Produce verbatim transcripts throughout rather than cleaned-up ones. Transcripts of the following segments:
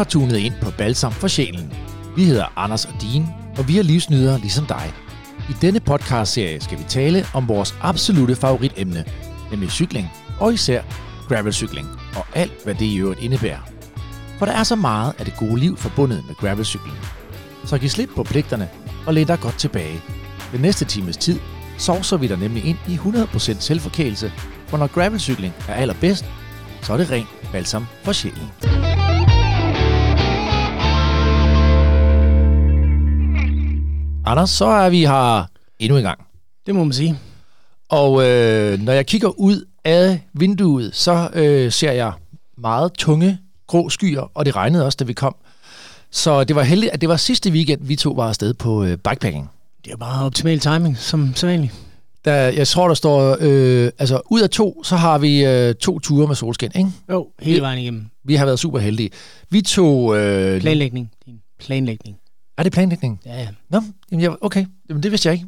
har tunet ind på Balsam for Sjælen. Vi hedder Anders og Dean, og vi er livsnydere ligesom dig. I denne podcastserie skal vi tale om vores absolutte favoritemne, nemlig cykling, og især gravelcykling, og alt hvad det i øvrigt indebærer. For der er så meget af det gode liv forbundet med gravelcykling. Så giv slip på pligterne og læn dig godt tilbage. Den næste times tid sovser vi dig nemlig ind i hundrede procent selvforkælelse, for når gravelcykling er allerbedst, så er det rent balsam for sjælen. Anders, så er vi her endnu en gang. Det må man sige. Og øh, når jeg kigger ud af vinduet, så øh, ser jeg meget tunge, grå skyer, og det regnede også, da vi kom. Så det var heldigt, at det var sidste weekend, vi to var afsted på øh, bikepacking. Det er bare optimal timing, som sædvanligt. Der, jeg tror, der står, øh, altså ud af to, så har vi øh, to ture med solskin, ikke? Jo, hele vejen igennem. Vi har været super heldige. Vi tog... Øh, planlægning. Din planlægning. Er det planlægning? Ja, ja. Nå, jamen, jeg, okay. Jamen, det vidste jeg ikke.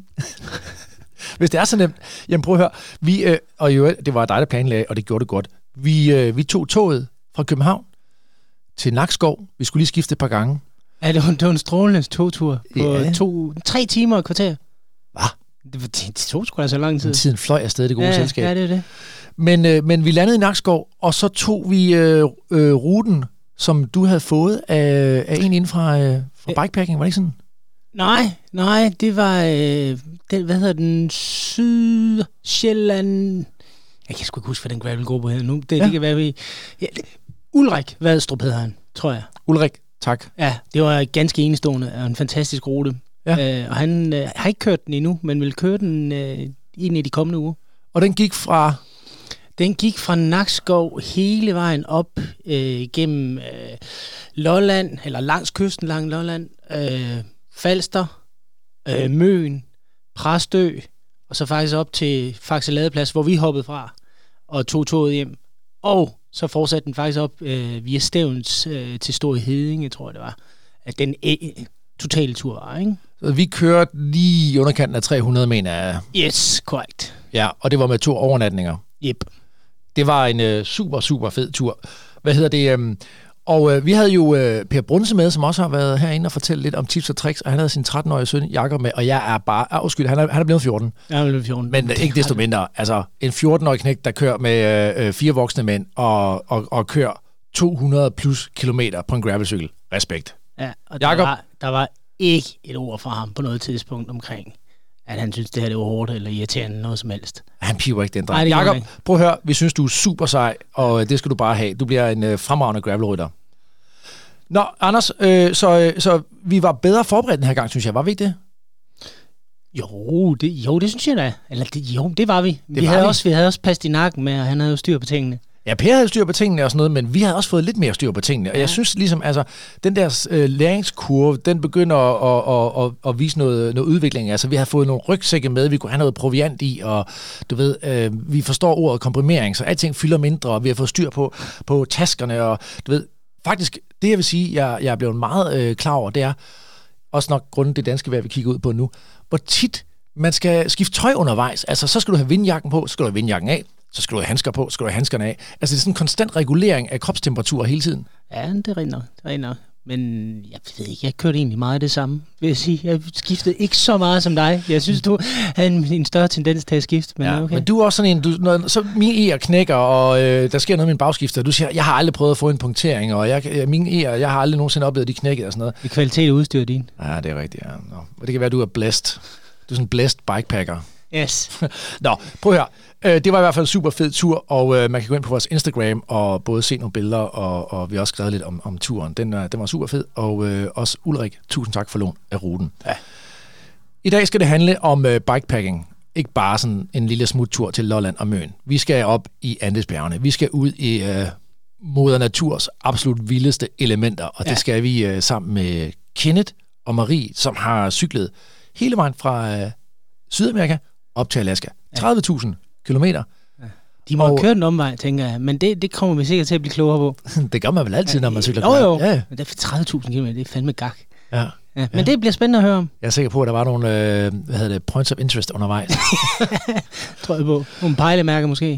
Hvis det er så nemt. Jamen, prøv at høre. Vi, øh, og jo, det var dig, der planlagde, og det gjorde det godt. Vi, øh, vi tog toget fra København til Nakskov. Vi skulle lige skifte et par gange. Ja, det var, det var en strålende togtur på ja. to, tre timer og kvarter. Hvad? Det, var, det tog sgu da så lang tid. Tiden fløj afsted, det gode ja, selskab. Ja, det er det. Men, øh, men vi landede i Nakskov, og så tog vi øh, øh, ruten, som du havde fået af, af en inden fra, øh, fra bikepacking. Var det ikke sådan? Nej, nej, det var, øh, den, hvad hedder den, Sydsjælland... Jeg kan sgu ikke huske, hvad den gravelgruppe hedder nu. Det, ja. det kan være, vi... Ja, Ulrik Vadstrup hedder han, tror jeg. Ulrik, tak. Ja, det var ganske enestående og en fantastisk rute. Ja. Øh, og han øh, har ikke kørt den endnu, men vil køre den øh, ind i de kommende uger. Og den gik fra... Den gik fra Nakskov hele vejen op øh, gennem øh, Lolland, eller langs kysten langs Lolland, øh, Falster, øh, Møn, Præstø, og så faktisk op til Faxe Ladeplads, hvor vi hoppede fra og tog toget hjem. Og så fortsatte den faktisk op øh, via Stævns øh, til Store Hedinge, tror jeg det var. At den øh, totale tur var, ikke? Så vi kørte lige i underkanten af tre hundrede, mener jeg. Yes, korrekt. Ja, og det var med to overnatninger. Yep. Det var en øh, super, super fed tur. Hvad hedder det? Øh, og øh, vi havde jo øh, Per Brunse med, som også har været herinde og fortælle lidt om tips og tricks, og han havde sin tretten-årige søn Jakob med, og jeg er bare... Ah, undskyld, han er, han er blevet fjorten. Jeg er blevet fjorten. Men øh, ikke desto mindre. Altså, en fjorten-årig knægt, der kører med øh, fire voksne mænd og, og, og kører to hundrede plus kilometer på en gravelcykel. Respekt. Ja, og der var, der var ikke et ord fra ham på noget tidspunkt omkring, at han synes, det her det var hårdt eller irriterende, noget som helst. Han piver ikke den dreng. Jakob, prøv at høre, vi synes, du er super sej, og det skal du bare have. Du bliver en øh, fremragende gravelrytter. Nå, Anders, øh, så, øh, så vi var bedre forberedt den her gang, synes jeg. Var vi ikke det? Jo, det, jo, det synes jeg da. Eller det, jo, det var vi. Det vi, var havde vi. Også, vi havde også passet i nakken med, og han havde jo styr på tingene. Ja, Per havde styr på tingene og sådan noget, men vi havde også fået lidt mere styr på tingene. Og ja. Jeg synes ligesom, altså, den der øh, læringskurve, den begynder at, at, at, at vise noget, noget udvikling. Altså, vi har fået nogle rygsække med, vi kunne have noget proviant i, og du ved, øh, vi forstår ordet komprimering, så alting fylder mindre, og vi har fået styr på, på taskerne, og du ved, faktisk, det jeg vil sige, jeg, jeg er blevet meget øh, klar over, det er, også nok grunden det danske vejr, vi kigger ud på nu, hvor tit man skal skifte tøj undervejs. Altså, så skal du have vindjakken på, så skal du have vindjakken af, så skal du have handsker på, så skal du have handskerne af. Altså, det er sådan en konstant regulering af kropstemperatur hele tiden. Ja, det er rent nok. Det er rent nok. Men jeg ved ikke, jeg kørte egentlig meget det samme, vil jeg sige. Jeg skiftede ikke så meget som dig. Jeg synes, du havde en, en større tendens til at skifte. Men, ja, okay. men du er også sådan en, du, når, så mine E'er knækker, og øh, der sker noget med min bagskifter. Du siger, jeg har aldrig prøvet at få en punktering, og jeg, mine E'er, jeg har aldrig nogensinde oplevet, at de knækkede og sådan noget. Det er kvalitet og udstyr din. Ja, det er rigtigt, ja. Nå. Og det kan være, at du er blessed. Du er sådan en blessed bikepacker. Yes. Nå, prøv at høre. Det var i hvert fald en super fed tur, og øh, man kan gå ind på vores Instagram og både se nogle billeder, og, og vi har også skrevet lidt om, om turen. Den, den var super fed, og øh, også Ulrik, tusind tak for lån af ruten. Ja. I dag skal det handle om øh, bikepacking. Ikke bare sådan en lille smuttur til Lolland og Møn. Vi skal op i Andesbjergene. Vi skal ud i øh, moder naturs absolut vildeste elementer, og ja. Det skal vi øh, sammen med Kenneth og Marie, som har cyklet hele vejen fra øh, Sydamerika op til Alaska. tredive tusind kilometer. Ja. De må og, have kørt en omvej, tænker jeg, men det, det kommer vi sikkert til at blive klogere på. Det gør man vel altid, ja, når man cykler. Jo, jo, ja. Men det er tredive tusind kilometer, det er fandme gak. Ja. Ja, men ja. Det bliver spændende at høre om. Jeg er sikker på, at der var nogle øh, hvad hedder det, points of interest undervejs. Tror jeg på. Nogle pejlemærker måske.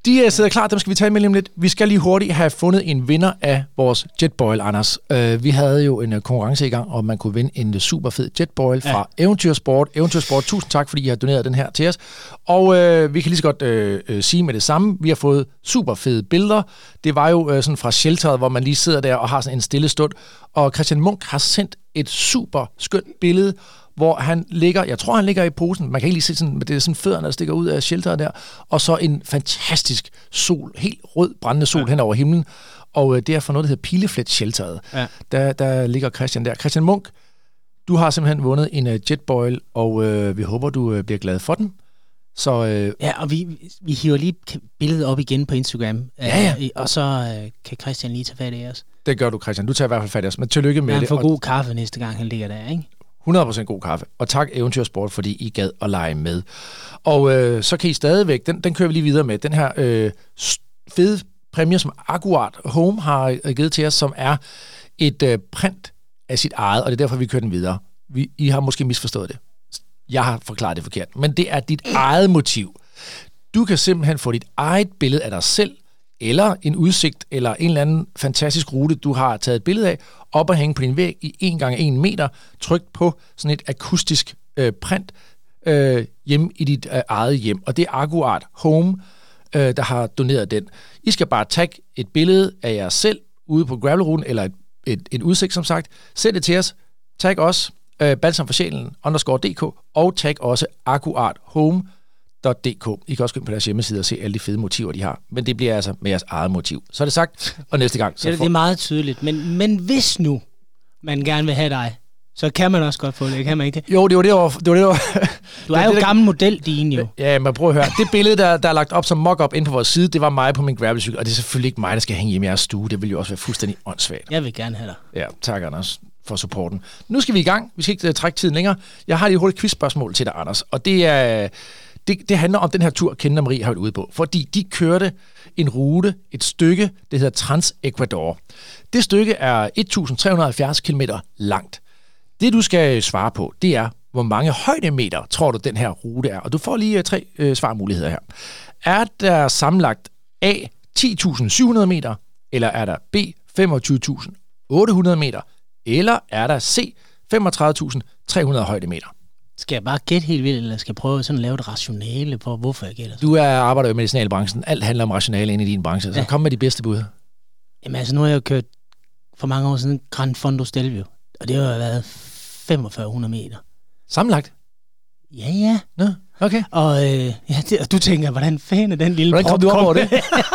De sidder klar, dem skal vi tale med lige om lidt. Vi skal lige hurtigt have fundet en vinder af vores Jetboil, Anders. Uh, vi havde jo en uh, konkurrence i gang, og man kunne vinde en uh, super fed Jetboil fra ja. Eventyrsport. Eventyrsport, tusind tak, fordi I har doneret den her til os. Og uh, vi kan lige så godt uh, uh, sige med det samme. Vi har fået super fede billeder. Det var jo uh, sådan fra shelteret, hvor man lige sidder der og har sådan en stille stund. Og Christian Munk har sendt et super skønt billede, hvor han ligger, jeg tror han ligger i posen, man kan ikke lige se sådan, det er sådan fødderne, der stikker ud af shelteret der, og så en fantastisk sol, helt rød brændende sol ja. hen over himlen, og øh, det er for noget, der hedder Pileflet-shelteret. Ja. Der, der ligger Christian der. Christian Munk, du har simpelthen vundet en uh, Jetboil, og øh, vi håber, du øh, bliver glad for den. Så, øh, ja, og vi, vi hiver lige billedet op igen på Instagram, ja, ja. Øh, og så øh, kan Christian lige tage fat i os. Det gør du, Christian. Du tager i hvert fald fat i os, men tillykke med han det. Han får god kaffe næste gang, han ligger der, ikke? hundrede procent god kaffe. Og tak Eventyrsport, fordi I gad at lege med. Og øh, så kan I stadigvæk, den, den kører vi lige videre med, den her øh, fede præmie, som Akkurat Home har givet til os, som er et øh, print af sit eget, og det er derfor, vi kører den videre. Vi, I har måske misforstået det. Jeg har forklaret det forkert. Men det er dit eget motiv. Du kan simpelthen få dit eget billede af dig selv, eller en udsigt, eller en eller anden fantastisk rute, du har taget et billede af, op og hænge på din væg i en gange en meter, trykt på sådan et akustisk øh, print øh, hjemme i dit øh, eget hjem. Og det er Akkurat Home, øh, der har doneret den. I skal bare tagge et billede af jer selv ude på gravelruten, eller et, et, et udsigt, som sagt. Send det til os. Tag os, øh, balsam for sjælen, underscore dk, og tag også Akkurat Home, .dk. I kan også gå ind på deres hjemmeside og se alle de fede motiver, de har. Men det bliver altså med jeres eget motiv. Så er det sagt, og næste gang... Så ja, det er meget tydeligt. Men, men hvis nu man gerne vil have dig, så kan man også godt få det, kan man ikke det? Jo, det var det, var, det, var det var, du er jo det, gammel model, din jo. Ja, men prøv at høre. Det billede, der, der er lagt op som mock-up inde på vores side, det var mig på min gravelcykel, og det er selvfølgelig ikke mig, der skal hænge hjemme i jeres stue. Det vil jo også være fuldstændig åndssvagt. Jeg vil gerne have dig. Ja, tak, Anders, for supporten. Nu skal vi i gang. Vi skal ikke uh, trække tiden længere. Jeg har lige et hurtigt quizspørgsmål til dig, Anders, og det er... Det, det handler om den her tur, Kenneth og Marie har været ude på, fordi de kørte en rute, et stykke, det hedder Trans-Ecuador. Det stykke er et tusind tre hundrede og halvfjerds kilometer langt. Det, du skal svare på, det er, hvor mange højdemeter tror du, den her rute er? Og du får lige tre øh, svarmuligheder her. Er der sammenlagt A, ti tusind syv hundrede meter, eller er der B, femogtyve tusind otte hundrede meter, eller er der C, femogtredive tusind tre hundrede højdemeter? Skal jeg bare gætte helt vildt, eller skal jeg prøve sådan at lave et rationale på, hvorfor jeg gætter? Du er arbejder jo i medicinalbranchen. Alt handler om rationale inde i din branche. Så ja. Kom med de bedste bud. Jamen altså, nu har jeg jo kørt for mange år siden Gran Fondo Stelvio, og det har jo været femogfyrre hundrede meter. Sammenlagt? Ja, ja. Nå, okay. Og, øh, ja, det, og du tænker, hvordan fanden er den lille hvordan kom du over det?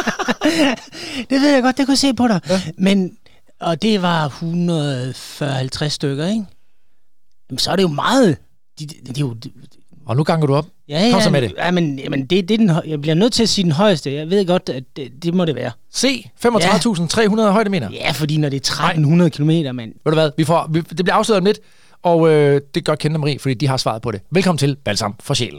Det ved jeg godt, det kunne jeg se på dig. Ja. Men, og det var et hundrede og fyrre til halvtreds stykker, ikke? Jamen, så er det jo meget... De, de, de, de, de, og nu ganger du op. Ja, ja. Kom så med det. Ja, men, jamen, det, det er den, jeg bliver nødt til at sige den højeste. Jeg ved godt, at det, det må det være. C, femogtredive tusind tre hundrede højdemeter. Ja, fordi når det er tretten hundrede kilometer, mand. Ved du hvad, vi får, vi, det bliver afsløret om lidt, og øh, det gør Kenneth og Marie, fordi de har svaret på det. Velkommen til Balsam for sjælen.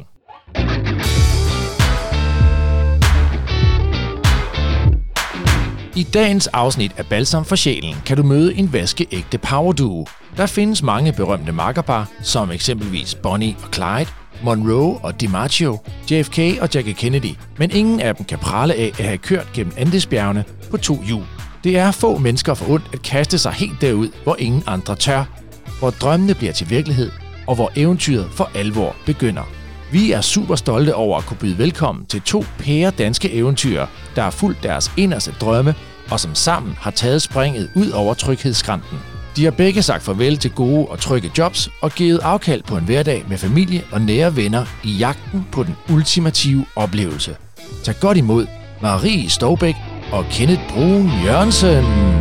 I dagens afsnit af Balsam for sjælen kan du møde en vaskeægte powerduo. Der findes mange berømte makkerpar, som eksempelvis Bonnie og Clyde, Monroe og DiMaggio, J F K og Jackie Kennedy, men ingen af dem kan prale af at have kørt gennem Andesbjergene på to hjul. Det er få mennesker forundt at kaste sig helt derud, hvor ingen andre tør, hvor drømmene bliver til virkelighed, og hvor eventyret for alvor begynder. Vi er super stolte over at kunne byde velkommen til to pære danske eventyrer, der har fulgt deres inderste drømme, og som sammen har taget springet ud over tryghedsskranten. De har begge sagt farvel til gode og trygge jobs og givet afkald på en hverdag med familie og nære venner i jagten på den ultimative oplevelse. Tag godt imod Marie Stoubeck og Kenneth Brun Jørgensen.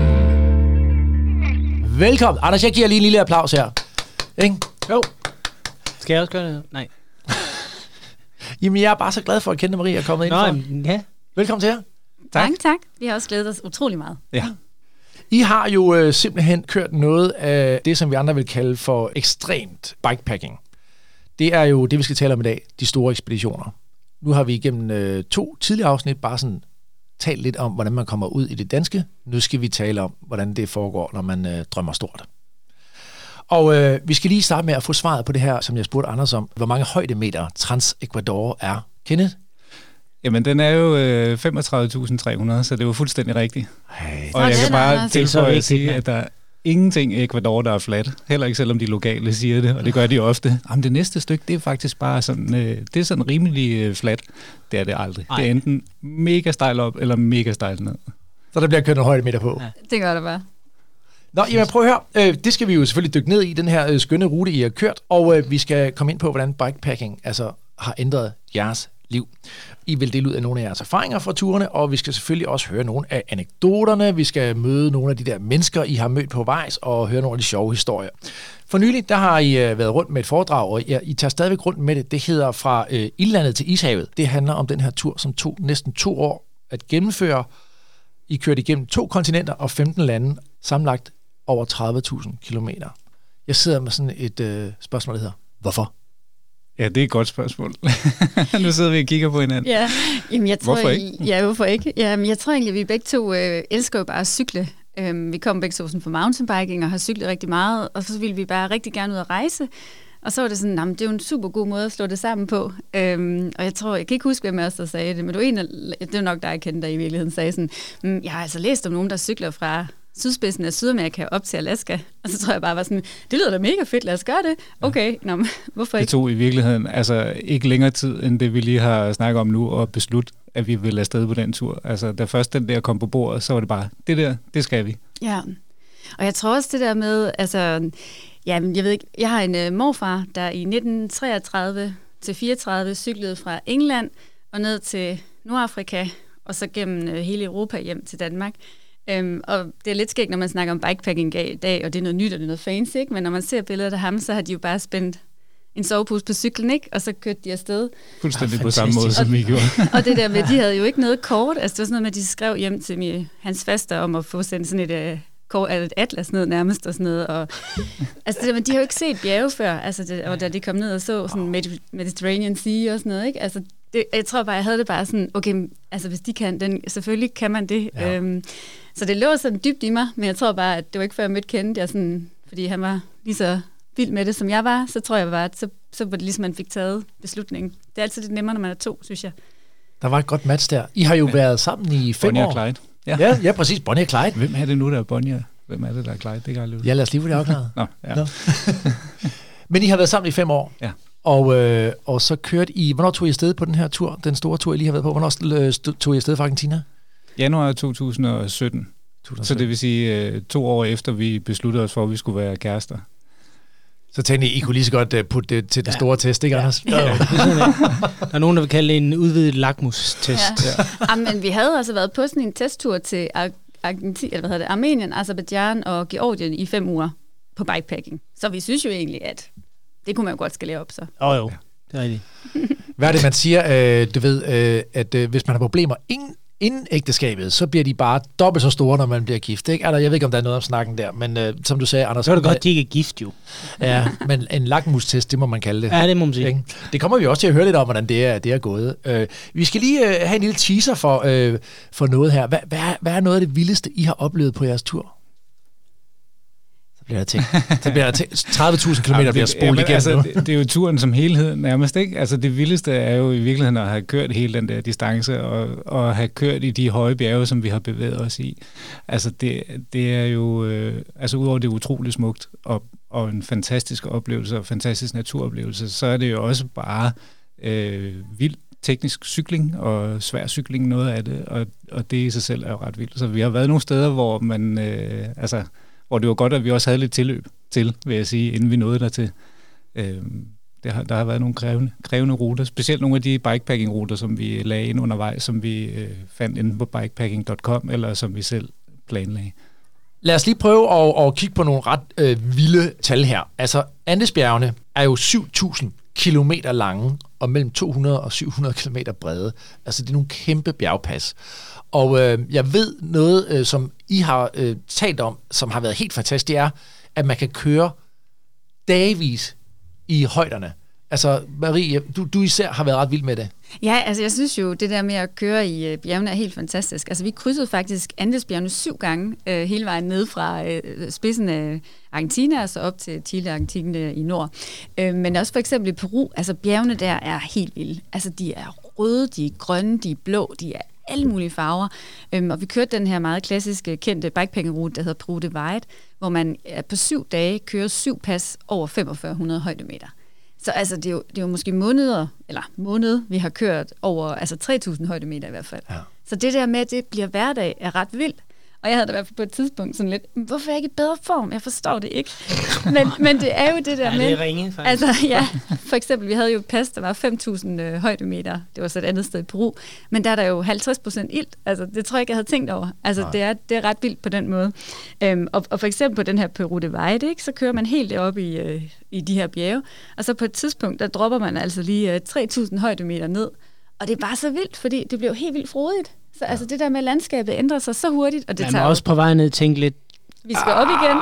Velkommen. Anders, jeg giver lige en lille applaus her. Ikke? Jo. Skal jeg også gøre det? Nej. Jamen, jeg er bare så glad for, at Kenneth og Marie er kommet ind for. Nå, ja. Velkommen til jer. Tak. Mange tak. Vi har også glædet os utrolig meget. Ja. I har jo øh, simpelthen kørt noget af det, som vi andre vil kalde for ekstremt bikepacking. Det er jo det, vi skal tale om i dag, de store ekspeditioner. Nu har vi igennem øh, to tidligere afsnit bare sådan talt lidt om, hvordan man kommer ud i det danske. Nu skal vi tale om, hvordan det foregår, når man øh, drømmer stort. Og øh, vi skal lige starte med at få svaret på det her, som jeg spurgte Anders om. Hvor mange højdemeter Trans-Ecuador er? Kenneth? Jamen, den er jo øh, femogtredive tusind tre hundrede, så det var fuldstændig rigtigt. Hey. Og jeg kan bare tilføje at sige, vigtigt, at der er ingenting i Ecuador, der er flat. Heller ikke selvom de lokale siger det, og det gør de ofte. Jamen, det næste stykke, det er faktisk bare sådan, øh, det er sådan rimelig øh, flat. Det er det aldrig. Ej. Det er enten mega stejl op, eller mega stejl ned. Så der bliver kørt nogle højdemeter på. Ja. Det gør der bare. Nå, jamen prøv at høre. Øh, det skal vi jo selvfølgelig dykke ned i, den her øh, skønne rute, I har kørt. Og øh, vi skal komme ind på, hvordan bikepacking altså, har ændret jeres liv. I vil dele ud af nogle af jeres erfaringer fra turene, og vi skal selvfølgelig også høre nogle af anekdoterne. Vi skal møde nogle af de der mennesker, I har mødt på vejs, og høre nogle af de sjove historier. For nylig, der har I øh, været rundt med et foredrag, og I, I tager stadigvæk rundt med det. Det hedder Fra øh, Ildlandet til Ishavet. Det handler om den her tur, som tog næsten to år at gennemføre. I kørte igennem to kontinenter og femten lande, sammenlagt over tredive tusind kilometer. Jeg sidder med sådan et øh, spørgsmål, der hedder, hvorfor? Ja, det er et godt spørgsmål. Nu sidder vi og kigger på hinanden. Ja, jamen jeg tror, hvorfor ikke? Ja, hvorfor ikke? Jamen, jeg tror egentlig, at vi begge to øh, elsker jo bare at cykle. Øhm, vi kom begge to sådan fra mountainbiking og har cyklet rigtig meget, og så ville vi bare rigtig gerne ud at rejse. Og så var det sådan, det er jo en super god måde at slå det sammen på. Øhm, og jeg tror, jeg kan ikke huske, hvem af os, der sagde det, men du en af, det er nok dig, jeg kendte, der i virkeligheden sagde sådan, mm, jeg har altså læst om nogen, der cykler fra sydspidsen af Sydamerika op til Alaska. Og så tror jeg bare var sådan, det lyder da mega fedt, lad os gøre det. Okay, ja. Nå, men hvorfor ikke? Det tog i virkeligheden altså ikke længere tid, end det vi lige har snakket om nu, og beslutte, at vi vil afsted på den tur. Altså, da først den der kom på bordet, så var det bare, det der, det skal vi. Ja, og jeg tror også det der med, altså, ja, jeg ved ikke, jeg har en uh, morfar, der i nitten treogtredive til fireogtredive cyklede fra England og ned til Nordafrika, og så gennem uh, hele Europa hjem til Danmark. Um, og det er lidt skægt, når man snakker om bikepacking i dag, og det er noget nyt, og det er noget fancy, ikke? Men når man ser billeder af ham, så har de jo bare spændt en sovepose på cyklen, ikke? Og så kørte de afsted. Fuldstændig ah, på samme måde, som vi gjorde. Og det der med, de havde jo ikke noget kort. Altså det var sådan noget med, at de skrev hjem til mig, hans faster om at få sendt sådan et, uh, kort, et atlas ned nærmest og sådan noget. Og, altså det der, men de har jo ikke set bjerge før, altså det, og da de kom ned og så sådan Mediterranean Sea og sådan noget, ikke? Altså det, jeg tror bare, jeg havde det bare sådan, okay, altså hvis de kan, den, selvfølgelig kan man det. Ja. Øhm, så det lå sådan dybt i mig, men jeg tror bare, at det var ikke før jeg mødte Kenneth, jeg sådan, fordi han var lige så vild med det, som jeg var, så tror jeg bare, at så, så var det ligesom, man fik taget beslutningen. Det er altid lidt nemmere, når man er to, synes jeg. Der var et godt match der. I har jo ja. været sammen i fem Bonnie år. Bonnie og Clyde. Ja. Ja, ja, præcis. Bonnie og Clyde. Hvem er det nu, der er Bonnie? Hvem er det, der er Clyde? Det kan jeg ja, lad os lige få det afklaret. Nå, ja. Nå. Men I har været sammen i fem år. Ja. Og, øh, og så kørte I... Hvornår tog I afsted på den her tur? Den store tur, I lige har været på. Hvornår tog I afsted fra Argentina? Januar to tusind og sytten. Så det vil sige øh, to år efter, vi besluttede os for, at vi skulle være kærester. Så tænkte I, I kunne lige så godt uh, putte det til den ja. store test, ikke, Anders? Ja. Ja. Der er nogen, der vil kalde det en udvidet lakmustest. Ja. Ja. Ja, men vi havde altså været på sådan en testtur til Argentina, eller hvad hedder det, Armenien, Aserbajdsjan og Georgien i fem uger på bikepacking. Så vi synes jo egentlig, at det kunne man jo godt skalere op så. Åh oh, jo, det er rigtigt. Hvad er det, man siger? Øh, du ved, øh, at øh, hvis man har problemer inden, inden ægteskabet, så bliver de bare dobbelt så store, når man bliver gift. Ikke? Altså, jeg ved ikke, om der er noget om snakken der, men øh, som du sagde, Anders... Så er det godt, de ikke er gift jo. Ja, men en lakmustest, det må man kalde det. Ja, det må man sige. Ikke? Det kommer vi også til at høre lidt om, hvordan det er, det er gået. Øh, vi skal lige øh, have en lille teaser for, øh, for noget her. Hvad, hvad, hvad er noget af det vildeste, I har oplevet på jeres tur? bliver der tænkt. Så bliver der tænkt. tredive tusind kilometer bliver spolet igennem altså, nu. Det, det er jo turen som helhed nærmest, ikke? Altså det vildeste er jo i virkeligheden at have kørt hele den der distance, og, og have kørt i de høje bjerge, som vi har bevæget os i. Altså det, det er jo, øh, altså udover det er utroligt smukt, og, og en fantastisk oplevelse, og fantastisk naturoplevelse, så er det jo også bare øh, vild teknisk cykling, og svær cykling, noget af det, og, og det i sig selv er jo ret vildt. Så vi har været nogle steder, hvor man, øh, altså hvor det var godt, at vi også havde lidt tilløb til, vil jeg sige, inden vi nåede dertil. Øhm, der, har, der har været nogle krævende, krævende ruter, specielt nogle af de bikepacking-ruter, som vi lagde ind undervejs, som vi øh, fandt inde på bikepacking punktum com, eller som vi selv planlagde. Lad os lige prøve at, at kigge på nogle ret øh, vilde tal her. Altså, Andesbjergene er jo syv tusind kilometer lange, og mellem to hundrede og syv hundrede kilometer brede. Altså, det er nogle kæmpe bjergpas. Og øh, jeg ved noget, øh, som I har øh, talt om, som har været helt fantastisk, det er, at man kan køre dagvis i højderne. Altså, Marie, du, du især har været ret vild med det. Ja, altså jeg synes jo, det der med at køre i øh, bjergene er helt fantastisk. Altså vi krydsede faktisk Andesbjergene syv gange, øh, hele vejen ned fra øh, spidsen af Argentina, og så op til Chile, Argentina i nord. Øh, men også for eksempel i Peru, altså bjergene der er helt vilde. Altså de er røde, de er grønne, de er blå, de er alle mulige farver. Øhm, og vi kørte den her meget klassiske, kendte bikepacking-rute, der hedder Peru Divide, hvor man på syv dage kører syv pas over femogfyrre hundrede højdemeter. Så altså, det, er jo, det er jo måske måneder, eller måned, vi har kørt over altså tre tusind højdemeter i hvert fald. Ja. Så det der med, at det bliver hverdag, er ret vildt. Og jeg havde da i hvert fald på et tidspunkt sådan lidt, hvorfor er jeg ikke i bedre form? Jeg forstår det ikke. Men, men det er jo det der ja, med... det er ringe, faktisk. Altså, ja, for eksempel, vi havde jo et pas, der var fem tusind øh, højdemeter. Det var så et andet sted i Peru. Men der er der jo halvtreds procent ilt. Altså, det tror jeg ikke, jeg havde tænkt over. Altså, det er, det er ret vildt på den måde. Øhm, og, og for eksempel på den her Peru Divide, ikke, så kører man helt deroppe i, øh, i de her bjerge. Og så på et tidspunkt, der dropper man altså lige øh, tre tusind højdemeter ned. Og det er bare så vildt, fordi det bliver jo helt vildt frodigt. Så ja. altså det der med, at landskabet ændrer sig så hurtigt, og det man tager må også på vej ned tænke lidt, vi skal op igen.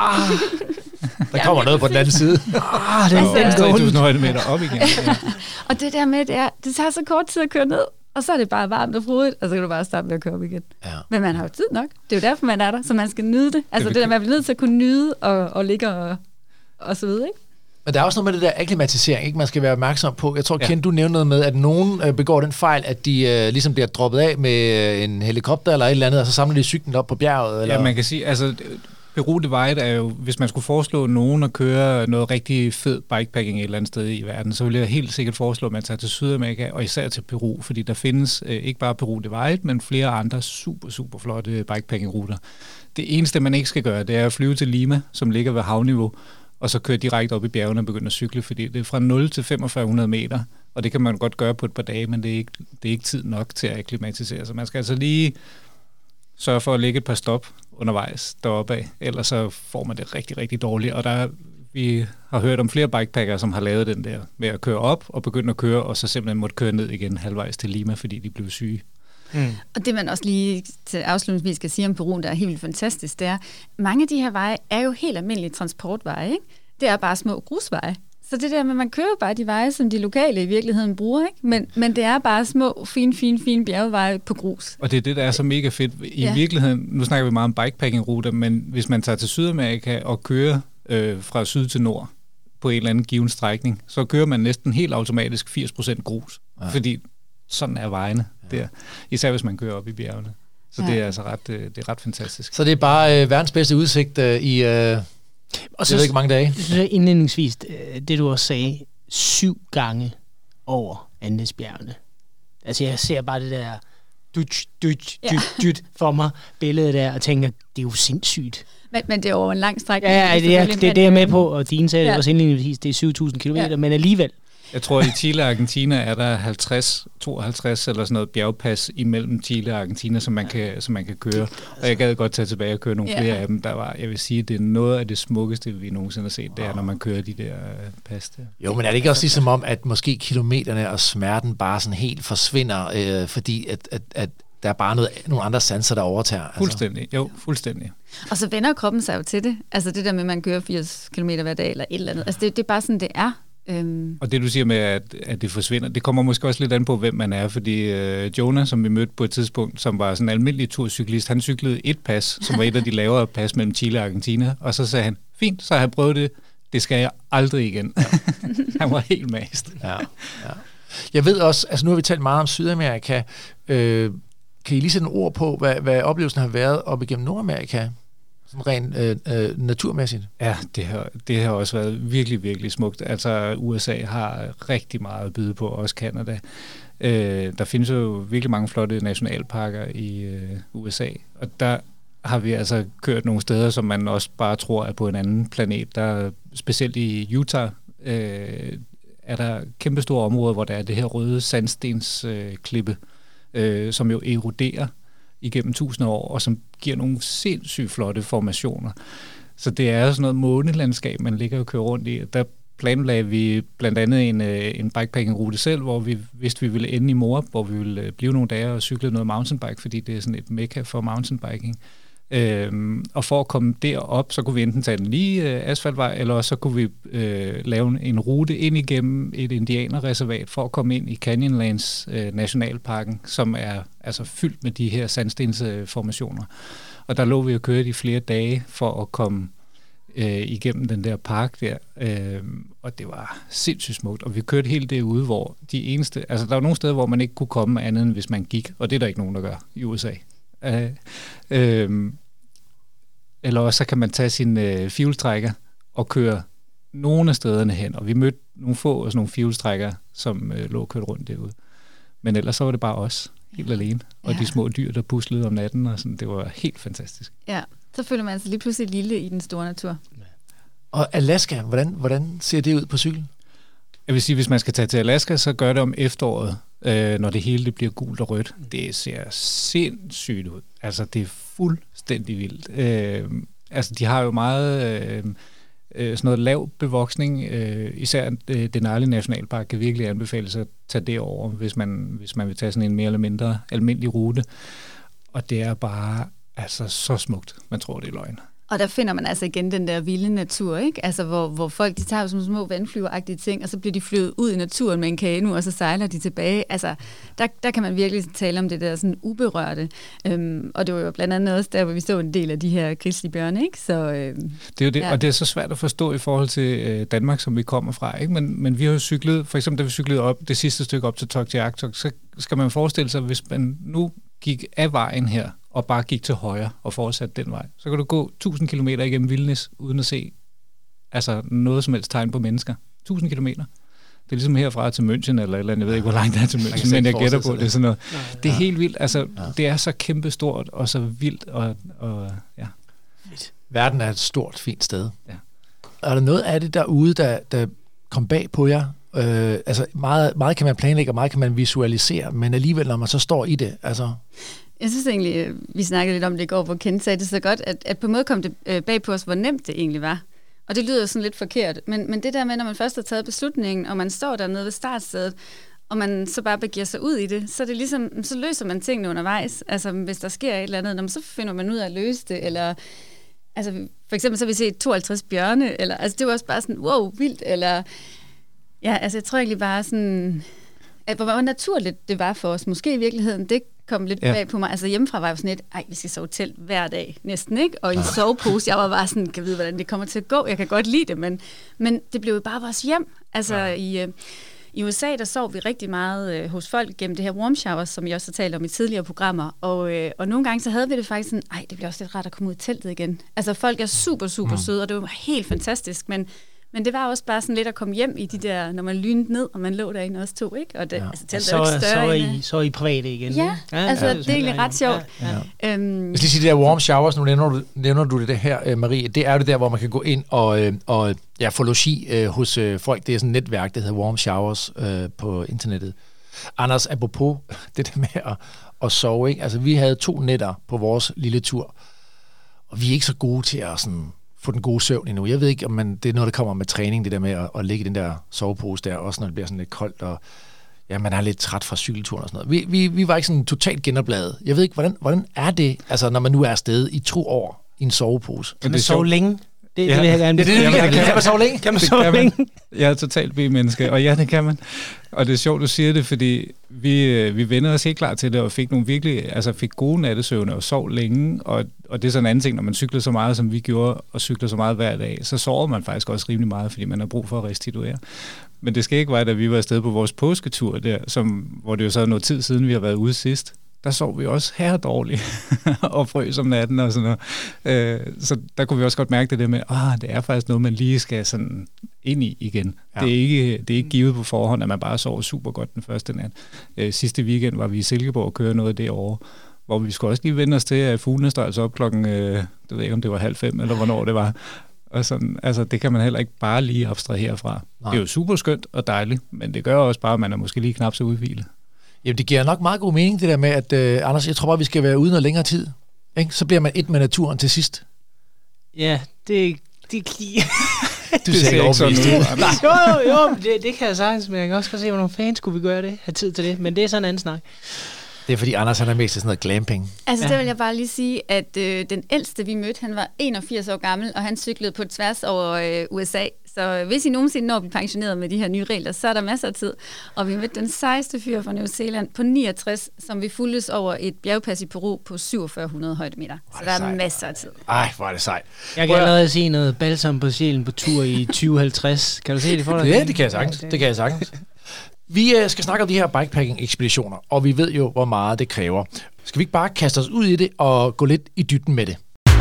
Der kommer noget på den anden side. Ah, det er altså, tre tusind højdemeter op igen. Ja. Og det der med, det, er, det tager så kort tid at køre ned, og så er det bare varmt og frodigt, og så kan du bare starte med at køre op igen. Ja. Men man har jo tid nok. Det er jo derfor, man er der, så man skal nyde det. Altså det, det der, man bliver nødt til at kunne nyde og, og ligge og, og så videre, ikke? Men der er også noget med det der akklimatisering, ikke? Man skal være opmærksom på. Jeg tror, Ken, ja. du nævnte noget med, at nogen øh, begår den fejl, at de øh, ligesom bliver droppet af med øh, en helikopter eller et eller andet, og så samler de cyklen op på bjerget. Eller? Ja, man kan sige, altså Peru Divide er jo, hvis man skulle foreslå nogen at køre noget rigtig fed bikepacking et eller andet sted i verden, så ville jeg helt sikkert foreslå, at man tager til Sydamerika, og især til Peru, fordi der findes øh, ikke bare Peru Divide, men flere andre super, super flotte bikepacking-ruter. Det eneste, man ikke skal gøre, det er at flyve til Lima, som ligger ved havniveau, og så køre direkte op i bjergene og begynde at cykle, fordi det er fra nul til femogfyrre hundrede meter, og det kan man godt gøre på et par dage, men det er ikke, det er ikke tid nok til at akklimatisere sig. Man skal altså lige sørge for at lægge et par stop undervejs deroppe af, ellers så får man det rigtig, rigtig dårligt. Og der, vi har hørt om flere bikepackere, som har lavet den der med at køre op og begynde at køre, og så simpelthen måtte køre ned igen halvvejs til Lima, fordi de blev syge. Mm. Og det man også lige til afslutningsvis skal sige om Peru, der er helt vildt fantastisk, det er, mange af de her veje er jo helt almindelige transportveje, ikke? Det er bare små grusveje. Så det der med, man kører bare de veje, som de lokale i virkeligheden bruger, ikke? Men, men det er bare små, fine, fine, fine bjergeveje på grus. Og det er det, der er så mega fedt. I ja. virkeligheden, nu snakker vi meget om bikepacking-ruter, men hvis man tager til Sydamerika og kører øh, fra syd til nord på en eller anden given strækning, så kører man næsten helt automatisk firs procent grus. Ja. Fordi sådan er vejene ja. der. Især hvis man kører op i bjergene. Så ja. det er altså ret, det er ret fantastisk. Så det er bare øh, verdens bedste udsigt øh, i... Øh og så, det er ikke mange dage. Så indledningsvis, det du også sagde, syv gange over Andesbjergene. Altså jeg ser bare det der dyt, dyt, dyt, dyt for mig, billedet der, og tænker, det er jo sindssygt. Men, men det er over en lang strækning. Ja, ja, det er det, er det jeg er med på, og Dine sagde ja. det også indledningsvis, det er syv tusind kilometer, ja. men alligevel. Jeg tror, i Chile og Argentina er der halvtreds, tooghalvtreds eller sådan noget bjergpas imellem Chile og Argentina, som man kan, som man kan køre. Og jeg gad godt tage tilbage og køre nogle yeah. flere af dem. Der var, jeg vil sige, det er noget af det smukkeste, vi nogensinde har set, det er, når man kører de der pas der. Jo, men er det ikke også ligesom om, at måske kilometerne og smerten bare sådan helt forsvinder, øh, fordi at, at, at der er bare noget, nogle andre sanser, der overtager? Altså. Fuldstændig, jo, fuldstændig. Og så vender kroppen sig jo til det. Altså det der med, at man kører firs kilometer hver dag eller et eller andet. Altså det, det er bare sådan, det er. Øhm. Og det du siger med, at, at det forsvinder, det kommer måske også lidt an på, hvem man er, fordi øh, Jonah, som vi mødte på et tidspunkt, som var sådan en almindelig turcyklist, han cyklede et pas, som var et af de lavere pas mellem Chile og Argentina, og så sagde han, fint, så har jeg prøvet det, det skal jeg aldrig igen. Ja. Han var helt mast. Ja, ja. Jeg ved også, altså nu har vi talt meget om Sydamerika, øh, kan I lige sætte en ord på, hvad, hvad oplevelsen har været op igennem Nordamerika? Sådan rent øh, øh, naturmæssigt. Ja, det har, det har også været virkelig, virkelig smukt. Altså U S A har rigtig meget at byde på, også Canada. Øh, der findes jo virkelig mange flotte nationalparker i øh, U S A, og der har vi altså kørt nogle steder, som man også bare tror er på en anden planet. Der, specielt i Utah øh, er der kæmpestore områder, hvor der er det her røde sandstensklippe, øh, øh, som jo eroderer igennem tusinder år, og som giver nogle sindssygt flotte formationer. Så det er sådan noget månelandskab, man ligger og kører rundt i. Der planlagde vi blandt andet en, en bikepacking-rute selv, hvor vi vidste, vi ville ende i Moab, hvor vi ville blive nogle dage og cykle noget mountainbike, fordi det er sådan et mekka for mountainbiking. Øhm, og for at komme derop, så kunne vi enten tage den lige øh, asfaltvej, eller også så kunne vi øh, lave en rute ind igennem et indianerreservat for at komme ind i Canyonlands øh, nationalparken, som er altså fyldt med de her sandstensformationer. Og der lå vi og kørte i flere dage for at komme øh, igennem den der park der, øh, og det var sindssygt smukt, og vi kørte helt derude, hvor de eneste, altså der var nogle steder, hvor man ikke kunne komme andet, end hvis man gik, og det er der ikke nogen, der gør i U S A. Øh, øh, eller også så kan man tage sin øh, fjulstrækker og køre nogle af stederne hen, og vi mødte nogle få af sådan nogle fjulstrækker, som øh, lå kørt rundt derude. Men ellers så var det bare os, helt alene, og ja. de små dyr, der puslede om natten, og sådan, det var helt fantastisk. Ja, så føler man sig lige pludselig lille i den store natur. Og Alaska, hvordan, hvordan ser det ud på cykel? Jeg vil sige, hvis man skal tage til Alaska, så gør det om efteråret, øh, når det hele det bliver gult og rødt. Det ser sindssygt ud. Altså, det er fuldstændig vildt. Øh, altså, de har jo meget øh, øh, sådan noget lav bevoksning. Øh, især øh, Denali Nationalpark kan virkelig anbefales at tage det over, hvis man, hvis man vil tage sådan en mere eller mindre almindelig rute. Og det er bare altså så smukt, man tror, det er løgn. Og der finder man altså igen den der vilde natur, ikke? Altså, hvor, hvor folk, de tager jo som små vandflyveragtige ting, og så bliver de flyvet ud i naturen med en kano, og så sejler de tilbage. Altså, der, der kan man virkelig tale om det der sådan uberørte. Øhm, og det var jo blandt andet også der, hvor vi så en del af de her grizzlybjørne, ikke? Så, øhm, det er jo det, ja. og det er så svært at forstå i forhold til øh, Danmark, som vi kommer fra, ikke? Men, men vi har jo cyklet, for eksempel da vi cyklede op, det sidste stykke op til Tuktoyaktuk, så skal man forestille sig, hvis man nu gik af vejen her, og bare gik til højre og fortsatte den vej, så kan du gå tusind kilometer igennem vildnis, uden at se altså noget som helst tegn på mennesker. tusind kilometer. Det er ligesom herfra til München, eller et eller andet. Jeg ved ikke, hvor langt det er til München, men jeg gætter på, det er sådan noget. Det er ja. helt vildt. Altså, ja. det er så kæmpestort og så vildt. Og, og, ja. Verden er et stort, fint sted. Ja. Er der noget af det derude, der, der kom bag på jer? Øh, altså, meget, meget kan man planlægge, og meget kan man visualisere, men alligevel, når man så står i det, altså... Jeg synes egentlig, vi snakkede lidt om det i går, hvor Ken sagde det så godt, at, at på en måde kom det bag på os, hvor nemt det egentlig var. Og det lyder jo sådan lidt forkert, men, men det der med, når man først har taget beslutningen, og man står dernede ved startstedet, og man så bare begiver sig ud i det, så er det ligesom, så løser man tingene undervejs. Altså, hvis der sker et eller andet, så finder man ud af at løse det, eller... Altså, for eksempel så har vi set tooghalvtreds bjørne, eller... Altså, det var også bare sådan, wow, vildt, eller... Ja, altså, jeg tror egentlig bare sådan... At hvor naturligt det var for os. Måske i virkeligheden, det kom lidt ja. bag på mig. Altså hjemmefra var jeg sådan lidt, ej, vi skal sove telt hver dag, næsten, ikke? Og en sovepose, jeg var bare sådan, kan vide, hvordan det kommer til at gå. Jeg kan godt lide det, men, men det blev jo bare vores hjem. Altså ja. i, i U S A, der sov vi rigtig meget øh, hos folk gennem det her warm showers, som jeg også har talt om i tidligere programmer. Og, øh, og nogle gange så havde vi det faktisk sådan, ej, det bliver også lidt rart at komme ud i teltet igen. Altså folk er super, super mm. søde, og det var helt fantastisk, men Men det var også bare sådan lidt at komme hjem i de der, når man lynede ned, og man lå derinde også to, ikke? Og det, ja. altså, teltet så, er jo ikke større. Så er, I, så er I private igen. Ja, ja altså ja, det er egentlig ret sjovt. Ja, ja. Øhm, jeg skal sige, det der warm showers, nu nævner du, nævner du det der her, Marie, det er jo det der, hvor man kan gå ind og, og ja, få logi øh, hos øh, folk. Det er sådan et netværk, der hedder Warm Showers øh, på internettet. Anders, apropos det der med at, at sove, ikke? Altså vi havde to nætter på vores lille tur, og vi er ikke så gode til at sådan... få den gode søvn endnu. Jeg ved ikke, om man, det er noget, der kommer med træning, det der med at, at ligge i den der sovepose der, også når det bliver sådan lidt koldt, og ja, man er lidt træt fra cykelturen og sådan noget. Vi, vi, vi var ikke sådan totalt genopladet. Jeg ved ikke, hvordan, hvordan er det, altså når man nu er afsted i to år i en sovepose? Kan man sove længe? Det, ja. det vil jeg gerne. Det, det, det, det, kan, kan man sove længe? Kan man sove længe? Jeg er totalt B-menneske, og ja, det kan man. Og det er sjovt, du siger det, fordi vi, vi vendte os helt klar til det, og fik nogle virkelig, altså fik gode nattesøvne og sov længe, og, og det er sådan en anden ting, når man cykler så meget, som vi gjorde, og cykler så meget hver dag, så sover man faktisk også rimelig meget, fordi man har brug for at restituere. Men det skal ikke være, da vi var afsted på vores påsketur der, som, hvor det jo så er noget tid siden, vi har været ude sidst. Der sov vi også her dårligt og frøs om natten og sådan noget. Øh, så der kunne vi også godt mærke det der med, at det er faktisk noget, man lige skal sådan ind i igen. Ja. Det, er ikke, det er ikke givet på forhånd, at man bare sover super godt den første nat. Øh, sidste weekend var vi i Silkeborg og kørte noget derovre, hvor vi skulle også lige vende os til, at fuglene står altså op klokken, øh, jeg ved ikke om det var halv fem, eller hvornår det var. Og sådan, altså, det kan man heller ikke bare lige abstrahere herfra. Nej. Det er jo super skønt og dejligt, men det gør også bare, at man er måske lige knap så udhvilet. Jamen, det giver nok meget god mening, det der med, at øh, Anders, jeg tror bare, vi skal være ude noget længere tid. Ikke? Så bliver man et med naturen til sidst. Ja, det... det du ser ikke overbevist. Jo, jo, det, det kan jeg sagtens, men jeg kan også godt se, hvornår fanden skulle vi gøre det, have tid til det, men det er sådan en anden snak. Det er fordi Anders, han er mest til sådan noget glamping. Altså, ja. Det vil jeg bare lige sige, at øh, den ældste, vi mødte, han var enogfirs år gammel, og han cyklede på tværs over øh, U S A. Så hvis I nogensinde når at blive pensioneret med de her nye regler, så er der masser af tid. Og vi mødte den sejeste fyr fra New Zealand på niogtres, som vi fulgtes over et bjergpas i Peru på syvogfyrre hundrede højdemeter. Så der er sejt. masser af tid. Ej, hvor er det sejt. Jeg kan allerede se noget balsam på sjælen på tur i tyve halvtreds. Kan du se det for dig? Ja, det kan jeg sagtens. Det kan jeg sagtens. Vi øh, skal snakke om de her bikepacking-ekspeditioner, og vi ved jo, hvor meget det kræver. Skal vi ikke bare kaste os ud i det og gå lidt i dybden med det?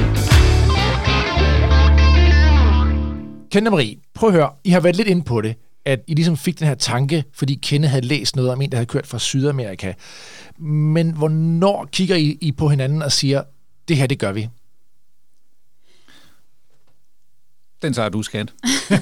Kenneth Marie, prøv at høre. I har været lidt inde på det, at I ligesom fik den her tanke, fordi Kenneth havde læst noget om en, der havde kørt fra Sydamerika. Men hvornår kigger I, I på hinanden og siger, det her, det gør vi? Den tager du, skat.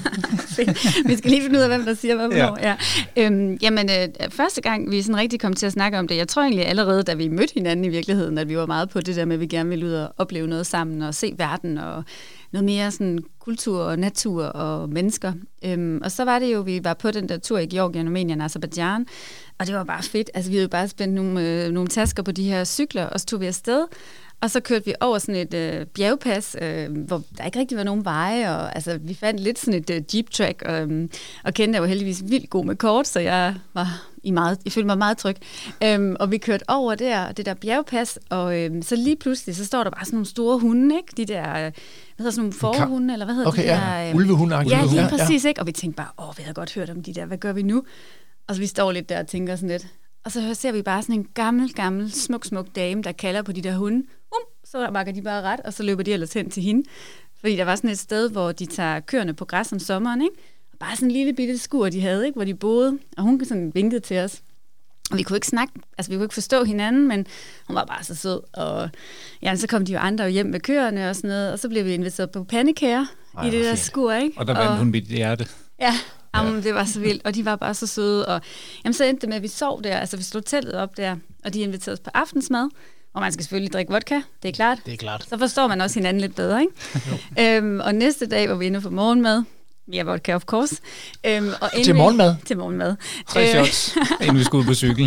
Vi skal lige finde ud af, hvem der siger hvad hvornår. Ja. Ja. Øhm, jamen, øh, første gang, vi sådan rigtig kom til at snakke om det, jeg tror egentlig allerede, da vi mødte hinanden i virkeligheden, at vi var meget på det der med, at vi gerne ville ud og opleve noget sammen og se verden og noget mere sådan kultur og natur og mennesker. Øhm, og så var det jo, vi var på den der tur i Georgien, Armenien og Aserbajdsjan, og det var bare fedt. Altså, vi havde jo bare spændt nogle, øh, nogle tasker på de her cykler, og så tog vi afsted. Og så kørte vi over sådan et øh, bjergpas, øh, hvor der ikke rigtig var nogen veje, og altså, vi fandt lidt sådan et øh, jeep-track, øh, og Kenneth var heldigvis vildt god med kort, så jeg var i meget, jeg følte mig meget tryg. Øhm, og vi kørte over der, det der bjergpas, og øh, så lige pludselig, så står der bare sådan nogle store hunde, ikke? De der, hvad hedder sådan nogle forhunde, eller hvad hedder okay, de ja. der? Øh, Ulvehunde. Ja, lige præcis, ja. Ikke? Og vi tænkte bare, åh, vi havde godt hørt om de der, hvad gør vi nu? Og så vi står lidt der og tænker sådan lidt, og så ser vi bare sådan en gammel, gammel, smuk, smuk dame, der kalder på de der hunde. Um, så bakker de bare ret, og så løber de ellers hen til hende. Fordi der var sådan et sted, hvor de tager køerne på græs om sommeren, ikke? Og bare sådan en lille bitte skur, de havde, ikke? Hvor de boede. Og hun sådan vinkede til os. Og vi kunne ikke snakke, altså vi kunne ikke forstå hinanden, men hun var bare så sød. Og ja, så kom de jo andre hjem med køerne og sådan noget, og så blev vi inviteret på pandekager i det der fint. Skur, ikke? Og der vandt og, hun mit hjerte. Ja. Jamen, det var så vildt, og de var bare så søde, og jamen, så endte det med, at vi sov der, altså vi slog teltet op der, og de inviterede os på aftensmad, og man skal selvfølgelig drikke vodka, det er klart. Det er klart. Så forstår man også hinanden lidt bedre, ikke? øhm, og næste dag var vi inde for morgenmad, ja, vodka of course. Øhm, og til morgenmad? Til morgenmad. Tre shots, inden vi skulle ud på cyklen.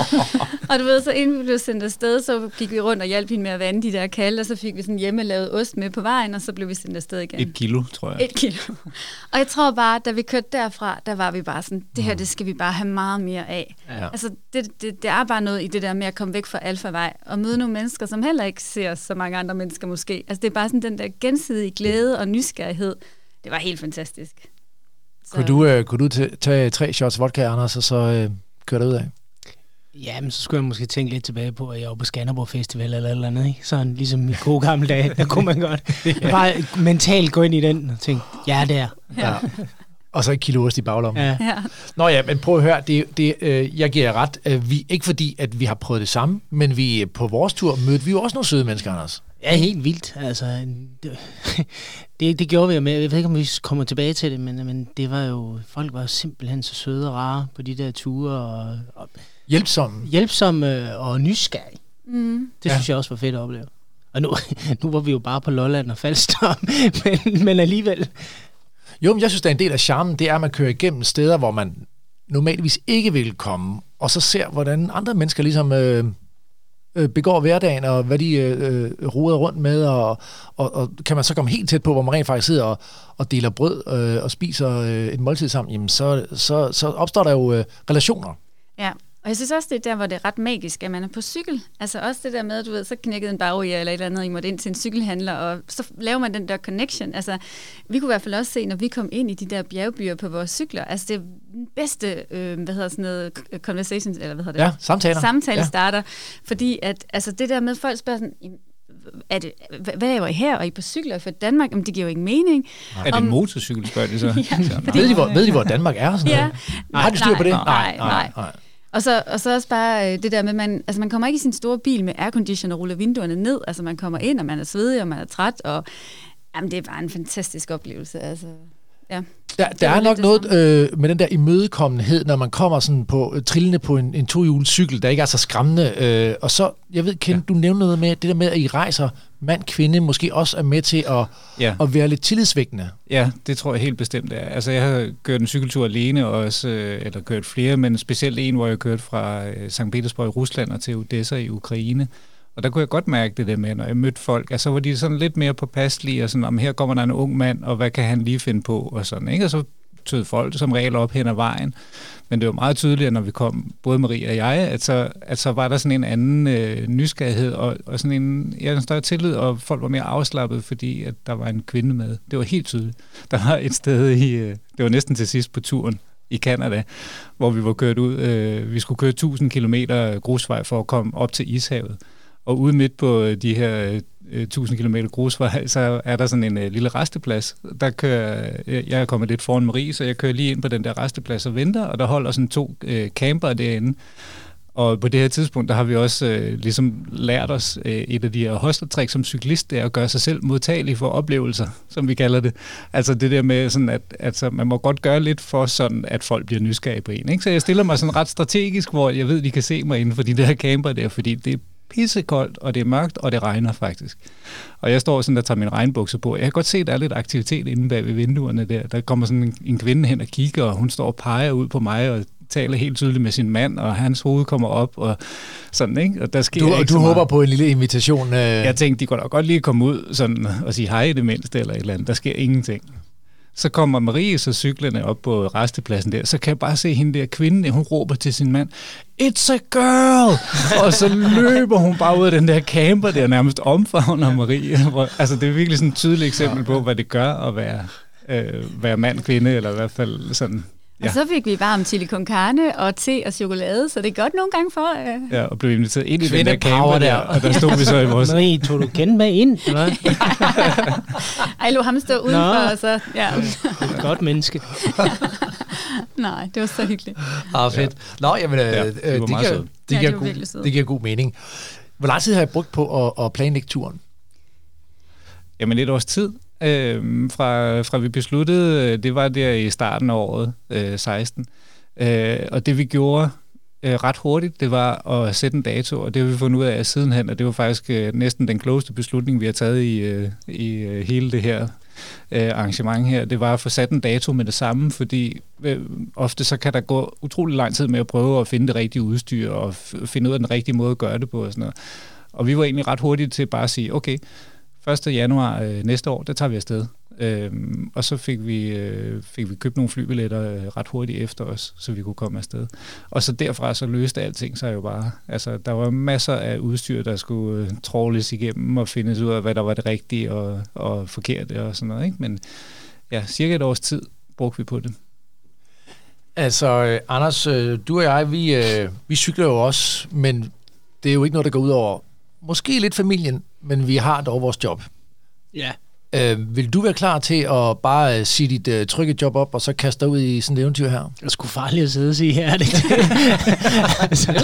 Og du ved, så inden vi blev sendt afsted, så gik vi rundt og hjalp hende med at vande de der kalde, og så fik vi sådan hjemmelavet ost med på vejen, og så blev vi sendt afsted igen. Et kilo, tror jeg. Et kilo. Og jeg tror bare, da vi kørte derfra, der var vi bare sådan, det her, det skal vi bare have meget mere af. Ja. Altså, det, det, det er bare noget i det der med at komme væk fra alfavej, og møde nogle mennesker, som heller ikke ser så mange andre mennesker måske. Altså, det er bare sådan den der gensidige glæde og nysgerrighed. Det var helt fantastisk. Så. Kunne du, øh, kunne du t- tage tre shots vodka, Anders, og så øh, køre dig ud af? Ja, men så skulle jeg måske tænke lidt tilbage på, at jeg var på Skanderborg Festival eller eller andet, ikke? Sådan ligesom i gode gamle dage, der kunne man godt ja. bare mentalt gå ind i den og tænke, ja, det er. Ja. Og så et kilo ost i baglommen. Ja. Ja. Nå ja, men prøv at høre, det, det, øh, jeg giver jer ret. Øh, vi, ikke fordi, at vi har prøvet det samme, men vi på vores tur mødte vi jo også nogle søde mennesker, Anders. Ja, helt vildt. Altså, det, det, det gjorde vi jo med. Jeg ved ikke, om vi kommer tilbage til det, men, men det var jo, folk var simpelthen så søde og rare på de der ture. Og, og hjælpsomme. Hjælpsomme og nysgerrige. Mm. Det synes ja. jeg også var fedt at opleve. Og nu, nu var vi jo bare på Lolland og Falster, men, men alligevel. Jo, men jeg synes, der er en del af charmen, det er, at man kører igennem steder, hvor man normalvis ikke vil komme, og så ser, hvordan andre mennesker ligesom øh, øh, begår hverdagen, og hvad de øh, roder rundt med, og, og, og kan man så komme helt tæt på, hvor man rent faktisk sidder og, og deler brød øh, og spiser øh, et måltid sammen, jamen så, så, så opstår der jo øh, relationer. Ja. Og jeg synes også, det er der, hvor det er ret magisk, at man er på cykel. Altså også det der med, at du ved, så knækkede en bagryger eller et eller andet, I måtte ind til en cykelhandler, og så laver man den der connection. Altså, vi kunne i hvert fald også se, når vi kom ind i de der bjergbyer på vores cykler, altså det er den bedste, øh, hvad hedder sådan noget, conversation, eller hvad hedder det? Ja, samtaler. Samtale ja. starter, fordi at, altså det der med, folk spørger sådan, er det, hvad laver I her, og I på cykler for Danmark? Jamen, det giver jo ingen mening. Er det en motorcykel, spørger de så? ja, fordi, ved, de, hvor, ved de, hvor Danmark er? Sådan ja. Nej, har de styr på det? Nej, nej, nej. nej. Og så, og så også bare det der med, man, altså man kommer ikke i sin store bil med aircondition og ruller vinduerne ned. Altså man kommer ind, og man er svedig, og man er træt, og jamen, det er bare en fantastisk oplevelse. Altså, ja. Der, der er nok noget øh, med den der imødekommenhed, når man kommer sådan på øh, trillende på en, en tohjulet cykel, der ikke er så skræmmende. Øh, og så, jeg ved, Ken, ja. du nævner noget med, det der med, at I rejser mand, kvinde, måske også er med til at, ja. at være lidt tillidsvækkende. Ja, det tror jeg helt bestemt er. Altså, jeg har kørt en cykeltur alene, også, øh, eller kørt flere, men specielt en, hvor jeg kørte fra øh, Sankt Petersborg i Rusland og til Odessa i Ukraine. Og der kunne jeg godt mærke det der med, når jeg mødte folk, altså var de sådan lidt mere påpasselige, og sådan, om her kommer der en ung mand, og hvad kan han lige finde på, og sådan, ikke? Og så tød folk som regel op hen ad vejen. Men det var meget tydeligt, når vi kom, både Marie og jeg, at så, at så var der sådan en anden øh, nysgerrighed, og, og sådan en, ja, en større tillid, og folk var mere afslappet, fordi at der var en kvinde med. Det var helt tydeligt. Der var et sted i, øh, det var næsten til sidst på turen, i Canada, hvor vi var kørt ud. Øh, vi skulle køre tusind kilometer grusvej for at komme op til Ishavet. Og ude midt på de her øh, tusind kilometer grusvej, så er der sådan en øh, lille resteplads. Der kører, øh, jeg er kommet lidt foran Marie, så jeg kører lige ind på den der resteplads og venter, og der holder sådan to øh, camper derinde. Og på det her tidspunkt, der har vi også øh, ligesom lært os øh, et af de her hostlertricks som cyklist, det er at gøre sig selv modtagelig for oplevelser, som vi kalder det. Altså det der med sådan, at altså, man må godt gøre lidt for sådan, at folk bliver nysgerrige på en. Ikke? Så jeg stiller mig sådan ret strategisk, hvor jeg ved, de kan se mig inden for de der camper der, fordi det er pissekoldt, og det er mørkt, og det regner faktisk. Og jeg står sådan der tager min regnbukser på. Jeg kan godt se, at der er lidt aktivitet inde bag ved vinduerne der. Der kommer sådan en, en kvinde hen og kigger, og hun står og peger ud på mig, og taler helt tydeligt med sin mand, og hans hoved kommer op, og sådan, ikke? Og der sker du ikke og du håber på en lille invitation? Øh... Jeg tænkte, de kunne da godt lige komme ud sådan, og sige hej i det mindste, eller et eller andet. Der sker ingenting. Så kommer Marie så cyklerne op på restepladsen der, så kan jeg bare se hende der kvinde, hun råber til sin mand, it's a girl! Og så løber hun bare ud af den der camper der, nærmest omfavner Marie. Altså det er virkelig sådan et tydeligt eksempel på, hvad det gør at være, øh, være mand, kvinde, eller i hvert fald sådan. Ja. Og så fik vi varm chili con carne og te og chokolade, så det er godt nogle gange for... Øh... Ja, og blev inviteret ind i den der camper der, og der stod vi så i vores... Marie, tog du kendt med ind, eller? Ej, lå ham stå udenfor, og så... Ja. Det er et godt menneske. Nej, det var så hyggeligt. Ah, fedt. Nå, jamen, ja, det, det, det, giver, det, ja, giver det, god, det giver god mening. Hvor lang tid har jeg brugt på at, at planlægge turen? Jamen, et års tid. Øh, fra, fra vi besluttede, det var der i starten af året, øh, seksten. Øh, og det vi gjorde øh, ret hurtigt, det var at sætte en dato, og det har vi fundet ud af sidenhen, og det var faktisk øh, næsten den klogeste beslutning, vi har taget i, øh, i øh, hele det her øh, arrangement her. Det var at få sat en dato med det samme, fordi øh, ofte så kan der gå utrolig lang tid med at prøve at finde det rigtige udstyr, og f- finde ud af den rigtige måde at gøre det på og sådan noget. Og vi var egentlig ret hurtige til bare at sige, okay, første januar øh, næste år, der tager vi afsted. Øhm, og så fik vi, øh, fik vi købt nogle flybilletter øh, ret hurtigt efter os, så vi kunne komme afsted. Og så derfra så løste alting sig jo bare. Altså, der var masser af udstyr, der skulle øh, tråles igennem og findes ud af, hvad der var det rigtige og, og forkerte og sådan noget. Ikke? Men ja, cirka et års tid brugte vi på det. Altså, øh, Anders, øh, du og jeg, vi, øh, vi cykler jo også, men det er jo ikke noget, der går ud over måske lidt familien, men vi har dog vores job. Ja. Øh, vil du være klar til at bare uh, sige dit uh, trygge job op, og så kaste dig ud i sådan et eventyr her? Det er sgu farligt at sidde og sige her, er det ikke? altså,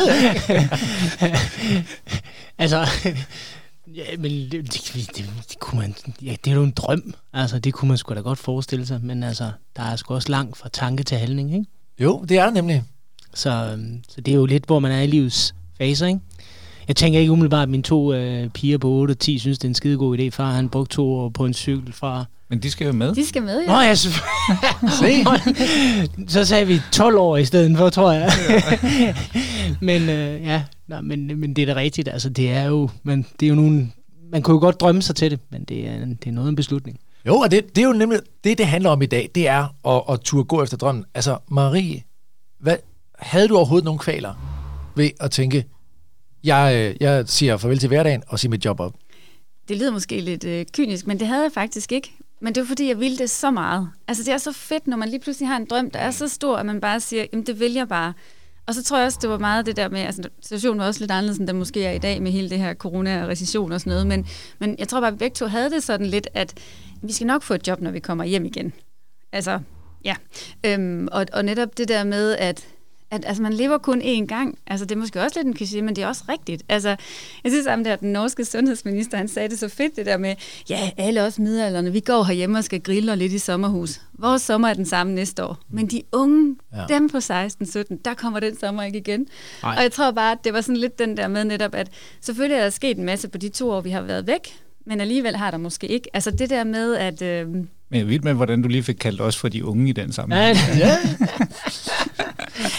altså, ja, men det, det, det, det kunne man, ja, det er jo en drøm. Altså, det kunne man sgu da godt forestille sig, men altså, der er sgu også langt fra tanke til handling, ikke? Jo, det er der nemlig. Så, så det er jo lidt, hvor man er i livets faser, ikke? Jeg tænker ikke umiddelbart, at mine to øh, piger på otte og ti synes, det er en skidegod idé. Far, han brugte to år på en cykel fra... Men de skal jo med. De skal med, ja. Nå, ja, så... så sagde vi tolv år i stedet for, tror jeg. men øh, ja, nej, men, men det er da rigtigt. Altså, det er jo... Man, det er jo nogen, man kunne jo godt drømme sig til det, men det er, det er noget af en beslutning. Jo, og det, det er jo nemlig... Det, det handler om i dag, det er at, at turde gå efter drømmen. Altså, Marie, hvad, havde du overhovedet nogle kvaler ved at tænke... Jeg, jeg siger farvel til hverdagen og siger mit job op? Det lyder måske lidt øh, kynisk, men det havde jeg faktisk ikke. Men det var fordi, jeg ville det så meget. Altså det er så fedt, når man lige pludselig har en drøm, der er så stor, at man bare siger, jamen det vil jeg bare. Og så tror jeg også, det var meget det der med, altså situationen var også lidt anderledes, end den måske er i dag med hele det her corona og recession og sådan noget. Men, men jeg tror bare, at begge to havde det sådan lidt, at vi skal nok få et job, når vi kommer hjem igen. Altså, ja. Øhm, og, og netop det der med, at At, altså, man lever kun én gang. Altså, det er måske også lidt en kliché, men det er også rigtigt. Altså, jeg synes sammen, at den norske sundhedsminister, han sagde det så fedt, det der med, ja, alle os midaldrende, vi går herhjemme og skal grille lidt i sommerhus. Vores sommer er den samme næste år. Men de unge, ja. Dem på seksten sytten, der kommer den sommer ikke igen. Ej. Og jeg tror bare, at det var sådan lidt den der med netop, at selvfølgelig er der sket en masse på de to år, vi har været væk, men alligevel har der måske ikke. Altså, det der med, at... Øh... Men jeg ved med, hvordan du lige fik kaldt os for de unge i den sammenhæng. Ja, ja.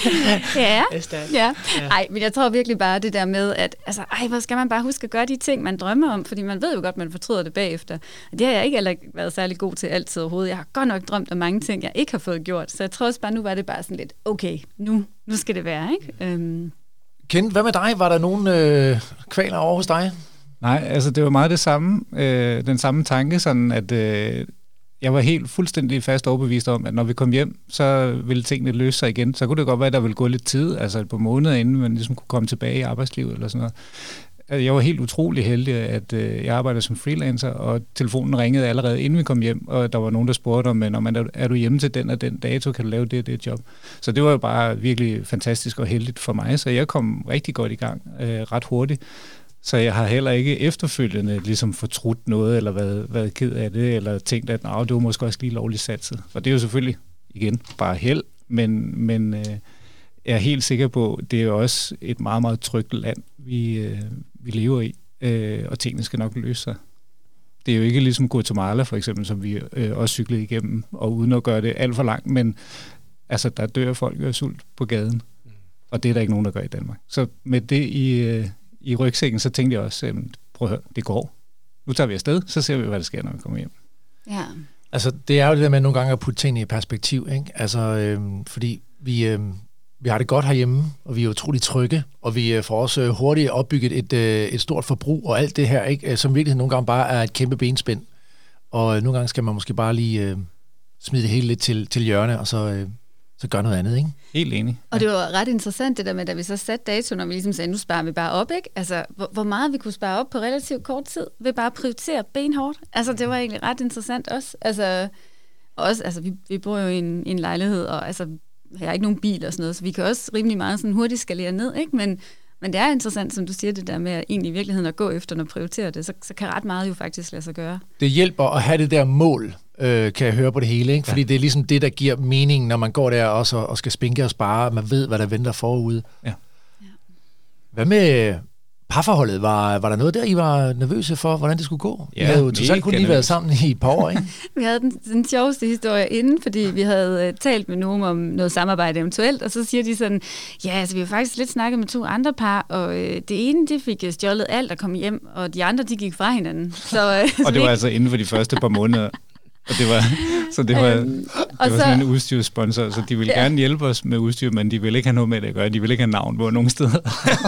ja, ja. Ej, men jeg tror virkelig bare det der med, at altså, ej, hvor skal man bare huske at gøre de ting, man drømmer om, fordi man ved jo godt, man fortryder det bagefter. Det har jeg ikke heller været særlig god til altid overhovedet. Jeg har godt nok drømt om mange ting, jeg ikke har fået gjort, så jeg tror også bare, nu var det bare sådan lidt, okay, nu, nu skal det være, ikke? Øhm. Kent, hvad med dig? Var der nogen øh, kvaler over hos dig? Nej, altså det var meget det samme, øh, den samme tanke, sådan at øh, jeg var helt fuldstændig fast overbevist om, at når vi kom hjem, så ville tingene løse sig igen. Så kunne det godt være, at der ville gå lidt tid, altså et par måneder inden man ligesom kunne komme tilbage i arbejdslivet eller sådan noget. Jeg var helt utrolig heldig, at øh, jeg arbejdede som freelancer, og telefonen ringede allerede inden vi kom hjem, og der var nogen, der spurgte om, når man er, er du hjemme til den og den dato, kan du lave det og det job. Så det var jo bare virkelig fantastisk og heldigt for mig, så jeg kom rigtig godt i gang øh, ret hurtigt. Så jeg har heller ikke efterfølgende ligesom fortrudt noget, eller været, været ked af det, eller tænkt, at det var måske også lige lovligt satset. Og det er jo selvfølgelig, igen, bare held, men, men øh, jeg er helt sikker på, at det er også et meget, meget trygt land, vi, øh, vi lever i, øh, og tingene skal nok løse sig. Det er jo ikke ligesom Guatemala, for eksempel, som vi øh, også cyklede igennem, og uden at gøre det alt for langt, men altså, der dør folk af sult på gaden, og det er der ikke nogen, der gør i Danmark. Så med det i... Øh, i rygsækken, så tænkte jeg også, prøv at høre, det går. Nu tager vi afsted, så ser vi, hvad der sker, når vi kommer hjem. Ja. Altså, det er jo det der med nogle gange at putte tingene i perspektiv, ikke? Altså, øhm, fordi vi, øhm, vi har det godt herhjemme, og vi er utroligt trygge, og vi øh, får også hurtigt opbygget et, øh, et stort forbrug, og alt det her, ikke? Som virkelig nogle gange bare er et kæmpe benspænd. Og øh, nogle gange skal man måske bare lige øh, smide det hele lidt til, til hjørne, og så... Øh, så gør noget andet, ikke? Helt enig. Og det var ret interessant det der med, da vi så satte dato, når vi ligesom sagde, nu sparer vi bare op, ikke? Altså, hvor, hvor meget vi kunne spare op på relativt kort tid, ved bare at prioritere benhårdt. Altså, det var egentlig ret interessant også. Altså, også, altså vi, vi bor jo i en, i en lejlighed, og altså, jeg har ikke nogen bil og sådan noget, så vi kan også rimelig meget sådan hurtigt skalere ned, ikke? Men, men det er interessant, som du siger, det der med at egentlig i virkeligheden at gå efter, når prioritere det, så, så kan ret meget jo faktisk lade sig gøre. Det hjælper at have det der mål, øh, kan jeg høre på det hele, ikke? Fordi ja. Det er ligesom det, der giver mening, når man går der også og skal spinke og spare, man ved, hvad der venter forude. Ja. Ja. Hvad med parforholdet? Var, var der noget der, I var nervøse for, hvordan det skulle gå? Ja, I havde jo totalt kun lige været sammen i et par år, ikke? Vi havde den, den sjoveste historie inden, fordi vi havde uh, talt med nogen om noget samarbejde eventuelt, og så siger de sådan, ja, altså vi har faktisk lidt snakket med to andre par, og øh, det ene, det fik stjålet alt og kom hjem, og de andre, de gik fra hinanden. Så, øh, og det var altså inden for de første par måneder. Og det var, så det var, øhm, det var så, sådan en udstyrssponsor, så de ville ja. gerne hjælpe os med udstyr, men de ville ikke have noget med det at gøre. De ville ikke have navn på nogen steder.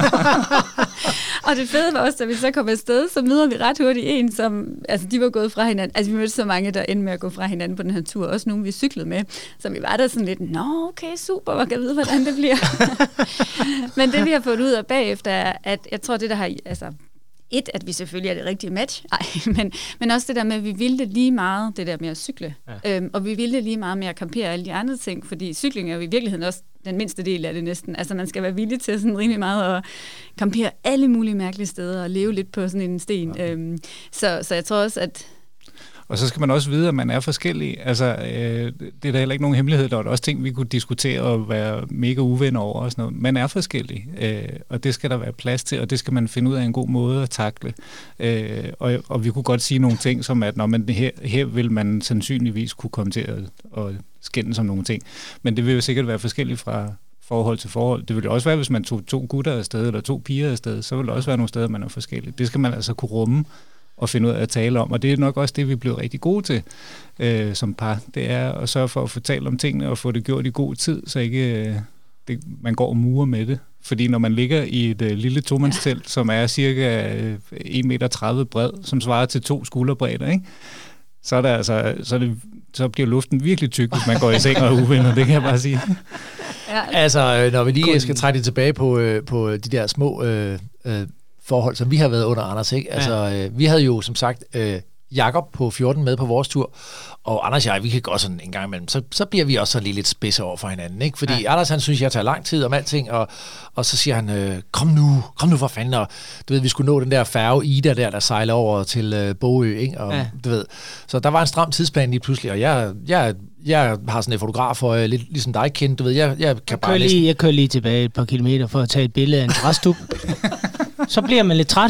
Og det fede var også, da vi så kom afsted, så møder vi ret hurtigt en, som, altså de var gået fra hinanden. Altså vi mødte så mange, der endte med at gå fra hinanden på den her tur. Også nogen, vi cyklede med. Så vi var der sådan lidt, nå okay, super, man kan vide, hvordan det bliver. Men det vi har fået ud af bagefter, er, at jeg tror, det der har... Altså, et, at vi selvfølgelig er det rigtige match, ej, men, men også det der med, at vi ville det lige meget, det der med at cykle. Ja. Øhm, og vi ville det lige meget med at campere alle de andre ting, fordi cykling er jo i virkeligheden også den mindste del af det næsten. Altså man skal være villig til sådan rimelig meget at campere alle mulige mærkelige steder og leve lidt på sådan en sten. Ja. Øhm, så, så jeg tror også, at... Og så skal man også vide, at man er forskellig. Altså, øh, det er da heller ikke nogen hemmelighed. Der er også ting, vi kunne diskutere og være mega uvenner over og sådan noget. Man er forskellig, øh, og det skal der være plads til, og det skal man finde ud af en god måde at takle. Øh, og, og vi kunne godt sige nogle ting, som at når man, her, her vil man sandsynligvis kunne komme til at, at skændes om nogle ting. Men det vil jo sikkert være forskelligt fra forhold til forhold. Det vil jo også være, hvis man tog to gutter afsted, eller to piger afsted, så vil der også være nogle steder, man er forskellig. Det skal man altså kunne rumme og finde ud af at tale om. Og det er nok også det, vi bliver rigtig gode til øh, som par. Det er at sørge for at få talt om tingene og få det gjort i god tid, så ikke øh, det, man går og murer med det. Fordi når man ligger i et øh, lille tomandstelt, som er cirka øh, en meter tredive bred, som svarer til to skulderbredder, ikke? Så, er der altså, så, er det, så bliver luften virkelig tyk, hvis man går i seng og er uvenner. Det kan jeg bare sige. Ja. Altså, når vi lige skal trække det tilbage på, øh, på de der små... Øh, øh, forhold, som vi har været under, Anders, ikke? Altså, ja. øh, vi havde jo, som sagt, øh, Jakob på fjorten med på vores tur, og Anders og jeg, vi kan gå sådan en gang imellem, så, så bliver vi også sådan lige lidt spidse over for hinanden, ikke? Fordi ja. Anders, han synes, jeg tager lang tid om alting, og, og så siger han, øh, kom nu, kom nu for fanden, og du ved, vi skulle nå den der færge Ida der, der sejler over til øh, Bogø, ikke? Og, ja. Du ved, så der var en stram tidsplan lige pludselig, og jeg, jeg, jeg har sådan en fotograf, og lidt ligesom dig, Kent, du ved, jeg, jeg kan jeg bare lige, næsten... Jeg kører lige tilbage et par kilometer for at tage et billede af en træstup. Så bliver man lidt træt,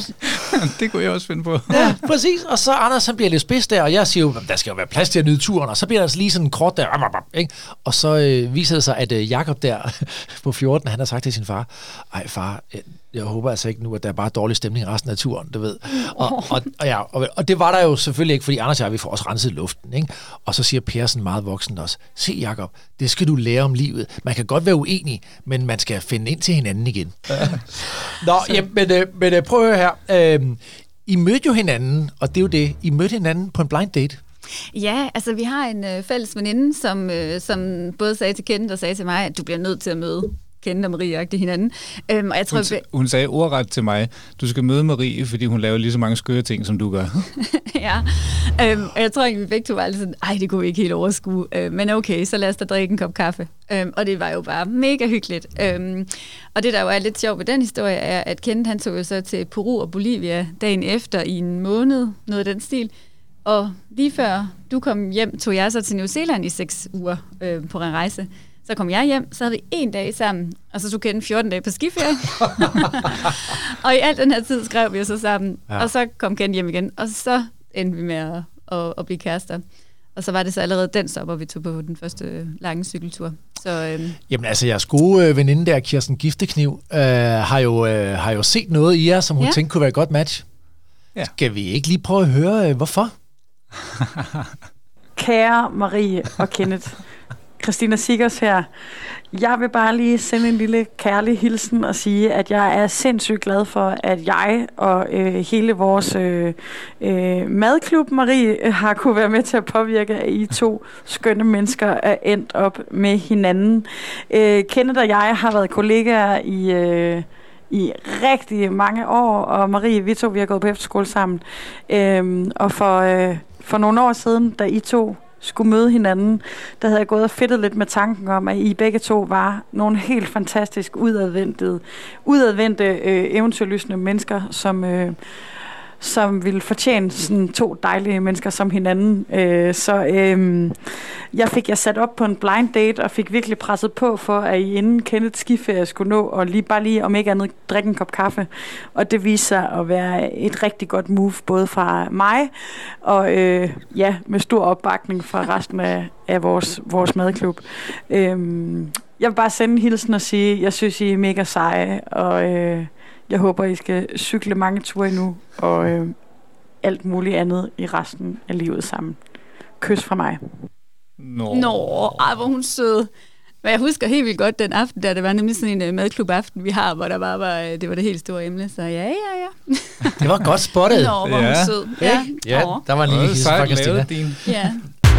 Det kunne jeg også finde på. Ja, præcis. Og så Anders, han bliver lidt spids der, og jeg siger jo, der skal jo være plads til at nyde turen, og så bliver der altså lige sådan en kort der, ikke? Og så øh, viser det sig, at øh, Jakob der på fjorten, han har sagt til sin far, ej far, jeg, jeg håber altså ikke nu, at der er bare dårlig stemning resten af turen, du ved. Og, og, og, ja, og, og det var der jo selvfølgelig ikke, fordi Anders og jeg, vi får også renset luften, ikke? Og så siger Persen meget voksen også, se Jakob, det skal du lære om livet. Man kan godt være uenig, men man skal finde ind til hinanden igen. Nå, ja, men, øh, men øh, prøv at høre her. Øh, I mødte jo hinanden, og det er jo det, I mødte hinanden på en blind date. Ja, altså vi har en øh, fælles veninde, som, øh, som både sagde til Kenneth og sagde til mig, at du bliver nødt til at møde Kenneth og Marie-agtigt hinanden. Øhm, og jeg tror, hun, vi... hun sagde ordret til mig, du skal møde Marie, fordi hun laver lige så mange skøre ting, som du gør. Ja, øhm, og jeg tror ikke, vi begge to var lidt sådan, ej, det kunne vi ikke helt overskue. Øhm, men okay, så lad os da drikke en kop kaffe. Øhm, og det var jo bare mega hyggeligt. Øhm, og det, der jo er lidt sjovt ved den historie, er, at Kenneth, han tog jo så til Peru og Bolivia dagen efter i en måned, noget af den stil. Og lige før du kom hjem, tog jeg så til New Zealand i seks uger øh, på en rejse. Så kom jeg hjem, så havde vi en dag sammen, og så tog Kenneth fjorten dage på skiferie. Og i al den her tid skrev vi jo så sammen, ja. Og så kom Kenneth hjem igen, og så endte vi med at, at, at blive kærester. Og så var det så allerede den stopper, vi tog på den første lange cykeltur. Så, øhm. Jamen altså, jeres gode øh, veninde der, Kirsten Giftekniv, øh, har, jo, øh, har jo set noget i jer, som hun ja. tænkte kunne være et godt match. Ja. Skal vi ikke lige prøve at høre, øh, hvorfor? Kære Marie og Kenneth, Christina Sikkers her. Jeg vil bare lige sende en lille kærlig hilsen og sige, at jeg er sindssygt glad for, at jeg og øh, hele vores øh, øh, madklub, Marie, har kunne være med til at påvirke, at I to skønne mennesker er endt op med hinanden. Øh, Kenneth og jeg har været kollegaer i... Øh, i rigtig mange år, og Marie, vi to, vi har gået på efterskole sammen. Øhm, og for, øh, for nogle år siden, da I to skulle møde hinanden, der havde jeg gået og fedtet lidt med tanken om, at I begge to var nogle helt fantastisk udadvendte, udadvendte øh, eventyrlystende mennesker, som... Øh, som ville fortjene sådan to dejlige mennesker som hinanden. Øh, så øh, jeg fik jer sat op på en blind date, og fik virkelig presset på for, at I inden Kenneths skiferie skulle nå, og lige, bare lige om ikke andet drikke en kop kaffe. Og det viser sig at være et rigtig godt move, både fra mig, og øh, ja, med stor opbakning fra resten af, af vores, vores madklub. Øh, jeg vil bare sende en hilsen og sige, jeg synes, I er mega seje, og... Øh, Jeg håber, I skal cykle mange ture endnu, og øh, alt muligt andet i resten af livet sammen. Kys fra mig. Nå, Nå ej, hvor hun sød. Men jeg husker helt vildt godt den aften, der det var nemlig sådan en uh, madklub-aften, vi har, hvor der bare var, det var det helt store emne. Så ja, ja, ja. Det var godt spottet. Nå, hvor ja. hun sød. Ja, ja der var en lille hisse fra Christina. Ja.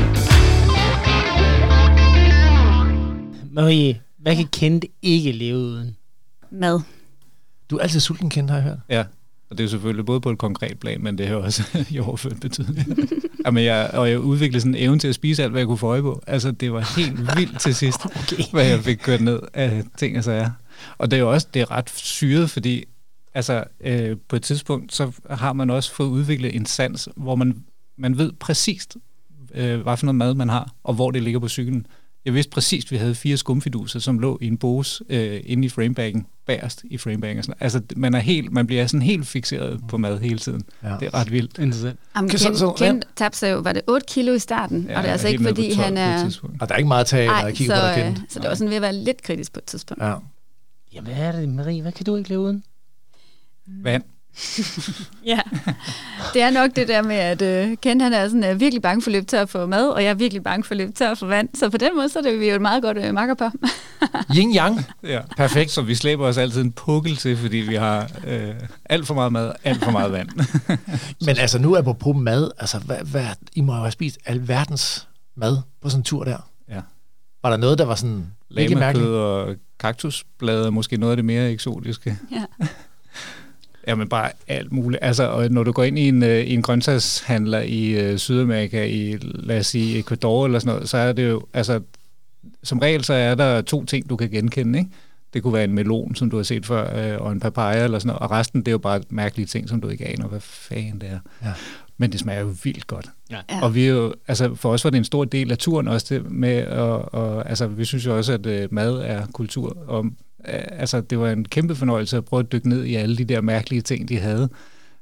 Marie, hvad kan Kenneth ikke leve uden? Mad. Du er altid sulten, Kenneth, har jeg hørt. Ja, og det er jo selvfølgelig både på et konkret plan, men det har også i overført betydning. Jamen, jeg, og jeg udviklede sådan en evne til at spise alt, hvad jeg kunne få øje på. Altså, det var helt vildt til sidst, okay. hvad jeg fik kørt ned af ting og sager. Og det er jo også det er ret syret, fordi altså, øh, på et tidspunkt, så har man også fået udviklet en sans, hvor man, man ved præcist, øh, hvad for noget mad man har, og hvor det ligger på cyklen. Jeg vidste præcis, at vi havde fire skumfiduser, som lå i en pose øh, inde i framebaggen, bagerst i framebaggen. Og sådan. Altså, man, er helt, man bliver sådan helt fikseret på mad hele tiden. Ja. Det er ret vildt. Interessant. Jamen, Ken, Ken tabte sig jo, var det otte kilo i starten, ja, og det er altså ikke, fordi han er... Og der er ikke meget at tage, når jeg kigger så, på dig, Ken. Så det var sådan ved at være lidt kritisk på et tidspunkt. Ja. Jamen, hvad er det, Marie? Hvad kan du ikke leve uden? Vand. Ja, det er nok det der med, at uh, Ken han er sådan, uh, virkelig bange for løb tør for mad, og jeg er virkelig bange for løb tør for vand. Så på den måde, så er det vi jo et meget godt uh, makker på. Yin-yang. Ja, perfekt. Så vi slæber os altid en pukkel til, fordi vi har øh, alt for meget mad, alt for meget vand. Men altså nu er på mad, altså hvad, hvad, I må jo have spist alverdens mad på sådan en tur der. Ja. Var der noget, der var sådan virkelig mærkeligt? Lamekød og kaktusblade er måske noget af det mere eksotiske. Ja. Jamen bare alt muligt. Altså, og når du går ind i en, øh, i en grøntsagshandler i øh, Sydamerika, i lad os sige Ecuador eller sådan noget, så er det jo, altså som regel så er der to ting, du kan genkende, ikke? Det kunne være en melon, som du har set før, øh, og en papaya eller sådan noget, og resten, det er jo bare mærkelige ting, som du ikke aner, hvad fanden det er. Ja. Men det smager jo vildt godt. Ja. Og vi er jo, altså for os var det en stor del af turen også det med, og, og altså vi synes jo også, at øh, mad er kultur, og altså, det var en kæmpe fornøjelse at prøve at dykke ned i alle de der mærkelige ting, de havde.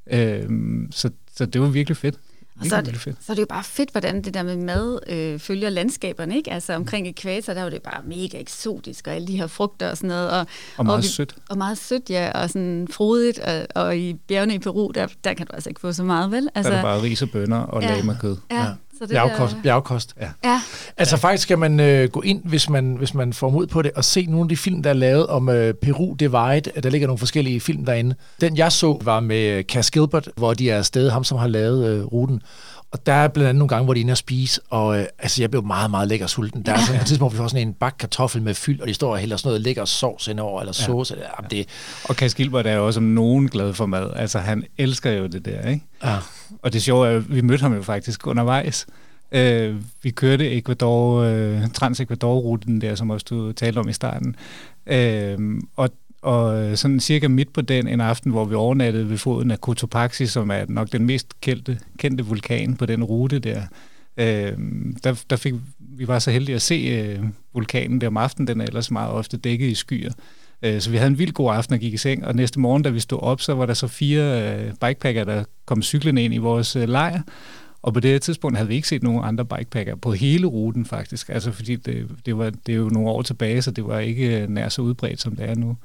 Øh, så, så det var virkelig fedt. Og så er, det, så er det jo bare fedt, hvordan det der med mad øh, følger landskaberne, ikke? Altså omkring ekvator, der var det bare mega eksotisk, og alle de her frugter og sådan noget. Og, og meget og vi, sødt. Og meget sødt, ja, og sådan frodigt. Og, og i bjergene i Peru, der, der kan du altså ikke få så meget, vel? Altså, der er det bare ris og bønner og ja, lama-kød. Ja, ja. Så det bjergkost. der, bjergkost. Ja. Ja. Altså faktisk skal man øh, gå ind, hvis man, hvis man får mod på det, og se nogle af de film, der er lavet om øh, Peru Divide. Der ligger nogle forskellige film derinde. Den jeg så var med Cass Gilbert, hvor de er afsted, ham som har lavet øh, ruten. Og der er blandt andet nogle gange, hvor de er inde og spise, og øh, altså, jeg blev meget, meget lækker sulten. Der er sådan et tidspunkt, hvor vi får sådan en bakke kartoffel med fyld, og de står og hælder sådan noget lækker sovs indover, eller sauce. Ja. Eller, det. Og Cass Gilbert er jo også om nogen glad for mad. Altså, han elsker jo det der, ikke? Ja. Og det sjove er, at vi mødte ham jo faktisk undervejs. Uh, vi kørte Ecuador, uh, Trans-Ecuador-ruten der, som også du talte om i starten. Uh, og Og sådan cirka midt på den en aften, hvor vi overnattede ved foden af Cotopaxi, som er nok den mest kendte, kendte vulkan på den rute der, øh, der, der fik vi var så heldige at se øh, vulkanen der om aftenen. Den er ellers meget ofte dækket i skyer. Øh, så vi havde en vildt god aften og gik i seng, og næste morgen, da vi stod op, så var der så fire øh, bikepacker, der kom cyklende ind i vores øh, lejr. Og på det tidspunkt havde vi ikke set nogen andre bikepacker på hele ruten faktisk, altså fordi det, det, var, det er jo nogle år tilbage, så det var ikke nær så udbredt, som det er nu.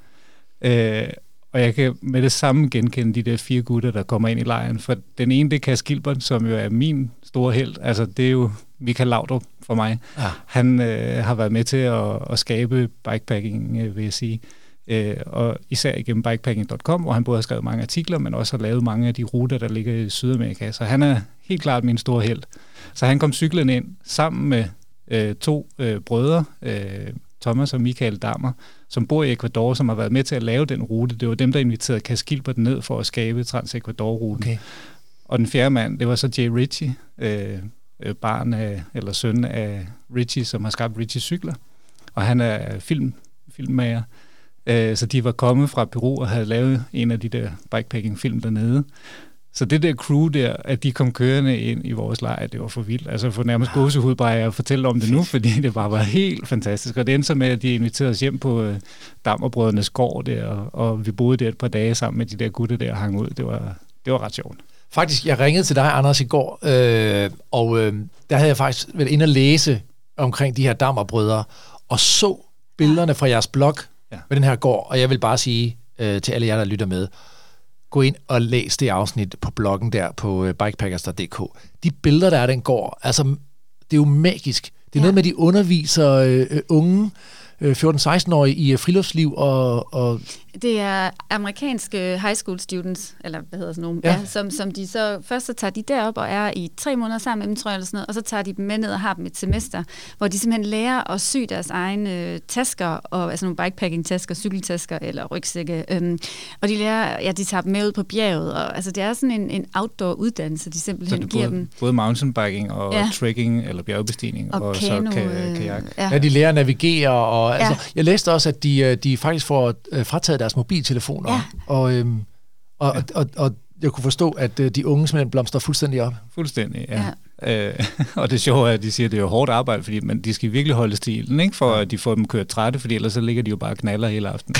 Øh, og jeg kan med det samme genkende de der fire gutter, der kommer ind i lejren, for den ene, det er Cass Gilbert, som jo er min store helt, altså det er jo Michael Laudrup for mig. Ja. Han øh, har været med til at, at skabe bikepacking, øh, vil jeg sige, øh, og især igennem bikepacking punktum com, hvor han både har skrevet mange artikler, men også har lavet mange af de ruter, der ligger i Sydamerika, så han er helt klart min store helt. Så han kom cyklen ind sammen med øh, to øh, brødre, øh, Thomas og Michael Dammer, som bor i Ecuador, som har været med til at lave den rute. Det var dem, der inviterede Cass Gilbert ned for at skabe Trans-Ecuador-ruten. Okay. Og den fjerde mand, det var så Jay Ritchie, øh, barn af, eller søn af Ritchie, som har skabt Ritchie Cykler. Og han er film, filmmager. Øh, så de var kommet fra Peru og havde lavet en af de der bikepacking-film dernede. Så det der crew der, at de kom kørende ind i vores lejr, det var for vildt. Altså for nærmest gåsehud bare at fortælle om det nu, fordi det bare var helt fantastisk. Og det endte så med, at de inviterede os hjem på øh, Dammerbrødrenes gård der, og, og vi boede der et par dage sammen med de der gutter der og hang ud. Det var, det var ret sjovt. Faktisk, jeg ringede til dig, Anders, i går, øh, og øh, der havde jeg faktisk været inde og læse omkring de her Dammerbrødre, og så billederne fra jeres blog ja. med den her gård, og jeg vil bare sige øh, til alle jer, der lytter med, gå ind og læs det afsnit på bloggen der på bikepackers punktum d k. De billeder, der er den går, altså, det er jo magisk. Det er ja. noget med, de underviser øh, unge øh, fjorten-seksten-årige i øh, friluftsliv og, og... Det er amerikanske high school students, eller hvad hedder sådan nogle, ja. Ja, som, som de så... Først så tager de derop og er i tre måneder sammen med dem, tror jeg, eller sådan noget, og så tager de dem med ned og har dem et semester, hvor de simpelthen lærer at sy deres egne øh, tasker, og, altså nogle bikepacking-tasker, cykeltasker eller rygsække, øhm, og de lærer, ja, de tager dem med ud på bjerget, og altså det er sådan en, en outdoor-uddannelse, de simpelthen så giver både, dem. Både mountainbiking og ja. trekking, eller bjergbestigning, og, og kano, så ka- kajak. Ja. ja, de lærer at navigere, og ja. altså, jeg læste også, at de, de faktisk får øh, frataget deres mobiltelefoner, ja. og, øhm, og, ja. og, og, og jeg kunne forstå, at øh, de unge simpelthen blomster fuldstændig op. Fuldstændig, ja. ja. Øh, og det sjove er, at de siger, at det er jo hårdt arbejde, fordi man, de skal virkelig holde stilen, ikke? For at de får dem kørt trætte, fordi ellers så ligger de jo bare og knaller hele aftenen.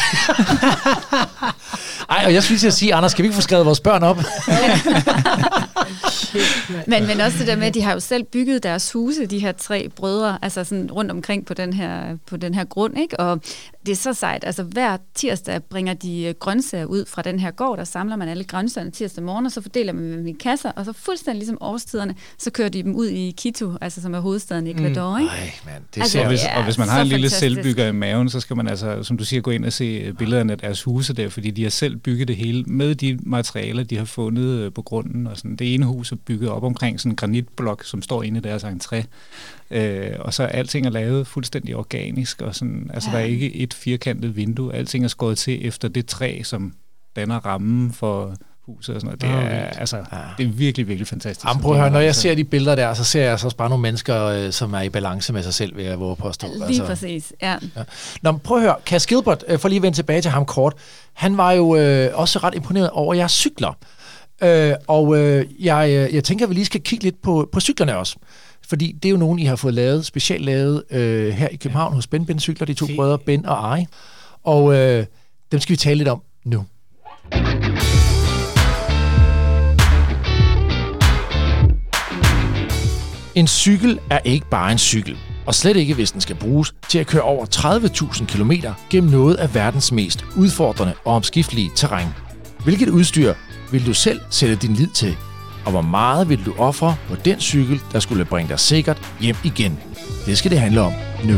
Ej, og jeg synes, jeg siger, Anders, skal vi ikke få skrevet vores børn op? men, men også det der med, at de har jo selv bygget deres huse, de her tre brødre, altså sådan rundt omkring på den her, på den her grund, ikke? Og det er så sejt, altså hver tirsdag bringer de grøntsager ud fra den her gård, der samler man alle grøntsagerne tirsdag morgen, og så fordeler man dem i kasser, og så fuldstændig ligesom årstiderne, så kører de dem ud i Quito, altså som er hovedstaden i Ecuador, ikke? Ej, man, det altså, ser og, hvis, og hvis man har en lille fantastisk. selvbygger i maven, så skal man altså, som du siger, gå ind og se billederne af deres huse der, fordi de har selv bygget det hele med de materialer, de har fundet på grunden, og sådan. Det ene hus er bygget op omkring sådan en granitblok, som står inde i deres entré. Øh, og så alting er lavet fuldstændig organisk, og sådan, altså ja. Der er ikke et firkantet vindue, alting er skåret til efter det træ, som danner rammen for huset og sådan noget. Det er, ja, altså, ja. det er virkelig, virkelig fantastisk. Jamen, prøv at høre, når jeg ser de billeder der, så ser jeg så også bare nogle mennesker, som er i balance med sig selv, vil jeg våge påstå. Lige altså. præcis, ja. ja. Nå, prøv at høre, Cass Gilbert, for lige at vende tilbage til ham kort, han var jo øh, også ret imponeret over jeres cykler. Øh, og øh, jeg, jeg tænker, at vi lige skal kigge lidt på, på cyklerne også. Fordi det er jo nogen, I har fået lavet, specielt lavet øh, her i København ja. hos Ben Ben Cykler, de to Fint. brødre, Ben og Ari. Og øh, dem skal vi tale lidt om nu. En cykel er ikke bare en cykel, og slet ikke, hvis den skal bruges til at køre over tredive tusind kilometer gennem noget af verdens mest udfordrende og omskiftelige terræn. Hvilket udstyr vil du selv sætte din lid til? Og hvor meget vil du ofre på den cykel, der skulle bringe dig sikkert hjem igen? Det skal det handle om nu.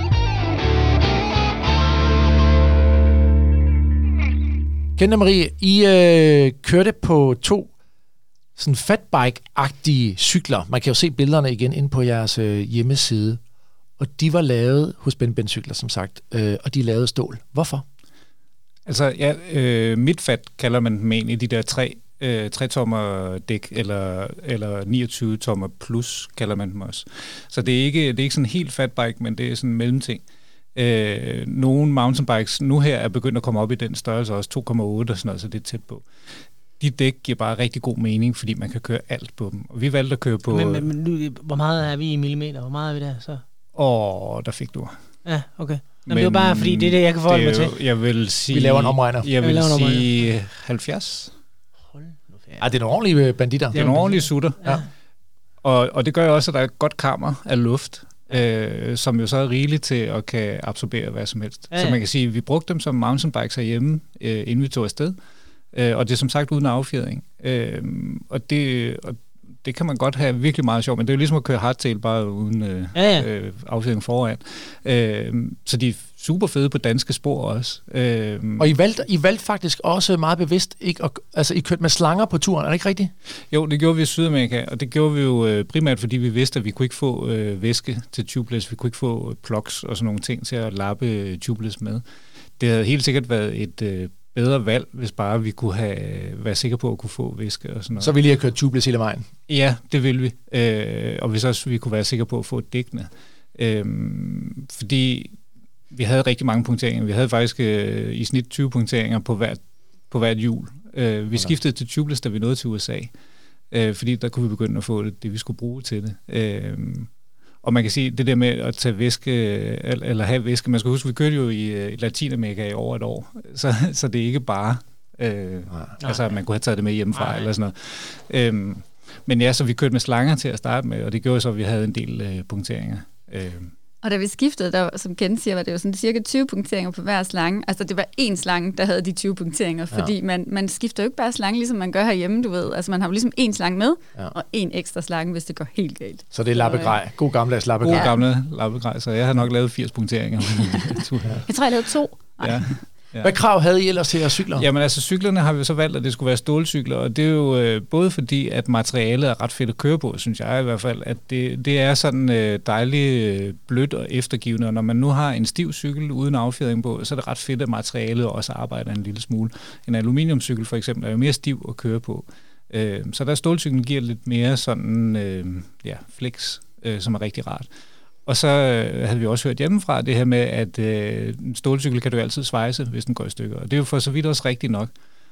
Kenda Marie, I øh, kørte på to sådan fatbike-agtige cykler. Man kan jo se billederne igen inde på jeres øh, hjemmeside. Og de var lavet hos Ben Ben Cykler, som sagt. Øh, og de er lavet af stål. Hvorfor? Altså, ja, øh, midtfat kalder man dem egentlig, de der tre, øh, tre tommer dæk, eller, eller niogtyve tommer plus kalder man dem også. Så det er ikke, det er ikke sådan helt fatbike, men det er sådan en mellemting. Øh, nogle mountainbikes nu her er begyndt at komme op i den størrelse også, to komma otte og sådan noget, så det er tæt på. De dæk giver bare rigtig god mening, fordi man kan køre alt på dem. Og vi valgte at køre på... Men, men, men nu, hvor meget er vi i millimeter? Hvor meget er vi der så? Åh, der fik du. Ja, okay. Men, men det er bare fordi, det er det, jeg kan forholde mig til. Jeg vil sige... Vi laver en omregner. Jeg vil jeg sige halvfjerds. Hold nu færdig. Ah, det er nogle ordentlige banditter. Det er nogle ordentlige sutter. Ja. Og, og det gør jo også, at der er et godt kammer af luft, øh, som jo så er rigeligt til at kan absorbere hvad som helst. Ja, ja. Så man kan sige, at vi brugte dem som mountainbikes herhjemme, øh, inden vi tog afsted. Øh, og det er som sagt uden affjedring. Øh, og, det, og det kan man godt have virkelig meget sjovt, men det er jo ligesom at køre hardtail bare uden øh, ja, ja. øh, affjedring foran. Øh, så de er super fede på danske spor også. Øh, og I valgte, I valgte faktisk også meget bevidst, ikke at, altså I kørte med slanger på turen, er det ikke rigtigt? Jo, det gjorde vi i Sydamerika, og det gjorde vi jo øh, primært, fordi vi vidste, at vi kunne ikke få øh, væske til tubeless, vi kunne ikke få øh, plugs og sådan nogle ting til at lappe øh, tubeless med. Det havde helt sikkert været et øh, bedre valg, hvis bare vi kunne have være sikre på at kunne få væske og sådan noget. Så ville I have kørt tubeless hele vejen? Ja, det ville vi. Øh, og hvis også vi kunne være sikre på at få dækkene. Øh, fordi vi havde rigtig mange punkteringer. Vi havde faktisk øh, i snit tyve punkteringer på hvert, på hvert hjul. Øh, vi okay. skiftede til tubeless, da vi nåede til U S A. Øh, fordi der kunne vi begynde at få det, det vi skulle bruge til det. Øh, Og man kan sige, det der med at tage væske, eller have væske, man skal huske, vi kørte jo i Latinamerika i over et år, så, så det er ikke bare, øh, altså at man kunne have taget det med hjemmefra, Nej. eller sådan noget. Øhm, men ja, så vi kørte med slanger til at starte med, og det gjorde så, at vi havde en del øh, punkteringer. Øh. Og da vi skiftede, der, som Ken siger, var det jo sådan cirka tyve punkteringer på hver slange. Altså det var én slange, der havde de tyve punkteringer, fordi ja. man, man skifter jo ikke bare slange, ligesom man gør herhjemme, du ved. Altså man har jo ligesom én slange med, ja. og én ekstra slange, hvis det går helt galt. Så det er lappegrej. God gammeldags lappegrej. God gamle lappegrej, så jeg har nok lavet firs punkteringer. Jeg tror, jeg lavede to. Ja. Ja. Hvad krav havde I ellers til jeres cykler? Jamen altså, cyklerne har vi så valgt, at det skulle være stålcykler, og det er jo øh, både fordi, at materialet er ret fedt at køre på, synes jeg i hvert fald, at det, det er sådan øh, dejligt øh, blødt og eftergivende, og når man nu har en stiv cykel uden affjedring på, så er det ret fedt, at materialet også arbejder en lille smule. En aluminiumcykel for eksempel er jo mere stiv at køre på, øh, så der stålcyklen giver lidt mere sådan, øh, ja, flex, øh, som er rigtig rart. Og så øh, havde vi også hørt hjemmefra det her med, at øh, en stålcykel kan du altid svejse, hvis den går i stykker. Og det er jo for så vidt også rigtigt nok.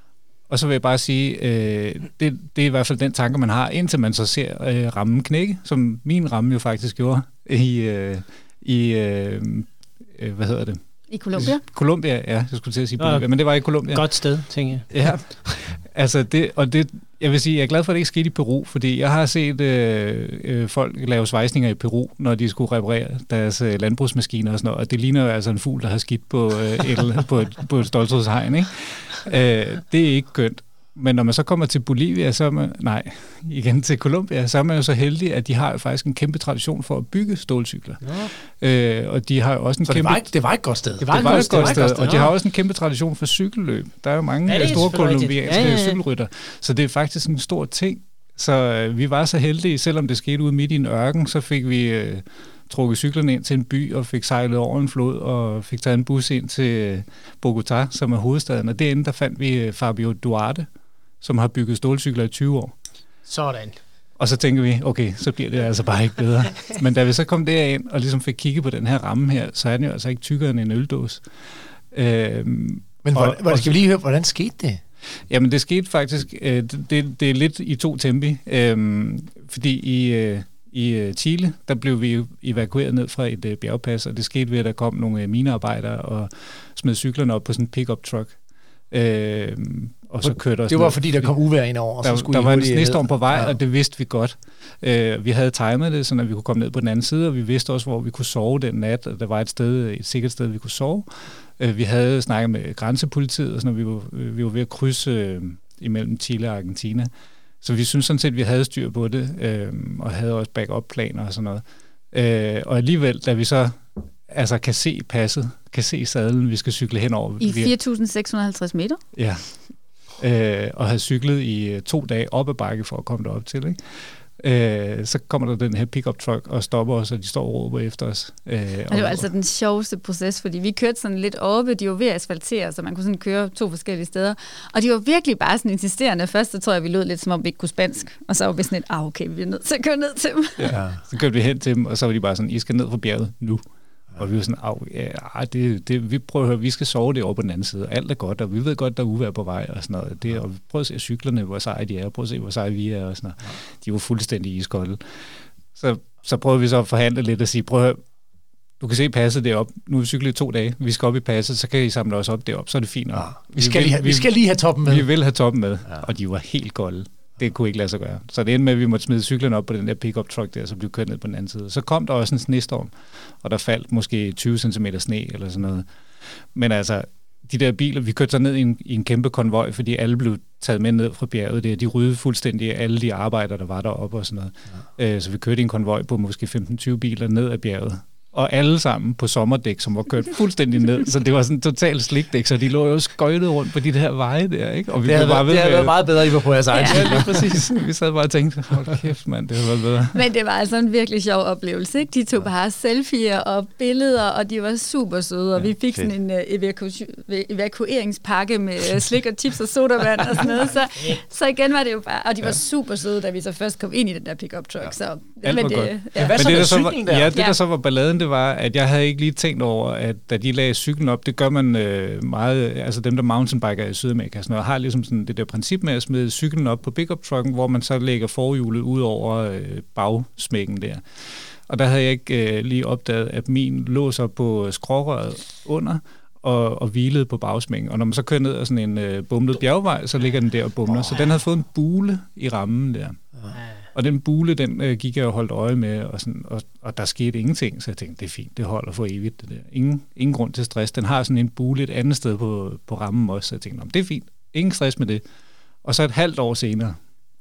Og så vil jeg bare sige, øh, det, det er i hvert fald den tanke, man har, indtil man så ser øh, rammen knække, som min ramme jo faktisk gjorde i, øh, i øh, øh, hvad hedder det? I Colombia? Colombia, ja, jeg skulle til at sige Colombia, men det var i Colombia. Godt sted, tænker jeg. Ja, altså det, og det, jeg vil sige, jeg er glad for, at det ikke skete i Peru, fordi jeg har set øh, øh, folk lave svejsninger i Peru, når de skulle reparere deres øh, landbrugsmaskiner og sådan noget, og det ligner jo altså en fugl, der har skidt på, øh, et, på et, på et stolthedshegn, ikke? Øh, det er ikke kønt. Men når man så kommer til Bolivia, så er man, nej, igen til Colombia, så er man jo så heldig, at de har jo faktisk en kæmpe tradition for at bygge stålcykler. Ja. Øh, og de har jo også en så kæmpe... det var, ikke, det var et godt sted. Det var, det var et godt sted, sted, og de har også en kæmpe tradition for cykelløb. Der er jo mange ja, store kolumbianske ja, ja, ja. cykelrytter, så det er faktisk en stor ting. Så øh, vi var så heldige, selvom det skete ude midt i en ørken, så fik vi... Øh, trukket cyklerne ind til en by og fik sejlet over en flod og fik taget en bus ind til Bogotá, som er hovedstaden. Og derinde der fandt vi Fabio Duarte, som har bygget stålcykler i tyve år. Sådan. Og så tænker vi, okay, så bliver det altså bare ikke bedre. Men da vi så kom derind og ligesom fik kigget på den her ramme her, så er den jo altså ikke tykkere end en øldåse. Øhm, Men hvordan, og, skal vi lige høre, hvordan skete det? Jamen det skete faktisk, øh, det, det er lidt i to tempi, øh, fordi i... Øh, I Chile, der blev vi evakueret ned fra et bjergpas, og det skete ved, at der kom nogle minearbejdere og smed cyklerne op på sådan en pick-up truck. Øh, og så kørte det var ned, fordi der kom uvejr ind over, og så der, skulle der I var en snestorm på vej, ja. og det vidste vi godt. Øh, vi havde timet det, så vi kunne komme ned på den anden side, og vi vidste også, hvor vi kunne sove den nat, og der var et sted, et sikkert sted, vi kunne sove. Øh, vi havde snakket med grænsepolitiet, og sådan, og vi, var, vi var ved at krydse øh, imellem Chile og Argentina. Så vi synes sådan set, at vi havde styr på det, øh, og havde også backup-planer og sådan noget. Øh, og alligevel, da vi så altså, kan se passet, kan se sadlen, vi skal cykle henover. I fire tusind seks hundrede og halvtreds meter? Ja, øh, og havde cyklet i to dage op ad bakke for at komme derop til, ikke? Øh, så kommer der den her pickup truck og stopper os, og de står og råber efter os. Øh, og det var altså den sjoveste proces, fordi vi kørte sådan lidt oppe, de var ved at asfaltere, så man kunne sådan køre to forskellige steder, og de var virkelig bare sådan insisterende. Først så tror jeg, vi lød lidt som om vi ikke kunne spansk, og så var vi sådan lidt, ah okay, vi er nødt til at køre ned til dem. Ja, så kørte vi hen til dem, og så var de bare sådan, I skal ned fra bjerget nu. Og vi var sådan, au, ja, det, det, vi prøver at høre, vi skal sove det over på den anden side, og alt er godt, og vi ved godt, der er uvejr på vej, og sådan noget. Det, og vi prøver at se cyklerne, hvor seje de er, og prøver at se, hvor seje vi er, og sådan noget. De var fuldstændig iskolde. Så, så prøver vi så at forhandle lidt og sige, prøv at høre, du kan se passet deroppe, nu har vi cyklet i to dage, vi skal op i passet, så kan I samle os op deroppe, så er det fint. Ja, vi, skal vi, lige have, vi, vi skal lige have toppen med. Vi vil have toppen med, ja. Og de var helt kolde. Det kunne ikke lade sig gøre. Så det endte med, at vi måtte smide cyklen op på den der pickup truck der, så blev kørt ned på den anden side. Så kom der også en snestorm, og der faldt måske tyve centimeter sne eller sådan noget. Men altså, de der biler, vi kørte så ned i en, i en kæmpe konvoj, fordi alle blev taget med ned fra bjerget der. De ryddede fuldstændig alle de arbejdere, der var deroppe og sådan noget. Ja. Så vi kørte i en konvoj på måske femten tyve biler ned ad bjerget. Og alle sammen på sommerdæk, som var kørt fuldstændig ned. Så det var sådan totalt slikdæk, så de lå jo skøjtet rundt på de der veje der, ikke? Og vi det havde, bare ved, det havde været meget bedre, at I var på jeres egen. Ja, lige præcis. Vi sad bare og tænkte, hold kæft mand, det havde været bedre. Men det var altså en virkelig sjov oplevelse, ikke? De tog bare selfies og billeder, og de var super søde, og ja, vi fik fedt. sådan en uh, evaku- evakueringspakke med slik og chips og sodavand og sådan noget. Så, så igen var det jo bare, og de var ja. super søde, da vi så først kom ind i den der pickup truck. Ja. Så, alt men var det, godt. Ja. Hvad så med cyklen der? Ja, det der så var balladen, det var, at jeg havde ikke lige tænkt over, at da de lagde cyklen op, det gør man øh, meget, altså dem, der mountainbiker i Sydamerika, sådan noget, har ligesom sådan det der princip med at smide cyklen op på pickup-trucken, hvor man så lægger forhjulet ud over øh, bagsmækken der. Og der havde jeg ikke øh, lige opdaget, at min lå så på skrårøret under, og, og hvilede på bagsmækken. Og når man så kører ned ad sådan en øh, bumlet bjergvej, så ligger den der og bumler. Så den havde fået en bule i rammen der. Og den bule, den øh, gik jeg og holdt øje med, og, sådan, og, og der skete ingenting. Så jeg tænkte, det er fint, det holder for evigt. Det der. Ingen, ingen grund til stress. Den har sådan en bule et andet sted på, på rammen også. Så jeg tænkte, det er fint. Ingen stress med det. Og så et halvt år senere,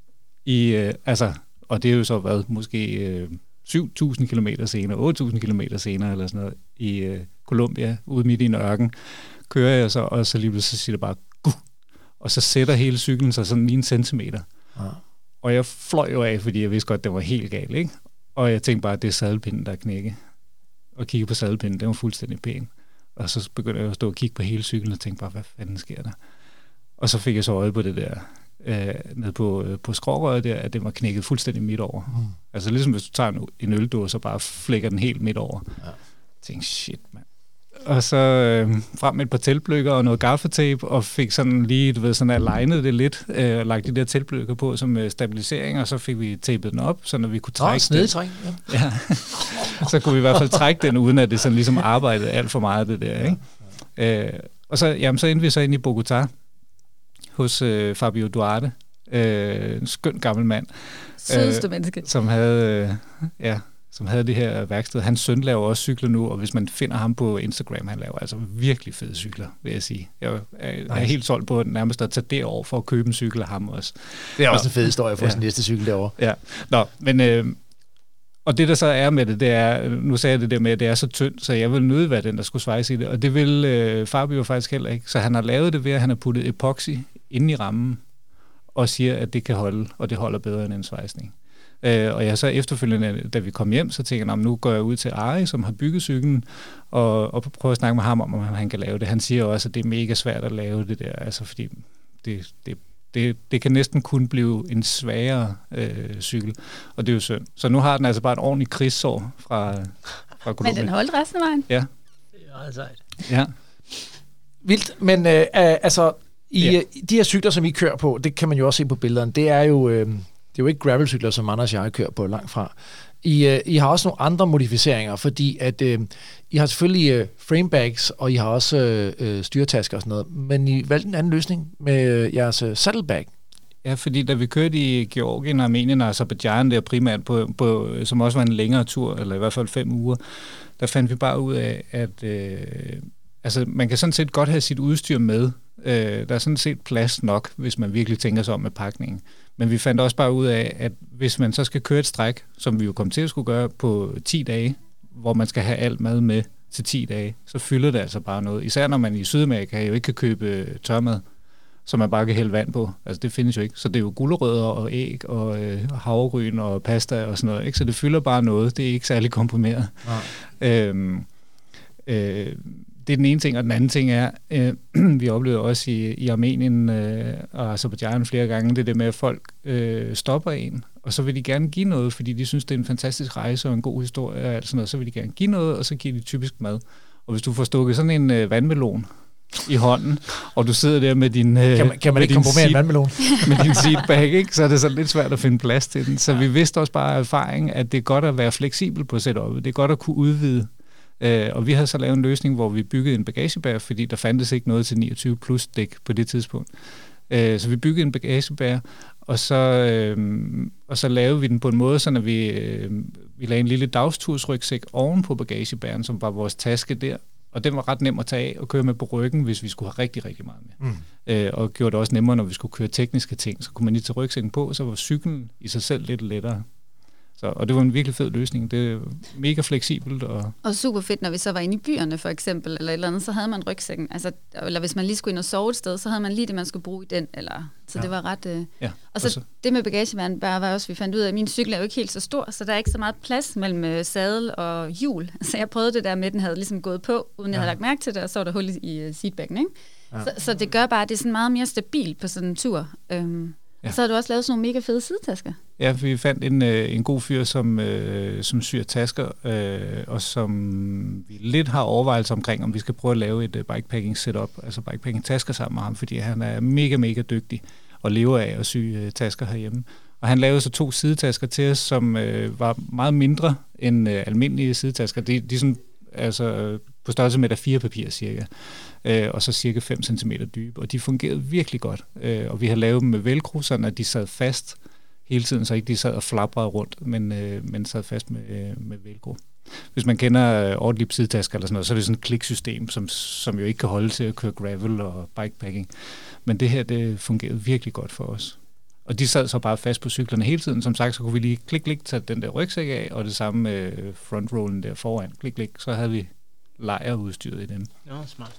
i, øh, altså, og det er jo så været måske øh, syv tusind kilometer senere, otte tusind kilometer senere, eller sådan noget, i øh, Colombia, ude midt i en ørken, kører jeg så, og så lige pludselig siger det bare, Guh! Og så sætter hele cyklen sig sådan lige en centimeter. Ja. Og jeg fløj jo af, fordi jeg vidste godt, det var helt galt, ikke? Og jeg tænkte bare, at det er sadelpinden, der er knækket. Og kigge på sadelpinden, den var fuldstændig pæn. Og så begyndte jeg at stå og kigge på hele cyklen og tænkte bare, hvad fanden sker der? Og så fik jeg så øje på det der, øh, nede på, øh, på skrårøret der, at det var knækket fuldstændig midt over. Mm. Altså ligesom hvis du tager en, en øldåse og bare flækker den helt midt over. Ja. Jeg tænkte, shit, mand. Og så øh, frem med et par teltbløkker og noget gaffatape, og fik sådan lige, du ved, sådan alignet det lidt, øh, og lagt de der teltbløkker på som øh, stabilisering, og så fik vi tapet den op, så når vi kunne trække Nå, den. Ja. Ja. Så kunne vi i hvert fald trække den, uden at det sådan ligesom arbejdede alt for meget, det der, ikke? Ja. Øh, og så, jamen, så endte vi så ind i Bogotá, hos øh, Fabio Duarte, øh, en skøn gammel mand. Sødeste øh, menneske. Som havde, øh, ja... som havde det her værksted. Hans søn laver også cykler nu, og hvis man finder ham på Instagram, han laver altså virkelig fede cykler, vil jeg sige. Jeg er, nice. er helt solgt på nærmest at tage derover for at købe en cykel af ham også. Det er også Nå. en fed historie for ja. sin næste cykel derovre. Ja, Nå, men... Øh, og det, der så er med det, det er, nu sagde jeg det der med, at det er så tyndt, så jeg vil nødt være den, der skulle svejse i det, og det vil øh, Fabio faktisk heller ikke. Så han har lavet det ved, at han har puttet epoxy inde i rammen, og siger, at det kan holde, og det holder bedre end en svejsning. Øh, og jeg så efterfølgende, da vi kom hjem, så tænkte jeg, nu går jeg ud til Ari, som har bygget cyklen, og, og prøver at snakke med ham om, om han kan lave det. Han siger også, at det er mega svært at lave det der, altså fordi det, det, det, det kan næsten kun blive en sværere øh, cykel, og det er jo synd. Så nu har den altså bare en ordentlig krigssår fra, fra Colombia. Men den holdt resten af vejen? Ja. Det er meget sejt. Ja. Vildt, men øh, altså, i ja. de her cykler, som I kører på, det kan man jo også se på billederne, det er jo... Øh, Det er jo ikke gravelcykler, som Anders og jeg kører på langt fra. I, øh, I har også nogle andre modificeringer, fordi at øh, I har selvfølgelig øh, framebags, og I har også øh, øh, styretasker og sådan noget, men I valgte en anden løsning med øh, jeres øh, saddlebag. Ja, fordi da vi kørte i Georgien, Armenien og Aserbajdsjan der primært, på, på, som også var en længere tur, eller i hvert fald fem uger, der fandt vi bare ud af, at øh, altså, man kan sådan set godt have sit udstyr med. Øh, der er sådan set plads nok, hvis man virkelig tænker sig om med pakningen. Men vi fandt også bare ud af, at hvis man så skal køre et stræk, som vi jo kom til at skulle gøre på ti dage, hvor man skal have alt mad med til ti dage, så fylder det altså bare noget. Især når man i Sydamerika jo ikke kan købe tørmad, som man bare kan hælde vand på. Altså det findes jo ikke. Så det er jo gulerødder og æg og øh, havregryn og pasta og sådan noget. Ikke? Så det fylder bare noget. Det er ikke særlig komprimeret. Øhm, øh, det er den ene ting, og den anden ting er, øh, vi oplevede også i, i Armenien øh, og Aserbajdsjan flere gange, det der med, at folk øh, stopper en, og så vil de gerne give noget, fordi de synes, det er en fantastisk rejse og en god historie og alt sådan noget. Så vil de gerne give noget, og så giver de typisk mad. Og hvis du får stukket sådan en øh, vandmelon i hånden, og du sidder der med din Kan man, kan man ikke komprimere en vandmelon? Med din seatbag, ikke? Så er det så lidt svært at finde plads til den. Så vi vidste også bare af erfaring, at det er godt at være fleksibel på setup'et. Det er godt at kunne udvide. Uh, og vi havde så lavet en løsning, hvor vi byggede en bagagebærer, fordi der fandtes ikke noget til niogtyve plus dæk på det tidspunkt. Uh, så vi byggede en bagagebærer, og så, uh, og så lavede vi den på en måde, så når vi, uh, vi lagde en lille dagstursrygsæk oven på bagagebæren, som var vores taske der. Og den var ret nem at tage af og køre med på ryggen, hvis vi skulle have rigtig, rigtig meget med. Mm. Øh, og gjorde det også nemmere, når vi skulle køre tekniske ting. Så kunne man lige tage rygsækken på, og så var cyklen i sig selv lidt lettere. Så, og det var en virkelig fed løsning. Det er mega fleksibelt. Og, og super fedt, når vi så var inde i byerne for eksempel, eller et eller andet, så havde man rygsækken. Altså, eller hvis man lige skulle ind og sove et sted, så havde man lige det, man skulle bruge i den. Eller, så ja. Det var ret... Øh... Ja. Og så, og så det med bagageværen bare var også, vi fandt ud af, at min cykel er jo ikke helt så stor, så der er ikke så meget plads mellem sadel og hjul. Så jeg prøvede det der med, at den havde ligesom gået på, uden ja. Jeg havde lagt mærke til det, og så var der hul i uh, seatbacken, ikke? Ja. Så, så det gør bare, at det er sådan meget mere stabilt på sådan en tur. Øhm, Ja. Og så har du også lavet sådan nogle mega fede sidetasker. Ja, vi fandt en, øh, en god fyr, som, øh, som syr tasker, øh, og som vi lidt har overvejelser omkring, om vi skal prøve at lave et uh, bikepacking setup, altså bikepacking tasker sammen med ham, fordi han er mega, mega dygtig og lever af at sy øh, tasker herhjemme. Og han lavede så to sidetasker til os, som øh, var meget mindre end øh, almindelige sidetasker. De, de er sådan, altså, øh, på størrelse med A fire papir cirka. Øh, og så cirka fem centimeter dybe, og de fungerede virkelig godt. Øh, og vi har lavet dem med velcro, sådan at de sad fast hele tiden, så ikke de sad og flabrede rundt, men, øh, men sad fast med, øh, med velcro. Hvis man kender øh, Ortlieb sidetasker eller sådan noget, så er det sådan et kliksystem, som, som jo ikke kan holde til at køre gravel og bikepacking. Men det her, det fungerede virkelig godt for os. Og de sad så bare fast på cyklerne hele tiden. Som sagt, så kunne vi lige klik, klik, tage den der rygsæk af, og det samme med frontrollen der foran. Klik, klik, så havde vi lejrudstyret i dem. Ja, smart.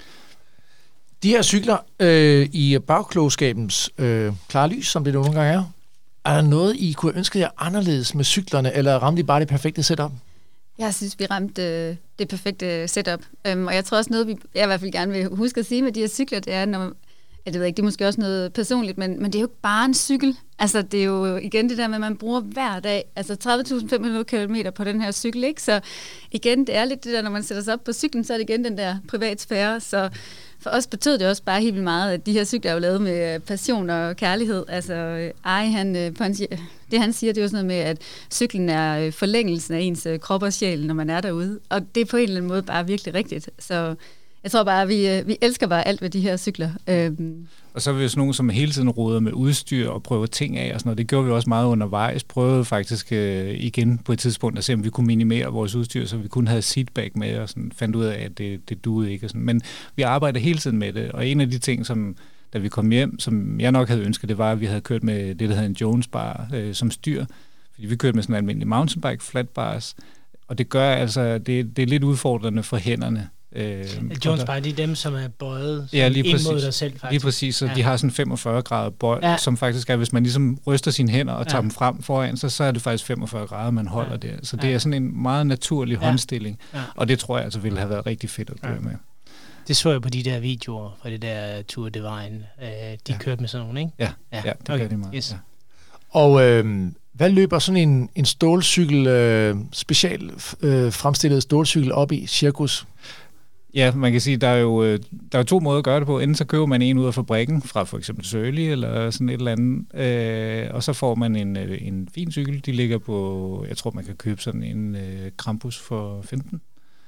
De her cykler øh, i bagklogskabens øh, klare lys, som det nogle gange er, er der noget, I kunne ønske jer anderledes med cyklerne, eller ramte I bare det perfekte setup? Jeg synes, vi ramte øh, det perfekte setup. Øhm, og jeg tror også noget, vi, jeg i hvert fald gerne vil huske at sige med de her cykler, det er, når jeg ved ikke, det er måske også noget personligt, men, men det er jo ikke bare en cykel. Altså, det er jo igen det der med, at man bruger hver dag, altså tredive tusind fem hundrede kilometer på den her cykel, ikke? Så igen, det er lidt det der, når man sætter sig op på cyklen, så er det igen den der privatsfære. Så for os betød det også bare helt vildt meget, at de her cykler er jo lavet med passion og kærlighed. Altså, ej, han, det han siger, det er jo sådan noget med, at cyklen er forlængelsen af ens krop og sjæl, når man er derude. Og det er på en eller anden måde bare virkelig rigtigt. Så jeg tror bare, at vi, vi elsker bare alt ved de her cykler. Øhm. Og så er vi sådan nogen, som hele tiden roder med udstyr og prøver ting af og sådan noget. Det gjorde vi også meget undervejs. Prøvede faktisk øh, igen på et tidspunkt at se, om vi kunne minimere vores udstyr, så vi kun havde seatback med og sådan, fandt ud af, at det, det duede ikke. Og sådan. Men vi arbejder hele tiden med det. Og en af de ting, som da vi kom hjem, som jeg nok havde ønsket, det var, at vi havde kørt med det, der hedder en Jones bar øh, som styr. Fordi vi kørte med sådan en almindelig mountainbike, flat bars. Og det gør altså, det, det er lidt udfordrende for hænderne. Øh, Jones Bar, det er dem, som er bøjet ja, lige ind præcis, mod dig selv, faktisk. Lige præcis, så ja. De har sådan femogfyrre grader bøj, ja. Som faktisk er, hvis man ligesom ryster sine hænder og tager ja. Dem frem foran, så, så er det faktisk femogfyrre grader, man holder ja. Der. Så det ja. Er sådan en meget naturlig ja. Håndstilling, ja. Og det tror jeg altså ville have været rigtig fedt at køre ja. Med. Det så jeg på de der videoer fra det der Tour de Vejen. Øh, de ja. Kørte med sådan nogle, ikke? Ja, ja, ja det okay. Gør de meget. Yes. Ja. Og øh, hvad løber sådan en, en stålcykel, øh, special øh, fremstillet stålcykel op i, cirkus? Ja, man kan sige, der er jo der er to måder at gøre det på. Enten så køber man en ud af fabrikken, fra for eksempel Sørli eller sådan et eller andet, øh, og så får man en, en fin cykel. De ligger på, jeg tror man kan købe sådan en øh, Krampus for femten.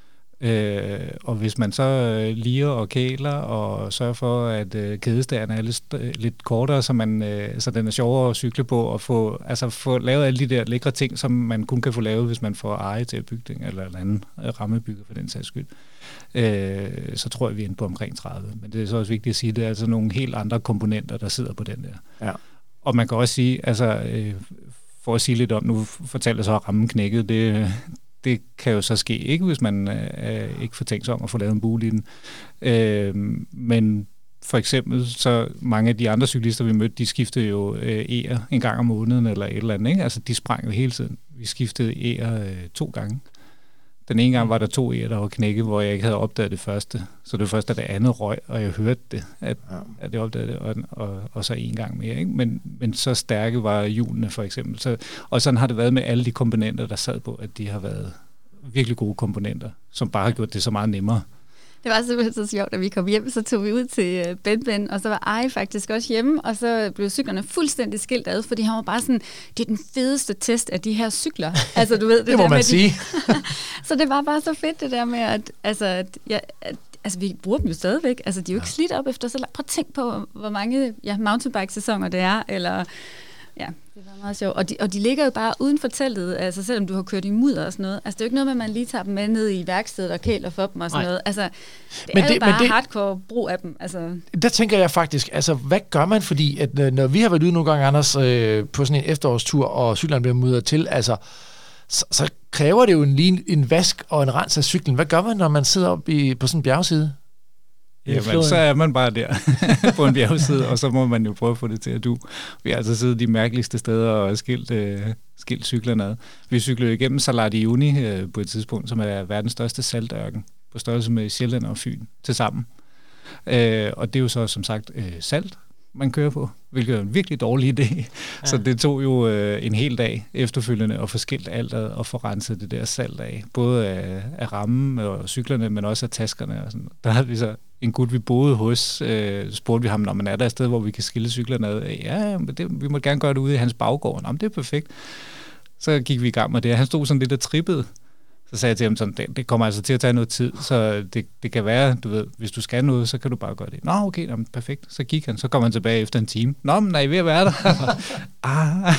Øh, og hvis man så øh, liger og kæler og sørger for, at øh, kædestærne er lidt, lidt kortere, så, man, øh, så den er sjovere at cykle på, og få, altså, få lavet alle de der lækre ting, som man kun kan få lavet, hvis man får eje til at bygge det, eller en anden rammebygger for den sags skyld. Øh, så tror jeg, vi er inde på omkring tredive. Men det er så også vigtigt at sige, at det er altså nogle helt andre komponenter, der sidder på den der. Ja. Og man kan også sige, altså, øh, for at sige lidt om, nu fortalte jeg så, at rammen knækkede, det Det kan jo så ske, ikke hvis man øh, ikke får tænkt sig om at få lavet en bule i den. Øh, men for eksempel, så mange af de andre cyklister, vi mødte, de skiftede jo øh, e'er en gang om måneden eller et eller andet. Ikke? Altså, de sprang jo hele tiden. Vi skiftede e'er øh, to gange. Den ene gang var der to e'er, der var knækket, hvor jeg ikke havde opdaget det første. Så det var først, da det andet røg, og jeg hørte det, at, ja. at jeg opdagede det, og, og, og så en gang mere. Ikke? Men, men så stærke var hjulene for eksempel. Så, og sådan har det været med alle de komponenter, der sad på, at de har været virkelig gode komponenter, som bare har gjort det så meget nemmere. Det var simpelthen så sjovt, at vi kom hjem, så tog vi ud til Ben Ben, og så var Ej faktisk også hjemme, og så blev cyklerne fuldstændig skilt ad, fordi han var bare sådan, det er den fedeste test af de her cykler. Altså, du ved, det, det må der man med sige. De... så det var bare så fedt, det der med, at, altså, at, ja, at altså, vi bruger dem jo stadigvæk. Altså, de er jo ikke slidt op efter så langt. Prøv at tænk på, hvor mange ja, mountainbike-sæsoner det er, eller... Ja, det var meget sjovt. Og de, og de ligger jo bare uden for teltet, altså selvom du har kørt i mudder og sådan noget. Altså det er jo ikke noget med, at man lige tager dem med ned i værkstedet og kæler for dem og sådan Nej. noget. Altså det men er det, jo bare det, hardcore brug af dem. Altså. Der tænker jeg faktisk, altså hvad gør man? Fordi at når vi har været ude nogle gange, Anders, øh, på sådan en efterårstur, og cyklerne bliver mudret til, altså så, så kræver det jo en, en vask og en rens af cyklen. Hvad gør man, når man sidder op i, på sådan en bjergside? Jamen, så er man bare der på en bjergside, og så må man jo prøve at få det til at du. Vi har altså siddet de mærkeligste steder og skilt, øh, skilt cyklerne ad. Vi cyklede igennem Salar de Uyuni øh, på et tidspunkt, som er verdens største saltørken, på størrelse med Sjælland og Fyn til sammen. Øh, og det er jo så som sagt øh, salt, man kører på, hvilket er en virkelig dårlig idé. Ja. Så det tog jo øh, en hel dag efterfølgende at få skilt alt ad og få renset det der salt af. Både af, af rammen og cyklerne, men også af taskerne. Og sådan. Der havde vi så en gut, vi boede hos, øh, spurgte vi ham, når man er der et sted, hvor vi kan skille cyklerne ad. Ja, det, vi må gerne gøre det ude i hans baggård. Nå, det er perfekt. Så gik vi i gang med det, han stod sådan lidt og trippede. Så sagde jeg til ham sådan, det, det kommer altså til at tage noget tid, så det, det kan være, du ved, hvis du skal noget, så kan du bare gøre det. Nå, okay, jamen, perfekt. Så gik han, så kom han tilbage efter en time. Nå, men er I ved at være der? ah.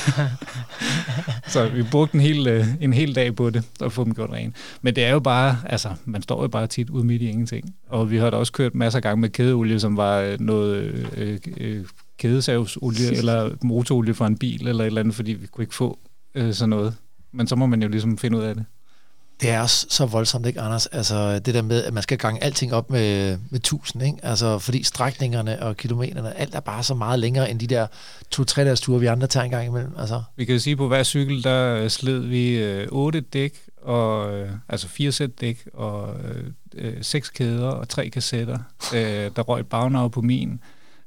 Så vi brugte en hel, en hel dag på det, og få dem gjort rene. Men det er jo bare, altså, man står jo bare tit ude midt i ingenting. Og vi har da også kørt masser af gange med kædeolie, som var noget øh, øh, kædesavsolie, eller motorolie fra en bil, eller et eller andet, fordi vi kunne ikke få øh, sådan noget. Men så må man jo ligesom finde ud af det. Det er også så voldsomt, ikke, Anders? Altså det der med, at man skal gange alting op med, med tusind, ikke? Altså fordi strækningerne og kilometerne, alt er bare så meget længere end de der to-tre dages ture, vi andre tager en gang imellem. Altså. Vi kan jo sige, på hver cykel, der sled vi øh, otte dæk, og, øh, altså fire sæt dæk, og øh, seks kæder og tre kassetter. øh, der røg et bagnav på min.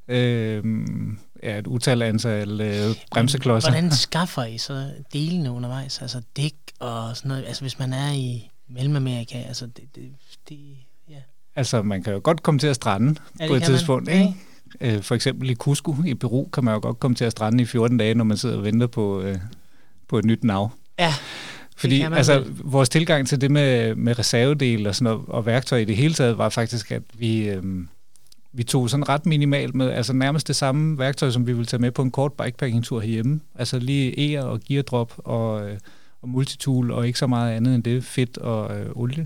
Øh, ja, et utal antal øh, bremseklodser. Hvordan skaffer I så delene undervejs? Altså dæk og sådan noget? Altså hvis man er i Mellemamerika, altså det, det, det ja. Altså man kan jo godt komme til at strande ja, på et tidspunkt, ikke? Øh, for eksempel i Cusco i Peru kan man jo godt komme til at strande i fjorten dage, når man sidder og venter på, øh, på et nyt nav. Ja. Fordi altså, vores tilgang til det med, med reservedele og, sådan noget, og værktøj i det hele taget var faktisk, at vi... Øh, Vi tog sådan ret minimalt med, altså nærmest det samme værktøj, som vi ville tage med på en kort bikepacking-tur herhjemme. Altså lige e'er og geardrop og, øh, og multitool og ikke så meget andet end det, fedt og øh, olie.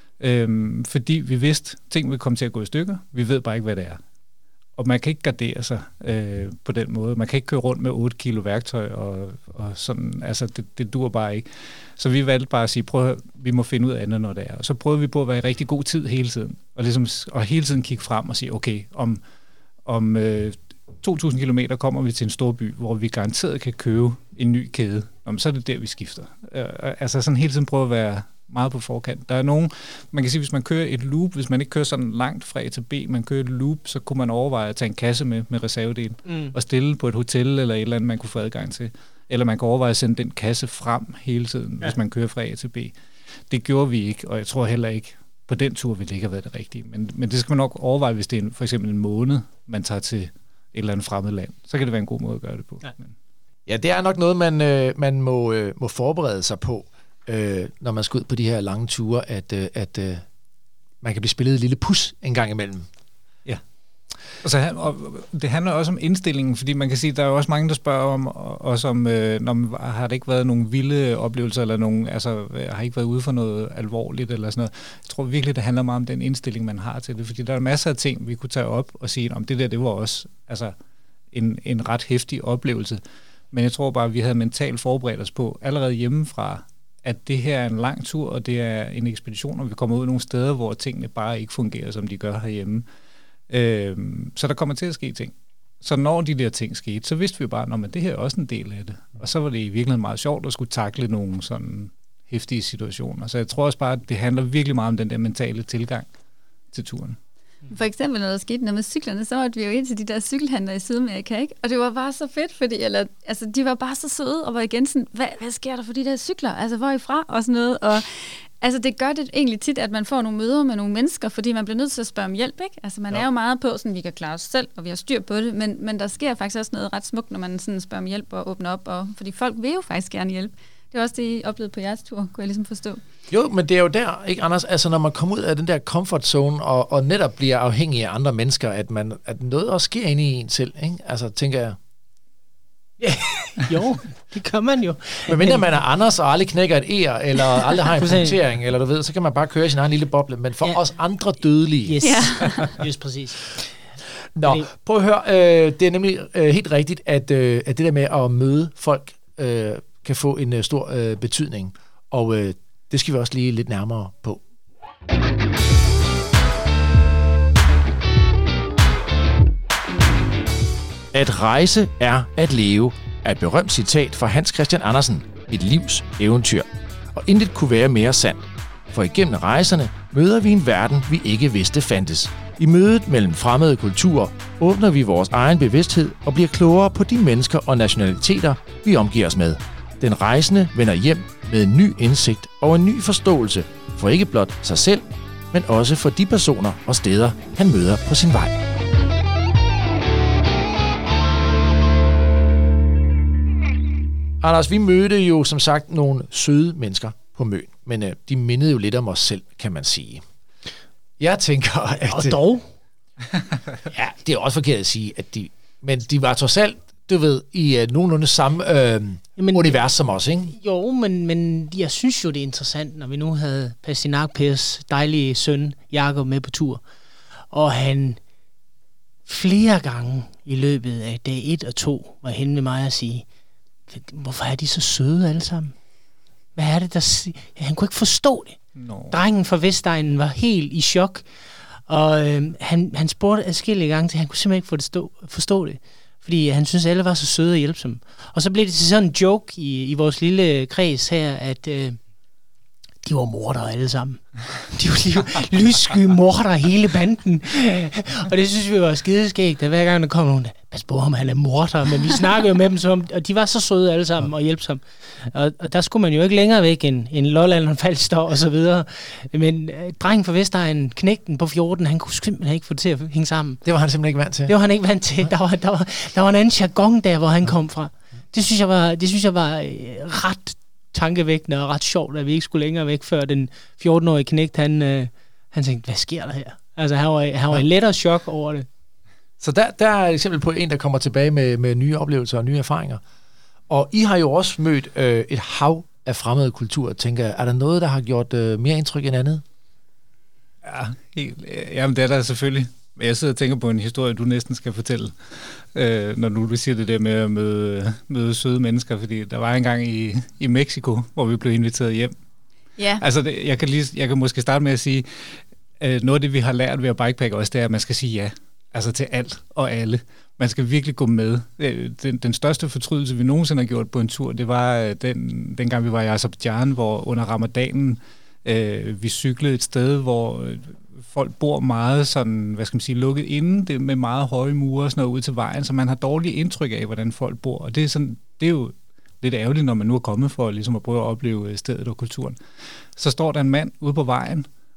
Øhm, fordi vi vidste, at ting ville komme til at gå i stykker. Vi ved bare ikke, hvad det er. Og man kan ikke gardere sig øh, på den måde. Man kan ikke køre rundt med otte kilo værktøj, og, og sådan, altså det, det dur bare ikke. Så vi valgte bare at sige, prøv at, vi må finde ud af andet, når det er. Og så prøvede vi på at være i rigtig god tid hele tiden. Og, ligesom, og hele tiden kigge frem og sige, okay, om, om øh, to tusind kilometer kommer vi til en stor by, hvor vi garanteret kan købe en ny kæde. Om, så er det der, vi skifter. Øh, altså sådan hele tiden prøve at være meget på forkant. Der er nogen, man kan sige, hvis man kører et loop, hvis man ikke kører sådan langt fra A til B, man kører et loop, så kunne man overveje at tage en kasse med, med reservedel, mm. og stille på et hotel eller et eller andet, man kunne få adgang til. Eller man kan overveje at sende den kasse frem hele tiden, ja. Hvis man kører fra A til B. Det gjorde vi ikke, og jeg tror heller ikke, på den tur ville det ikke have været det rigtige. Men, men det skal man nok overveje, hvis det er en, for eksempel en måned, man tager til et eller andet fremmed land. Så kan det være en god måde at gøre det på. Ja, men. Ja, det er nok noget, man, øh, man må, øh, må forberede sig på, øh, når man skal ud på de her lange ture, at, øh, at øh, man kan blive spillet et lille pus en gang imellem. Ja. Og, så, og det handler også om indstillingen, fordi man kan sige, der er jo også mange, der spørger om, også om, øh, når man, har det ikke været nogle vilde oplevelser, eller nogen, altså, har ikke været ude for noget alvorligt, eller sådan noget. Jeg tror virkelig, det handler meget om den indstilling, man har til det, fordi der er masser af ting, vi kunne tage op og sige, om det der, det var også altså, en, en ret heftig oplevelse. Men jeg tror bare, at vi havde mentalt forberedt os på, allerede hjemmefra, at det her er en lang tur, og det er en ekspedition, og vi kommer ud nogle steder, hvor tingene bare ikke fungerer, som de gør herhjemme. Øhm, så der kommer til at ske ting. Så når de der ting skete, så vidste vi bare, at det her er også en del af det. Og så var det i virkeligheden meget sjovt at skulle takle nogle sådan heftige situationer. Så jeg tror også bare, at det handler virkelig meget om den der mentale tilgang til turen. For eksempel, når der skete noget med cyklerne, så var vi jo ind til de der cykelhandler i Sydamerika, ikke? Og det var bare så fedt, fordi eller, altså, de var bare så søde, og var igen sådan, hvad, hvad sker der for de der cykler? Altså, hvor er I fra? Og sådan noget. Og altså, det gør det egentlig tit, at man får nogle møder med nogle mennesker, fordi man bliver nødt til at spørge om hjælp, ikke? Altså, man ja. er jo meget på, sådan, vi kan klare os selv, og vi har styr på det, men, men der sker faktisk også noget ret smukt, når man sådan spørger om hjælp og åbner op, og, fordi folk vil jo faktisk gerne hjælpe. Det var også det, I oplevede på jeres tur, kunne jeg ligesom forstå. Jo, men det er jo der, ikke Anders? Altså, når man kommer ud af den der comfort zone, og, og netop bliver afhængig af andre mennesker, at, man, at noget også sker inde i en selv, ikke? Altså, tænker jeg. Ja, jo, det kan man jo. Men mindre man er Anders og aldrig knækker et ære, eller aldrig har en punktering, eller du ved, så kan man bare køre sin egen lille boble. Men for ja. os andre dødelige. Yes, ja. Just præcis. Nå, prøv at høre. Øh, det er nemlig øh, helt rigtigt, at, øh, at det der med at møde folk øh, kan få en øh, stor øh, betydning. Og øh, det skal vi også lige lidt nærmere på. At rejse er at leve er et berømt citat fra Hans Christian Andersen, Et livs eventyr. Og intet kunne være mere sandt. For igennem rejserne møder vi en verden, vi ikke vidste fandtes. I mødet mellem fremmede kulturer åbner vi vores egen bevidsthed og bliver klogere på de mennesker og nationaliteter, vi omgiver os med. Den rejsende vender hjem med en ny indsigt og en ny forståelse for ikke blot sig selv, men også for de personer og steder, han møder på sin vej. Anders, vi mødte jo som sagt nogle søde mennesker på Møn, men øh, de mindede jo lidt om os selv, kan man sige. Jeg tænker, at... Og dog? Ja, det er også forkert at sige, at de... Men de var trods alt, du ved, i uh, nogenlunde samme øh, Jamen, univers som os, ikke? Jo, men, men jeg synes jo, det er interessant, når vi nu havde Pastinak Pers dejlige søn, Jakob, med på tur. Og han flere gange i løbet af dag et og to var henne med mig at sige, hvorfor er de så søde alle sammen? Hvad er det, der siger? Han kunne ikke forstå det. No. Drengen fra Vestegnen var helt i chok, og øh, han, han spurgte adskillige gange til, han kunne simpelthen ikke forstå, forstå det, fordi han synes alle var så søde og hjælpsomme. Og så blev det til sådan en joke i, i vores lille kreds her, at øh, de var mordere alle sammen. De var lyssky mordere hele banden. Og det synes vi var skideskægt, at hver gang der kom nogen, pas på ham, han er morder, men vi snakkede jo med dem, som, og de var så søde alle sammen og hjælpsomme. Og, og der skulle man jo ikke længere væk end, end Lolland og Falster og så videre. Men øh, drengen fra Vestegnen, knægten på fjorten, han kunne simpelthen ikke få det til at hænge sammen. Det var han simpelthen ikke vant til. Det var han ikke vant til. Der var, der var, der var en anden jargon der, hvor han kom fra. Det synes jeg var, det synes jeg var øh, ret tankevækkende og ret sjovt, at vi ikke skulle længere væk, før den fjorten-årige knægt, han, øh, han tænkte, hvad sker der her? Altså, han var, han var i lettere chok over det. Så der, der er et eksempel på en, der kommer tilbage med, med nye oplevelser og nye erfaringer. Og I har jo også mødt øh, et hav af fremmede kulturer, tænker jeg. Er der noget, der har gjort øh, mere indtryk end andet? Ja, helt, jamen det er der selvfølgelig. Jeg sidder og tænker på en historie, du næsten skal fortælle, øh, når nu du siger det der med at møde, møde søde mennesker, fordi der var en gang i, i Mexico, hvor vi blev inviteret hjem. Ja. Altså, det, jeg, kan lige, jeg kan måske starte med at sige, øh, noget af det, vi har lært ved at bikepacke også, det er, at man skal sige ja. Altså til alt og alle. Man skal virkelig gå med. Den, den største fortrydelse, vi nogensinde har gjort på en tur, det var den, dengang vi var i Aserbajdsjan, hvor under ramadanen, øh, vi cyklede et sted, hvor folk bor meget sådan, hvad skal man sige, lukket inde, det med meget høje mure og sådan noget ud til vejen, så man har dårligt indtryk af, hvordan folk bor. Og det er, sådan, det er jo lidt ærgerligt, når man nu er kommet for ligesom at prøve at opleve stedet og kulturen. Så står der en mand ude på vejen,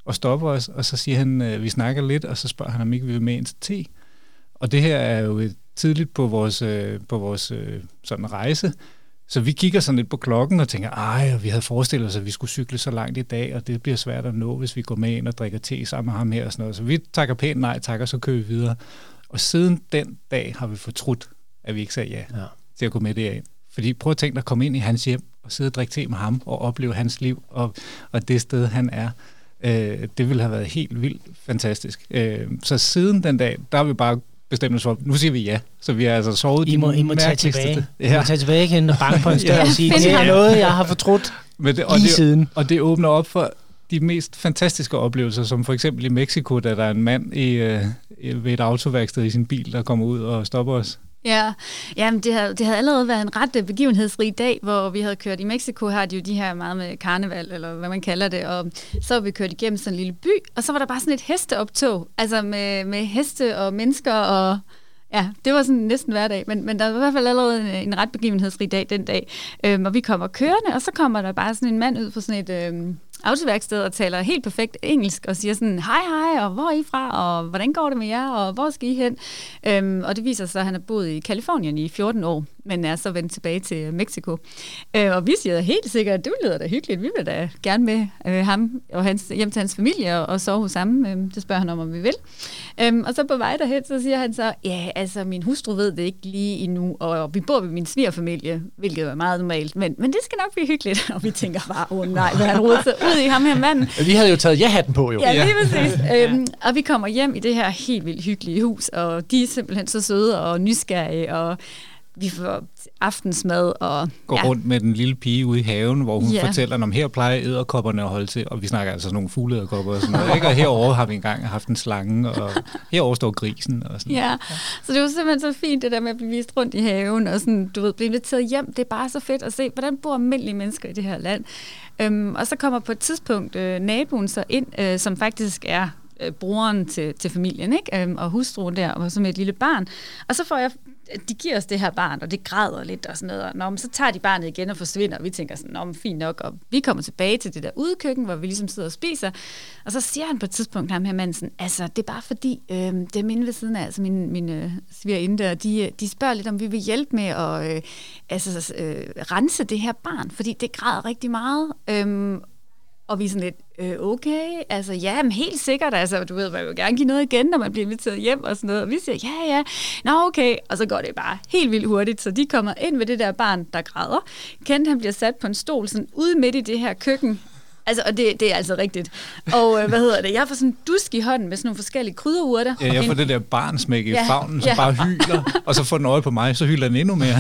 og stopper os, og så siger han, øh, vi snakker lidt, og så spørger han, om ikke vi vil med ind til te. Og det her er jo et tidligt på vores, øh, på vores øh, sådan rejse, så vi kigger sådan lidt på klokken og tænker, ej, vi havde forestillet os, at vi skulle cykle så langt i dag, og det bliver svært at nå, hvis vi går med ind og drikker te sammen med ham her og sådan noget. Så vi takker pænt nej, takker, så kører vi videre. Og siden den dag har vi fortrudt, at vi ikke sagde ja, ja. til at gå med det af. Fordi prøv at tænke dig at komme ind i hans hjem og sidde og drikke te med ham og opleve hans liv og, og det sted, han er. Øh, det ville have været helt vildt fantastisk. Øh, så siden den dag, der har vi bare bestemt os for, nu siger vi ja. Så vi har altså sovet I må, de I må tage tilbage. Ja. I må tage tilbage igen og banke på en større ja. og sige, det er noget, jeg har fortrudt Men det, og lige det, siden. Og det åbner op for de mest fantastiske oplevelser, som for eksempel i Mexico, da der er en mand i, øh, ved et autoværksted i sin bil, der kommer ud og stopper os. Ja, jamen det havde, det havde allerede været en ret begivenhedsrig dag, hvor vi havde kørt i Mexico, har de jo de her meget med karneval, eller hvad man kalder det, og så var vi kørt igennem sådan en lille by, og så var der bare sådan et hesteoptog, altså med, med heste og mennesker, og ja, det var sådan næsten hver dag, men, men der var i hvert fald allerede en, en ret begivenhedsrig dag den dag, øhm, og vi kommer kørende, og så kommer der bare sådan en mand ud på sådan et øhm, autoværksted og taler helt perfekt engelsk og siger sådan, hej hej, og hvor er I fra, og hvordan går det med jer, og hvor skal I hen? Øhm, og det viser sig, at han har boet i Californien i fjorten år, men er så vendt tilbage til Mexico. Øh, og vi siger helt sikkert, at det lyder da hyggeligt, vi vil da gerne med øh, ham og hans, hjem til hans familie og, og sove hos ham. Øh, det spørger han om, om vi vil. Øh, og så på vej derhen, så siger han så, ja, altså min hustru ved det ikke lige endnu, og vi bor ved min svigerfamilie, hvilket er meget normalt, men, men det skal nok blive hyggeligt. Og vi tænker bare, åh oh, nej, hvad han rodet sig ud i ham her manden. Vi havde jo taget ja-hatten på, jo. Ja, lige præcis. øhm, og vi kommer hjem i det her helt vildt hyggelige hus, og de er simpelthen så søde og nysgerrige, og vi får aftensmad og går ja. rundt med den lille pige ude i haven, hvor hun ja. fortæller om her plejer edderkopperne at holde til, og vi snakker altså sådan nogle fugleedderkopper og sådan noget, ikke? Og herovre har vi engang haft en slange, og herovre står grisen og sådan. Ja. ja, så det var simpelthen så fint det der med at blive vist rundt i haven og sådan, du ved, blive inviteret hjem. Det er bare så fedt at se, hvordan bor almindelige mennesker i det her land. Øhm, og så kommer på et tidspunkt øh, naboen så ind, øh, som faktisk er øh, broren til, til familien, ikke? Øhm, og hustruen der, og så med et lille barn. Og så får jeg de giver os det her barn, og det græder lidt og sådan noget. Og, nå, men så tager de barnet igen og forsvinder, og vi tænker sådan, nå, men fint nok. Og vi kommer tilbage til det der udekøkken, hvor vi ligesom sidder og spiser. Og så siger han på et tidspunkt, ham her manden sådan, altså, det er bare fordi, øh, det er mine ved siden af, altså mine, mine svigerinde der, de, de spørger lidt, om vi vil hjælpe med at øh, altså, øh, rense det her barn, fordi det græder rigtig meget. Øh, Og vi er sådan lidt, øh, okay, altså ja, men helt sikkert, altså du ved, man vil gerne give noget igen, når man bliver inviteret hjem og sådan noget, og vi siger, ja, ja, nå okay, og så går det bare helt vildt hurtigt, så de kommer ind ved det der barn, der græder. Kent, han bliver sat på en stol, sådan ude midt i det her køkken, altså, og det, det er altså rigtigt. Og øh, hvad hedder det? Jeg får sådan en dusk i hånden med sådan nogle forskellige krydderurter. Ja, jeg får det der barnsmæk i ja, favnen, som ja. bare hyler, og så får den øje på mig, så hyler den endnu mere.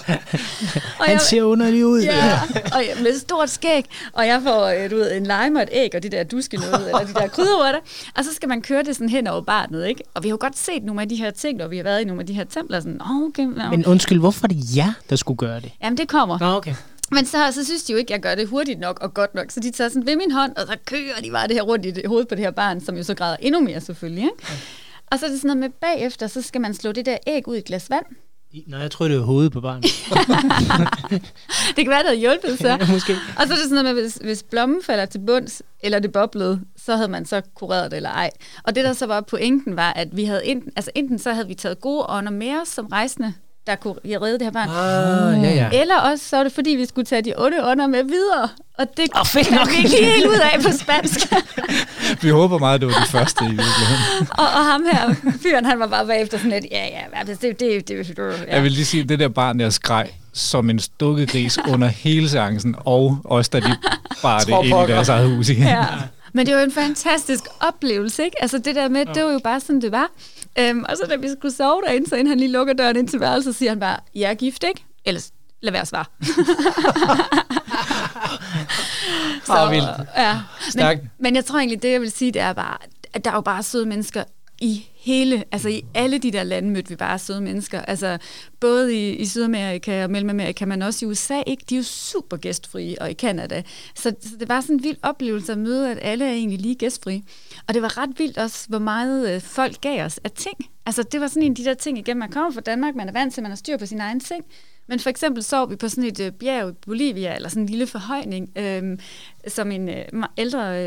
Og han jeg, ser underlig ud. Ja, og jeg, med stort skæg, og jeg får øh, du ved, en lime og et æg, og de der duske noget, eller de der krydderurter, og så skal man køre det sådan hen over barnet, ikke? Og vi har jo godt set nogle af de her ting, når vi har været i nogle af de her templer, sådan, oh, okay, no. Men undskyld, hvorfor er det jer, der skulle gøre det? Jamen, det kommer. Nå, okay. Men så, så synes de jo ikke, at jeg gør det hurtigt nok og godt nok, så de tager sådan ved min hånd, og så kører de bare det her rundt i det, hovedet på det her barn, som jo så græder endnu mere selvfølgelig, ikke? Ja. Og så er det sådan noget med bagefter, så skal man slå det der æg ud i et glas vand. Nå, jeg tror det var hovedet på barnet. Det kan være, det havde hjulpet så. Ja, måske. Og så er det sådan noget med, hvis, hvis blommen falder til bunds, eller det boblede, så havde man så kureret det eller ej. Og det der så var pointen var, at vi havde enten, altså enten så havde vi taget gode ånder med os som rejsende, der kunne redde det her barn. Ah, ja, ja. Eller også så var det, fordi vi skulle tage de onde ånder med videre. Og det oh, fedt kan nok. vi ikke helt ud af på spansk. Vi håber meget, det var det første i virkeligheden. og, og ham her, fyren, han var bare bagefter sådan lidt, ja, ja, det, det, det, det ja. Jeg vil lige sige, det der barn, der skreg som en stukket gris under hele seancen, og også da de bar det ind i deres eget hus igen. Ja. Men det var jo en fantastisk oplevelse, ikke? Altså det der med, det var jo bare sådan, det var. Øhm, og så da vi skulle sove derinde, så inden han lige lukker døren ind til værelset, så siger han bare, jeg er gift, ikke? Ellers lad være at svare. Så vildt. Ja. Men, men jeg tror egentlig, det jeg vil sige, det er bare, at der er jo bare søde mennesker i hele, altså i alle de der lande mødte vi bare søde mennesker. Altså både i, i Sydamerika og Mellemamerika, men også i U S A, ikke? De er jo super gæstfrie, og i Canada. Så, så det var sådan en vild oplevelse at møde, at alle er egentlig lige gæstfrie. Og det var ret vildt også, hvor meget øh, folk gav os af ting. Altså det var sådan en af de der ting igennem, man kommer fra Danmark, man er vant til, man har styr på sin egen ting. Men for eksempel sov vi på sådan et øh, bjerg i Bolivia, eller sådan en lille forhøjning, øh, som en øh, ældre øh,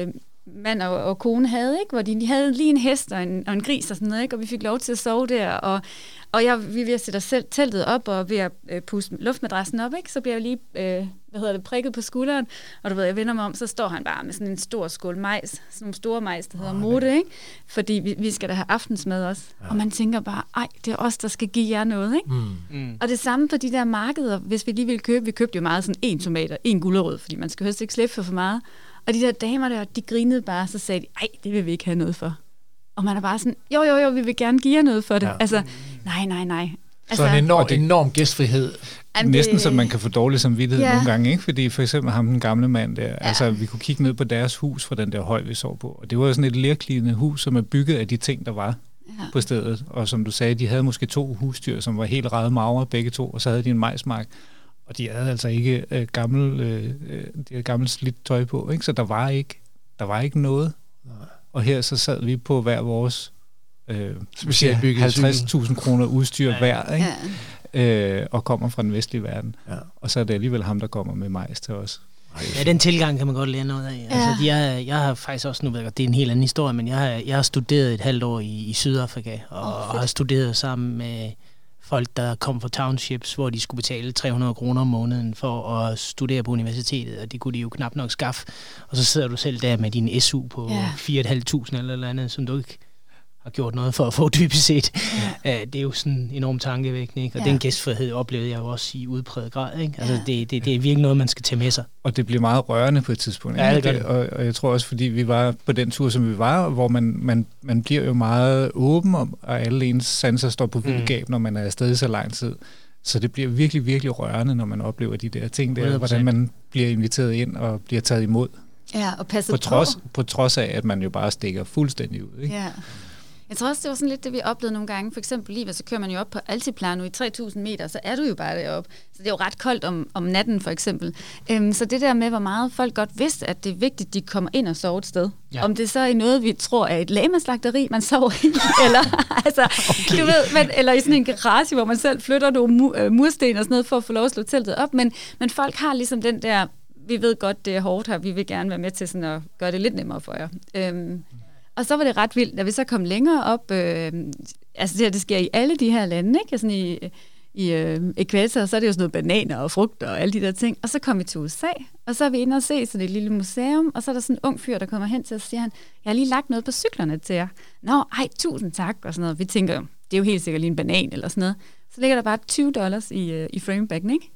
mand og, og kone havde, ikke? Hvor de, de havde lige en hest og en, og en gris og sådan noget, ikke? Og vi fik lov til at sove der, og, og jeg, vi er ved at sætte os selv teltet op, og ved at øh, puste luftmadrassen op, ikke? Så bliver jeg lige, øh, hvad hedder det, prikket på skulderen, og du ved, jeg vender mig om, så står han bare med sådan en stor skål majs, sådan nogle store majs, der hedder oh, Mote, ikke? Fordi vi, vi skal da have aftensmad også. Ja. Og man tænker bare, ej, det er os, der skal give jer noget, ikke? Mm. Mm. Og det samme på de der markeder, hvis vi lige ville købe, vi købte jo meget sådan en tomat og en gulerod, fordi man skal helst ikke slippe for for meget. Og de der damer der, de grinede bare, så sagde de, ej, det vil vi ikke have noget for. Og man er bare sådan, jo, jo, jo, vi vil gerne give jer noget for det. Ja. Altså, nej, nej, nej. Altså, så en enorm, enorm gæstfrihed. Jamen, næsten det, så man kan få dårlig samvittighed ja. nogle gange, ikke? Fordi for eksempel ham, den gamle mand der, ja. altså vi kunne kigge ned på deres hus fra den der høj, vi sov på. Og det var jo sådan et lerklidende hus, som er bygget af de ting, der var ja. på stedet. Og som du sagde, de havde måske to husdyr, som var helt ræde magre, begge to, og så havde de en majsmark. Og de havde altså ikke øh, gammel, øh, de havde gammelt slidt tøj på, ikke? Så der var ikke, der var ikke noget. Nej. Og her så sad vi på hver vores øh, halvtreds tusind kroner udstyr ja. hver, ikke? Ja. Øh, og kommer fra den vestlige verden. Ja. Og så er det alligevel ham, der kommer med majs til os. Ja, den tilgang kan man godt lære noget af. Ja. Altså, jeg, jeg har faktisk også, nu ved jeg, det er en helt anden historie, men jeg har, jeg har studeret et halvt år i, i Sydafrika, og, oh, og har studeret sammen med folk, der kom fra townships, hvor de skulle betale tre hundrede kroner om måneden for at studere på universitetet, og det kunne de jo knap nok skaffe. Og så sidder du selv der med din S U på ja. fire tusind fem hundrede eller andet, som du ikke har gjort noget for at få dybest set. Ja. Det er jo sådan enormt tankevækkende, ikke? Og ja. den gæstfrihed oplevede jeg jo også i udpræget grad, ikke? Altså, ja. det, det, det er virkelig noget, man skal tage med sig. Og det bliver meget rørende på et tidspunkt. Ja, det gør det. Og, og jeg tror også, fordi vi var på den tur, som vi var, hvor man, man, man bliver jo meget åben om, og alle ens sanser står på vildgab, mm. når man er afsted i så lang tid. Så det bliver virkelig, virkelig rørende, når man oplever de der ting der, hundrede procent. Hvordan man bliver inviteret ind og bliver taget imod. Ja, og passet på. Trods, på. På trods af, at man jo bare stikker fuldstændig ud, ikke? Ja. Jeg tror også, det var sådan lidt det, vi oplevede nogle gange. For eksempel lige, så kører man jo op på Altiplano i tre tusind meter, så er du jo bare deroppe. Så det er jo ret koldt om, om natten, for eksempel. Øhm, så det der med, hvor meget folk godt vidste, at det er vigtigt, at de kommer ind og sover et sted. Ja. Om det så er noget, vi tror er et lægemandsslagteri, man sover i, eller, altså, okay. du ved, men, eller i sådan en garage, hvor man selv flytter nogle mu- mursten og sådan noget, for at få lov at slå teltet op. Men, men folk har ligesom den der, vi ved godt, det er hårdt her, vi vil gerne være med til sådan at gøre det lidt nemmere for jer. Øhm, Og så var det ret vildt, da vi så kom længere op, øh, altså det her, det sker i alle de her lande, ikke? Sådan i, i øh, Ækvator, så er det jo sådan noget bananer og frugter og alle de der ting. Og så kom vi til U S A, og så er vi inde og se sådan et lille museum, og så er der sådan en ung fyr, der kommer hen til os og siger han, jeg har lige lagt noget på cyklerne til jer. Nå, ej, tusind tak, og sådan noget. Vi tænker, det er jo helt sikkert lige en banan eller sådan noget. Så ligger der bare tyve dollars i, øh, i framebacken, ikke?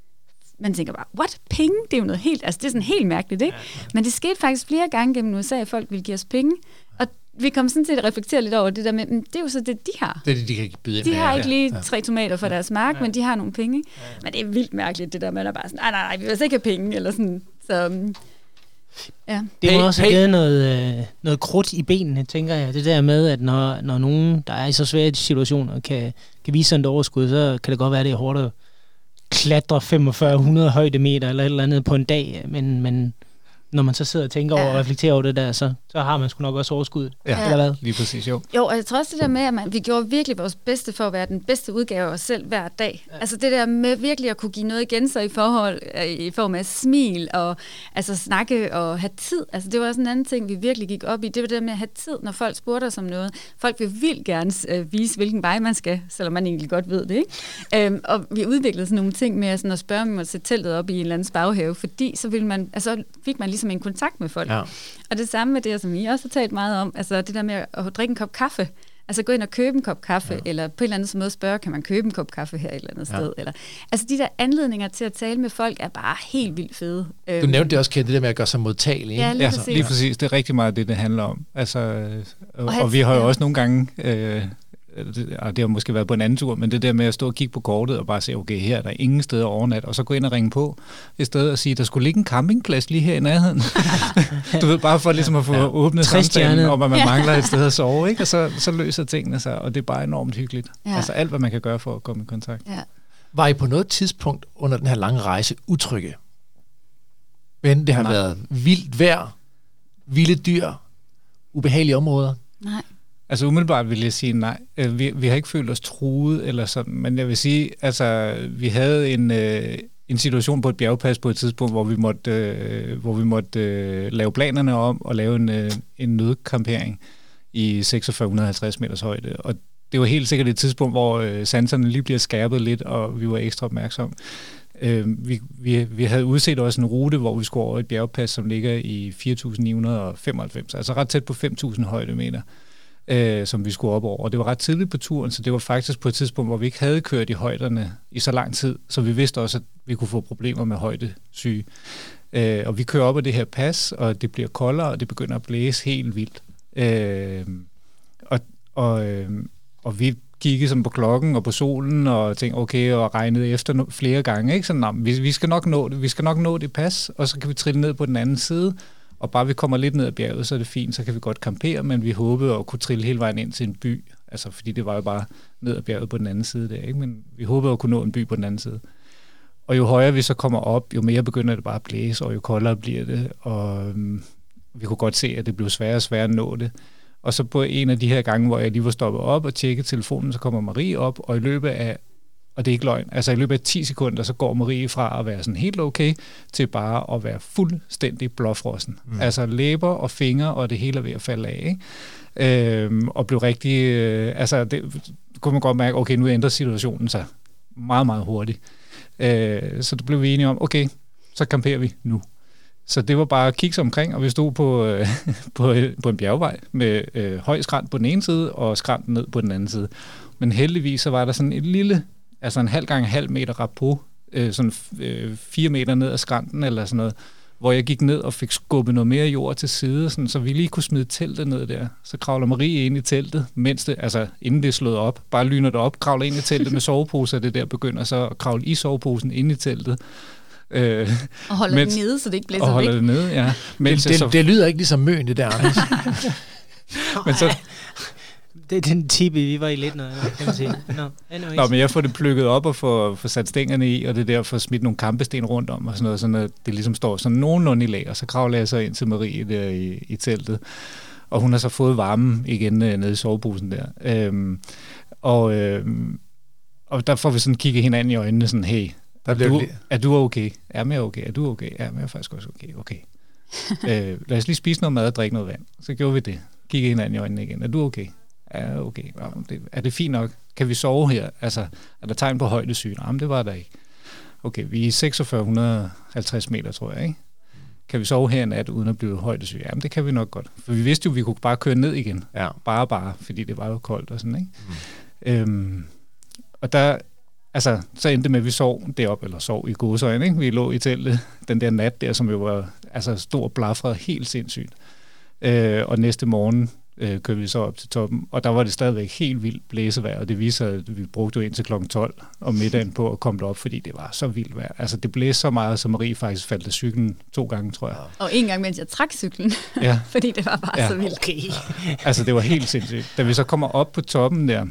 Man tænker bare, what? Penge? Det er jo noget helt, altså det er sådan helt mærkeligt, ikke? Men det skete faktisk flere gange gennem U S A, at folk ville give os penge. Og vi kom sådan til at reflektere lidt over det der med, men det er jo så det, de har. Det er det, de kan byde ind De med, har ja. ikke lige ja. tre tomater for deres mark, ja. men de har nogle penge. Ja. Men det er vildt mærkeligt, det der med, at bare sådan, nej, nej, nej, vi vil altså ikke have penge, eller sådan. Så, ja. Det må også have givet noget, øh, noget krudt i benene, tænker jeg. Det der med, at når, når nogen, der er i så svære situationer, kan, kan vise sådan et overskud, så kan det godt være, det er hårdt at klatre femogfyrre hundrede højdemeter eller et eller andet på en dag, men, men når man så sidder og tænker ja. over og reflekterer over det der, så, så har man sgu nok også overskuddet. Ja, eller hvad? Lige præcis, jo. Jo, og jeg tror også det der med, at man, vi gjorde virkelig vores bedste for at være den bedste udgave af os selv hver dag. Ja. Altså det der med virkelig at kunne give noget igen sig i forhold i form af smil og altså snakke og have tid. Altså det var også en anden ting, vi virkelig gik op i. Det var det der med at have tid, når folk spurgte os om noget. Folk vil vildt gerne øh, vise, hvilken vej man skal, selvom man egentlig godt ved det, ikke? Øhm, og vi udviklede sådan nogle ting med sådan at spørge, om man måtte sætte teltet op i en eller anden baghave, fordi så ville man, altså fik man ligesom en kontakt med folk. Ja. Og det samme med det, som I også har talt meget om, altså det der med at drikke en kop kaffe. Altså gå ind og købe en kop kaffe, ja. eller på en eller anden måde spørge, kan man købe en kop kaffe her et eller andet ja. sted? Eller, altså de der anledninger til at tale med folk er bare helt vildt fede. Du nævnte det også, Kent, det der med at gøre sig modtagelig. Ja, lige præcis. Ja, lige præcis. Det er rigtig meget det, det handler om. Altså, og, og, og vi har jo ja. også nogle gange... Øh, Det, det har måske været på en anden tur, men det der med at stå og kigge på kortet og bare se, okay, her er der ingen steder overnat, og så gå ind og ringe på i stedet og sige, der skulle ligge en campingplads lige her i nærheden. Du ved, bare for ligesom at få ja. åbnet samtalen om, at man mangler et sted at sove, ikke? Og så, så løser tingene sig, og det er bare enormt hyggeligt. Ja. Altså alt, hvad man kan gøre for at komme i kontakt. Ja. Var I på noget tidspunkt under den her lange rejse utrygge? Men det har Nej. været vildt vejr, vilde dyr, ubehagelige områder? Nej. Altså umiddelbart vil jeg sige nej. Vi, vi har ikke følt os truet eller sådan, men jeg vil sige, altså vi havde en, øh, en situation på et bjergpas på et tidspunkt, hvor vi måtte, øh, hvor vi måtte øh, lave planerne om og lave en, øh, en nødkampering i to tusind seks hundrede og halvtreds meters højde. Og det var helt sikkert et tidspunkt, hvor øh, sanserne lige bliver skærpet lidt, og vi var ekstra opmærksomme. Øh, vi, vi, vi havde udset også en rute, hvor vi skulle over et bjergpas, som ligger i fire tusind ni hundrede og femoghalvfems, altså ret tæt på fem tusind højdemeter, øh, som vi skulle op over. Og det var ret tidligt på turen, så det var faktisk på et tidspunkt, hvor vi ikke havde kørt i højderne i så lang tid, så vi vidste også, at vi kunne få problemer med højdesyge. Øh, og vi kører op ad det her pas, og det bliver koldere, og det begynder at blæse helt vildt. Øh, og, og, øh, og vi kiggede sådan på klokken og på solen og tænkte, okay, og regnede efter no- flere gange, ikke? Sådan, vi, vi skal nok nå det, vi skal nok nå det pas, og så kan vi trille ned på den anden side, og bare vi kommer lidt ned ad bjerget, så er det fint, så kan vi godt campere, men vi håbede at kunne trille hele vejen ind til en by, altså fordi det var jo bare ned ad bjerget på den anden side der, ikke? Men vi håbede at kunne nå en by på den anden side. Og jo højere vi så kommer op, jo mere begynder det bare at blæse, og jo koldere bliver det, og øhm, vi kunne godt se, at det blev sværere og sværere at nå det. Og så på en af de her gange, hvor jeg lige var stoppet op og tjekkede telefonen, så kommer Marie op, og i løbet af, og det er ikke løgn, altså i løbet af ti sekunder, så går Marie fra at være sådan helt okay, til bare at være fuldstændig blåfrossen. Mm. Altså læber og fingre, og det hele er ved at falde af, ikke? Øhm, og blev rigtig, øh, altså det kunne man godt mærke, okay, nu ændrer situationen sig meget, meget hurtigt. Øh, så det blev vi enige om, okay, så camperer vi nu. Så det var bare at kigge sig omkring, og vi stod på, øh, på, på en bjergvej med øh, høj skrant på den ene side, og skrant ned på den anden side. Men heldigvis så var der sådan et lille, altså en halv gange halv meter rapport, øh, sådan øh, fire meter ned ad skranten eller sådan noget, hvor jeg gik ned og fik skubbet noget mere jord til side, sådan, så vi lige kunne smide teltet ned der. Så kravler Marie ind i teltet, mens det, altså inden det er slået op, bare lyner det op, kravler ind i teltet med soveposer, det der begynder så at kravle i soveposen ind i teltet. Øh, og holder mens, det nede, så det ikke blæser og holder væk. det nede, ja. Det, det, så, det lyder ikke ligesom møen, det der, Anders. men så, det er den tippe, vi var i lidt noget, kan man sige. No, Nå, men jeg får det plukket op og får, får sat stængerne i, og det der får smidt nogle kampesten rundt om, og sådan noget, sådan at det ligesom står sådan nogenlunde i lag, og så kravler jeg så ind til Marie der i, i teltet, og hun har så fået varme igen øh, nede i soveposen der. Øhm, og, øhm, og der får vi sådan kigge hinanden i øjnene, sådan, hey, er du, er du okay? Er jeg okay? Er du okay? Ja, men jeg er faktisk også okay. Okay. øh, lad os lige spise noget mad og drikke noget vand. Så gjorde vi det. Kigge hinanden i øjnene igen. Er du okay? Ja, okay. Ja, det, er det fint nok? Kan vi sove her? Altså, er der tegn på højdesyge? Nej, det var der ikke. Okay, vi er i to tusind seks hundrede og halvtreds meter, tror jeg, ikke? Kan vi sove her en nat uden at blive højdesyge? Jamen, det kan vi nok godt. For vi vidste jo, at vi kunne bare køre ned igen. Ja. Bare, bare, fordi det var jo koldt og sådan, ikke? Mm. Øhm, og der... Altså, så endte det med, at vi sov deroppe, eller sov i gåseøjne, ikke? Vi lå i teltet den der nat der, som jo var altså, stor blafret, helt sindssygt. Øh, og næste morgen øh, kørte vi så op til toppen, og der var det stadigvæk helt vildt blæsevejr, og det viser, at vi brugte jo indtil klokken tolv om middagen på at komme derop, fordi det var så vildt vejr. Altså, det blæste så meget, så Marie faktisk faldt af cyklen to gange, tror jeg. Og en gang, mens jeg trak cyklen, ja. fordi det var bare ja. så vildt. Okay. Altså, det var helt sindssygt. Da vi så kommer op på toppen der,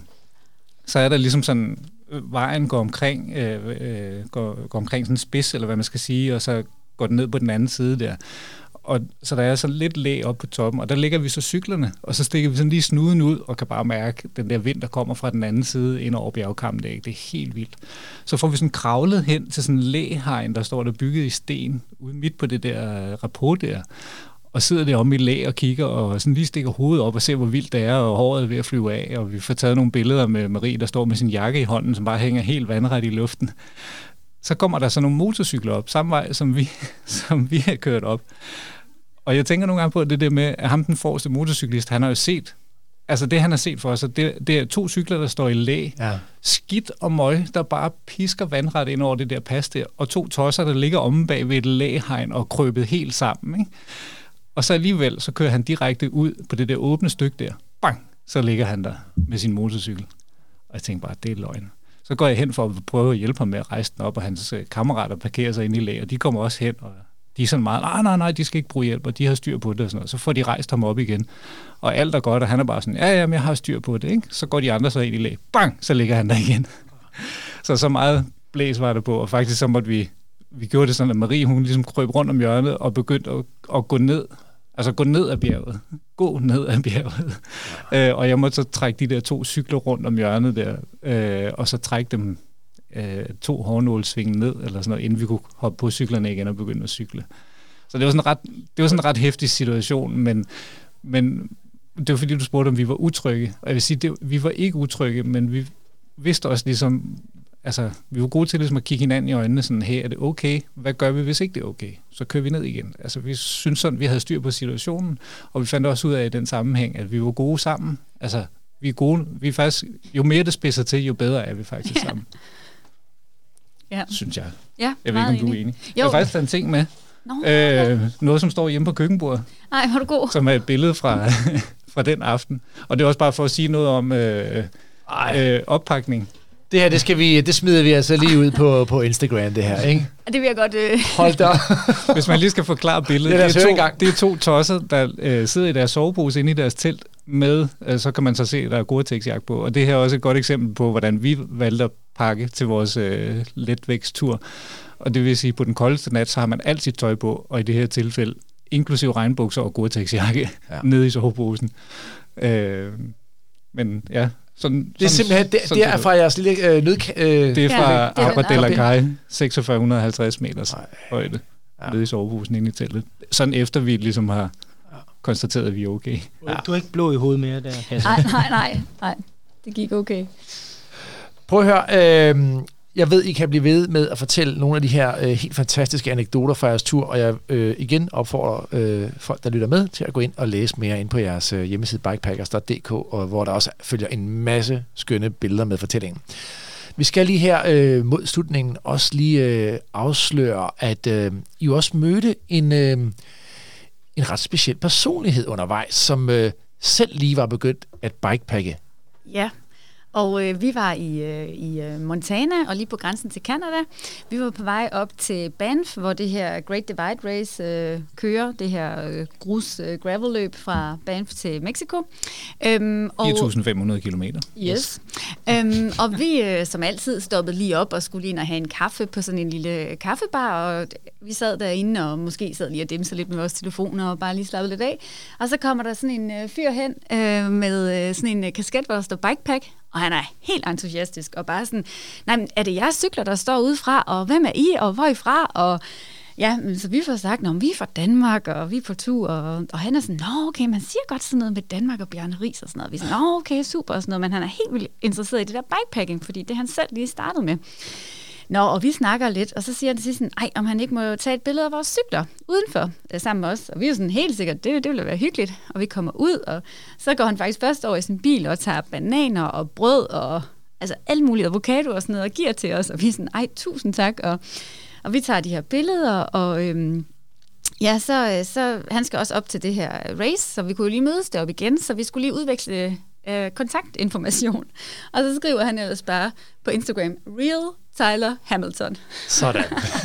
så er der ligesom sådan... vejen går omkring, øh, øh, går, går omkring sådan en spids, eller hvad man skal sige, og så går den ned på den anden side der. Og så der er så lidt læ op på toppen, og der ligger vi så cyklerne, og så stikker vi sådan lige snuden ud, og kan bare mærke den der vind, der kommer fra den anden side ind over bjergkammen. Det er, det er helt vildt. Så får vi sådan kravlet hen til sådan en læhegn, der står der bygget i sten, ude midt på det der rapport der, og sidder der omme i læ og kigger, og sådan lige stikker hovedet op og ser, hvor vildt det er, og håret er ved at flyve af, og vi får taget nogle billeder med Marie, der står med sin jakke i hånden, som bare hænger helt vandret i luften. Så kommer der så nogle motorcykler op, samme vej, som vi, som vi har kørt op. Og jeg tænker nogle gange på det der med, at ham den forreste motorcyklist, han har jo set, altså det han har set for os, det, det er to cykler, der står i læ, ja. Skidt og møg, der bare pisker vandret ind over det der pas der, og to tosser, der ligger omme bag ved et læhegn og krøbet helt sammen, ikke? Og så alligevel, så kører han direkte ud på det der åbne stykke der. Bang! Så ligger han der med sin motorcykel. Og jeg tænker bare, det er løgn. Så går jeg hen for at prøve at hjælpe ham med at rejse den op, og hans kammerater parkerer sig inde i læ, og de kommer også hen, og de er sådan meget, nej, nej, nej, de skal ikke bruge hjælp, og de har styr på det og sådan noget. Så får de rejst ham op igen. Og alt er godt, og han er bare sådan, ja, ja, men jeg har styr på det, ikke? Så går de andre så ind i læ. Bang! Så ligger han der igen. Så så meget blæs var det på, og faktisk så måtte vi, vi gjorde det sådan, at Marie, hun ligesom krøb rundt om hjørnet og begyndte at, at gå ned. Altså gå ned ad bjerget. Gå ned ad bjerget. Ja. Øh, og jeg måtte så trække de der to cykler rundt om hjørnet der, øh, og så trække dem øh, to hårnålsvinge ned, eller sådan noget, inden vi kunne hoppe på cyklerne igen og begynde at cykle. Så det var sådan en ret, det var sådan en ret heftig situation, men, men det var fordi, du spurgte, om vi var utrygge. Og jeg vil sige, det, vi var ikke utrygge, men vi vidste også ligesom, altså, vi var gode til ligesom at kigge hinanden i øjnene, sådan, hey, er det okay? Hvad gør vi, hvis ikke det er okay? Så kører vi ned igen. Altså, vi synes sådan, vi havde styr på situationen, og vi fandt også ud af i den sammenhæng, at vi var gode sammen. Altså, vi er gode, vi er faktisk, jo mere det spidser til, jo bedre er vi faktisk ja. sammen. Ja. Synes jeg. Ja, jeg ved ikke, om du er enig. Jo. Jeg har faktisk taget en ting med. No, øh, noget, som står hjemme på køkkenbordet. Nej, var du god. Som er et billede fra, fra den aften. Og det er også bare for at sige noget om øh, øh, oppakning. Det her, det, skal vi, det smider vi altså lige ud på, på Instagram, det her, ikke? Det vil jeg godt... Øh... Hold da. Hvis man lige skal forklare billedet. Det er, det er, to, det er to tosser, der øh, sidder i deres sovepose inde i deres telt med, øh, så kan man så se, der er Gore-Tex-jakke på. Og det her er også et godt eksempel på, hvordan vi valgte at pakke til vores øh, letvægtstur. Og det vil sige, at på den koldeste nat, så har man alt sit tøj på, og i det her tilfælde, inklusive regnbukser og Gore-Tex-jakke, ja. nede i soveposen. Øh, men ja... Sådan, det er sådan, simpelthen, det, det er fra jeres lille øh, nød... Øh, det er fra ja, Abra de la Caille, seks hundrede og halvtreds meters Ej. højde, ja. nede i soveposen inde i teltet. Sådan efter vi ligesom har ja. konstateret, at vi er okay. Ja. Du har ikke blod i hovedet mere der, Hasse? Nej, nej, nej, nej. Det gik okay. Prøv at høre, øh, jeg ved, I kan blive ved med at fortælle nogle af de her øh, helt fantastiske anekdoter fra jeres tur, og jeg øh, igen opfordrer øh, folk, der lytter med, til at gå ind og læse mere ind på jeres øh, hjemmeside bikepackers punktum d k, og hvor der også følger en masse skønne billeder med fortællingen. Vi skal lige her øh, mod slutningen også lige øh, afsløre, at øh, I også mødte en, øh, en ret speciel personlighed undervejs, som øh, selv lige var begyndt at bikepacke. Ja. Og øh, vi var i, øh, i øh, Montana og lige på grænsen til Canada. Vi var på vej op til Banff, hvor det her Great Divide Race øh, kører. Det her øh, grus-gravel-løb øh, fra Banff til Mexico. Øhm, fire tusind fem hundrede kilometer. Yes. øhm, og vi øh, som altid stoppede lige op og skulle lige ind og have en kaffe på sådan en lille kaffebar. Og vi sad derinde og måske sad lige og dimsede lidt med vores telefoner og bare lige slappede lidt af. Og så kommer der sådan en øh, fyr hen øh, med øh, sådan en øh, kasket, hvor der står bikepack. Og han er helt entusiastisk, og bare sådan, nej, men er det jeres cykler, der står udefra, og hvem er I, og hvor er I fra? Og ja, så vi får sagt, at vi er fra Danmark, og vi er på tur, og, og han er sådan, nå, okay, man siger godt sådan noget med Danmark og Bjarne Riis og sådan noget. Vi er sådan, nå, okay, super, og sådan noget, men han er helt vildt interesseret i det der bikepacking, fordi det han selv lige startede med. Nå, og vi snakker lidt, og så siger han til sidst, ej, om han ikke må tage et billede af vores cykler udenfor øh, sammen med os. Og vi er jo sådan helt sikkert, det, det ville være hyggeligt. Og vi kommer ud, og så går han faktisk først over i sin bil og tager bananer og brød og altså alt muligt avocado og sådan noget og giver til os. Og vi er sådan, ej, tusind tak. Og, og vi tager de her billeder, og øhm, ja, så, så han skal også op til det her race, så vi kunne jo lige mødes deroppe igen, så vi skulle lige udveksle øh, kontaktinformation. Og så skriver han ellers bare på Instagram, Real Tyler Hamilton. Sådan.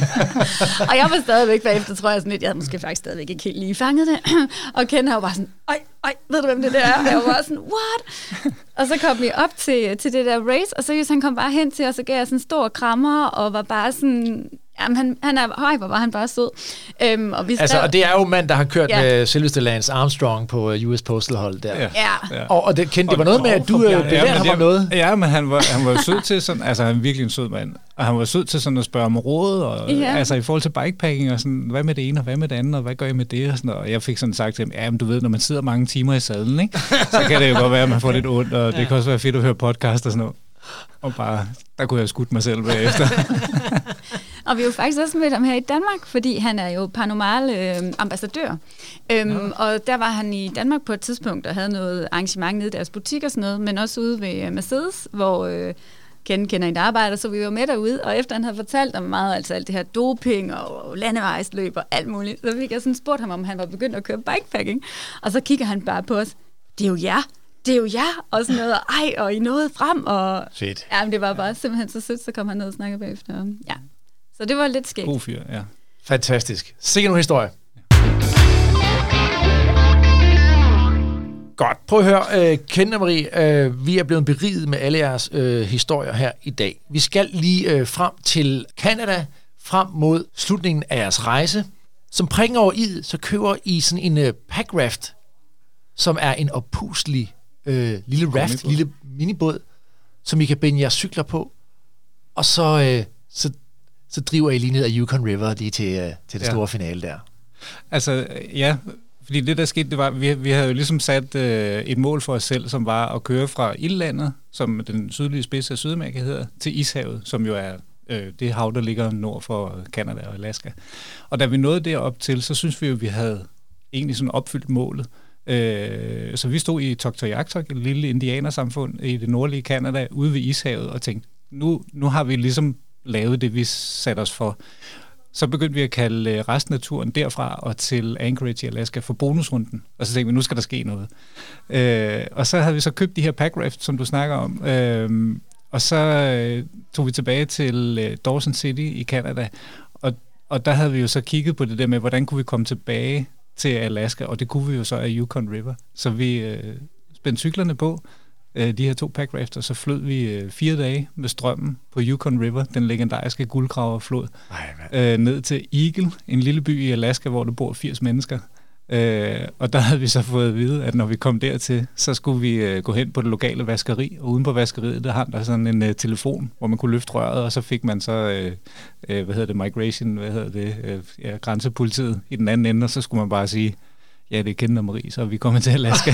Og jeg var stadigvæk bagefter, tror jeg sådan lidt, jeg havde måske faktisk stadigvæk ikke helt lige fanget det. Og Ken har jo bare sådan, ej, ej, ved du hvem det der er? Og jeg var bare sådan, what? Og så kom vi op til, til det der race, og så han kom bare hen til os, og så gav jeg sådan en stor krammer, og var bare sådan, jamen han, han er, høj, hvor var han bare sød. Øhm, og, vi skrev, altså, og det er jo mand, der har kørt ja. med selveste Lance Armstrong på U S Postal hold der. Ja. Ja. Og, og det, Ken, det var noget med, at du øh, belærte ham om noget. Ja, men han var, han var sød til sådan, altså han er virkelig en sød mand, og han var sød til sådan at spørge om råd, og ja. altså i forhold til bikepacking, og sådan, hvad med det ene, og hvad med det andet, og hvad gør I med det, og sådan noget. Og jeg fik sådan sagt til ham, ja, men du ved, når man sidder mange timer i sadlen, ikke, så kan det jo godt være, at man får lidt ondt, og det ja. kan også være fedt at høre podcast og sådan noget. Og bare, der kunne jeg skudt mig selv bagefter. Og vi har jo faktisk også mødt ham her i Danmark, fordi han er jo Paranormal øh, ambassadør. Øhm, ja. Og der var han i Danmark på et tidspunkt, og havde noget arrangement nede i deres butik og sådan noget, men også ude ved Mercedes, hvor øh, Ken kender en arbejder, så vi var med derude, og efter han havde fortalt om meget, altså alt det her doping og landevejsløb og alt muligt, så fik jeg sådan spurgt ham, om han var begyndt at køre bikepacking, og så kigger han bare på os, det er jo jer, det er jo jer, og sådan noget, og ej, og I nåede frem, og fedt. Ja, men det var bare simpelthen så sødt, så kom han ned og snakkede bagefter. Ja. Så det var lidt skægt. God fyr, ja. Fantastisk. Sikke nogle historie. Godt. Prøv at høre, uh, Ken og Marie, uh, vi er blevet beriget med alle jeres uh, historier her i dag. Vi skal lige uh, frem til Canada, frem mod slutningen af jeres rejse. Som prikken over i, så køber I sådan en uh, packraft, som er en oppuslig uh, lille raft, lille minibåd, som I kan binde jeres cykler på. og så, øh, så, så driver I lige ned ad Yukon River lige til, øh, til det Ja. store finale der. Altså, ja, fordi det, der skete, det var, vi, vi havde jo ligesom sat øh, et mål for os selv, som var at køre fra Ildlandet, som den sydlige spids af Sydamerika hedder, til Ishavet, som jo er øh, det hav, der ligger nord for Canada og Alaska. Og da vi nåede derop til, så synes vi jo, vi havde egentlig sådan opfyldt målet. Øh, så vi stod i Tuktoyaktuk, et lille indianersamfund i det nordlige Canada, ude ved Ishavet, og tænkte, nu, nu har vi ligesom lavet det, vi satte os for. Så begyndte vi at kalde resten af turen derfra og til Anchorage i Alaska for bonusrunden. Og så tænkte vi, nu skal der ske noget. Øh, og så havde vi så købt de her packraft, som du snakker om. Øh, og så øh, tog vi tilbage til øh, Dawson City i Canada. Og, og der havde vi jo så kigget på det der med, hvordan kunne vi komme tilbage til Alaska. Og det kunne vi jo så af Yukon River. Så vi øh, spændte cyklerne på, de her to packraft, og så flød vi fire dage med strømmen på Yukon River, den legendariske guldgraverflod, øh, ned til Eagle, en lille by i Alaska, hvor der bor firs mennesker. Øh, og der havde vi så fået at vide, at når vi kom dertil, så skulle vi øh, gå hen på det lokale vaskeri, og uden på vaskeriet, der hang der sådan en øh, telefon, hvor man kunne løfte røret, og så fik man så, øh, øh, hvad hedder det, migration, hvad hedder det, øh, ja, grænsepolitiet i den anden ende, og så skulle man bare sige, ja, det er Kent og Marie, så er vi kommet til Alaska.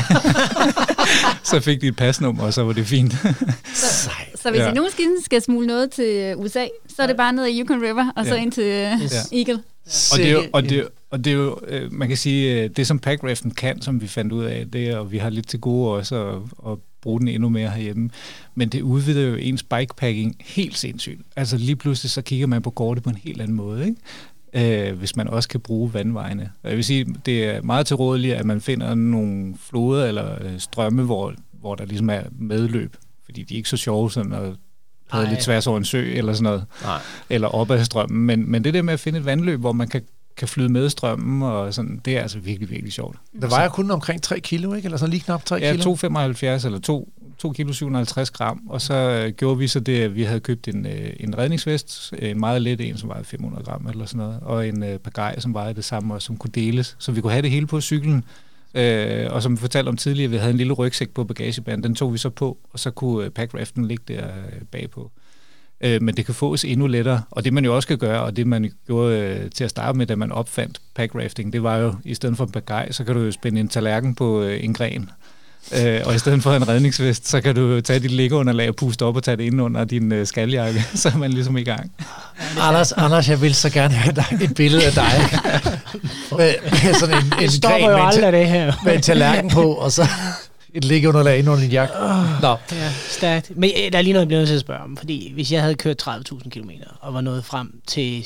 Så fik de et pasnummer, og så var det fint. så, så hvis ja. I nogensinde skal smule noget til U S A, så er det bare ned ad Yukon River, og så ja. ind til uh, yes. Eagle. Og det er jo, og det er, og det er jo man kan sige, det som packraften kan, som vi fandt ud af, det er, og vi har lidt til gode også at, at bruge den endnu mere herhjemme, men det udvider jo ens bikepacking helt sindssygt. Altså lige pludselig, så kigger man på kortet på en helt anden måde, ikke? Øh, hvis man også kan bruge vandvejene. Jeg vil sige, det er meget tilrådeligt, at man finder nogle floder eller strømme, hvor, hvor der ligesom er medløb, fordi de er ikke så sjove sådan at padle lidt tværs over en sø eller sådan noget, Nej. eller op ad strømmen, men, men det der med at finde et vandløb, hvor man kan, kan flyde med strømmen, og sådan, det er altså virkelig, virkelig sjovt. Der vejer kun omkring tre kilo, ikke? Eller sådan lige knap tre ja, kilo? Ja, to komma femoghalvfjerds eller to kilo syv hundrede og halvtreds gram, og så øh, gjorde vi så det, at vi havde købt en, øh, en redningsvest, en meget let en, som vejede fem hundrede gram eller sådan noget, og en øh, pagaje, som vejede det samme, og som kunne deles, så vi kunne have det hele på cyklen. Øh, og som vi fortalte om tidligere, vi havde en lille rygsæk på bagagebanden, den tog vi så på, og så kunne øh, packraften ligge der øh, bagpå. Øh, men det kan fås endnu lettere, og det man jo også kan gøre, og det man gjorde øh, til at starte med, da man opfandt packrafting, det var jo, i stedet for en pagaje, så kan du jo spænde en tallerken på øh, en gren. Øh, og i stedet for en redningsvest, så kan du tage dit liggeunderlag og puste op og tage det ind under din øh, skaljakke, så er man ligesom i gang. Anders, Anders, jeg vil så gerne have dig, et billede af dig. med, med sådan en, en gren med, aldrig, det her. med en tallerken på, og så et liggeunderlag ind under din jakke. Oh, Nå. Ja, stærkt. Men der er lige noget, jeg bliver nødt til at spørge om, fordi hvis jeg havde kørt tredive tusind kilometer og var nået frem til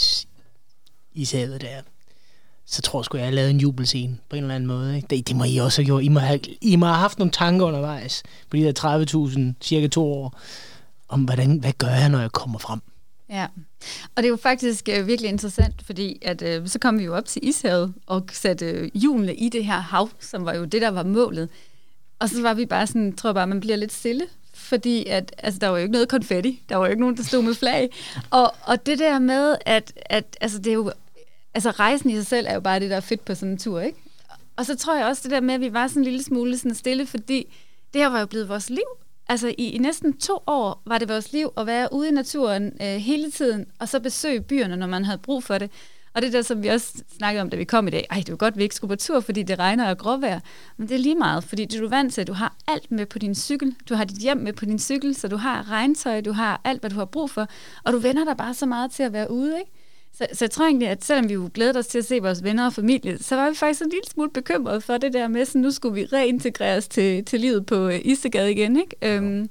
Ishavet der, så tror jeg sgu, jeg har lavet en jubelscene på en eller anden måde. Ikke? Det, det må I også have gjort. I må have, I må have haft nogle tanker undervejs på de der tredive tusind, cirka to år, om hvordan, hvad gør jeg, når jeg kommer frem? Ja, og det er jo faktisk øh, virkelig interessant, fordi at, øh, så kom vi jo op til Ishavet og satte øh, hjulene i det her hav, som var jo det, der var målet. Og så var vi bare sådan, tror jeg bare, man bliver lidt stille, fordi at, altså, der var jo ikke noget konfetti, der var jo ikke nogen, der stod med flag. Og, og det der med, at, at altså, det er jo, altså, rejsen i sig selv er jo bare det, der er fedt på sådan en tur, ikke? Og så tror jeg også det der med, at vi var sådan en lille smule sådan stille, fordi det her var jo blevet vores liv. Altså i, i næsten to år var det vores liv at være ude i naturen øh, hele tiden, og så besøge byerne, når man havde brug for det. Og det der, som vi også snakkede om, da vi kom i dag, ej, det er jo godt, vi ikke skulle på tur, fordi det regner og gråvejr, men det er lige meget, fordi du er vant til, at du har alt med på din cykel, du har dit hjem med på din cykel, så du har regntøj, du har alt, hvad du har brug for, og du vender dig bare så meget til at være ude, ikke? Så, så jeg tror egentlig, at selvom vi jo glædede os til at se vores venner og familie, så var vi faktisk en lille smule bekymrede for det der med, så nu skulle vi reintegreres til, til livet på uh, Istegade igen, ikke? Ja. Øhm,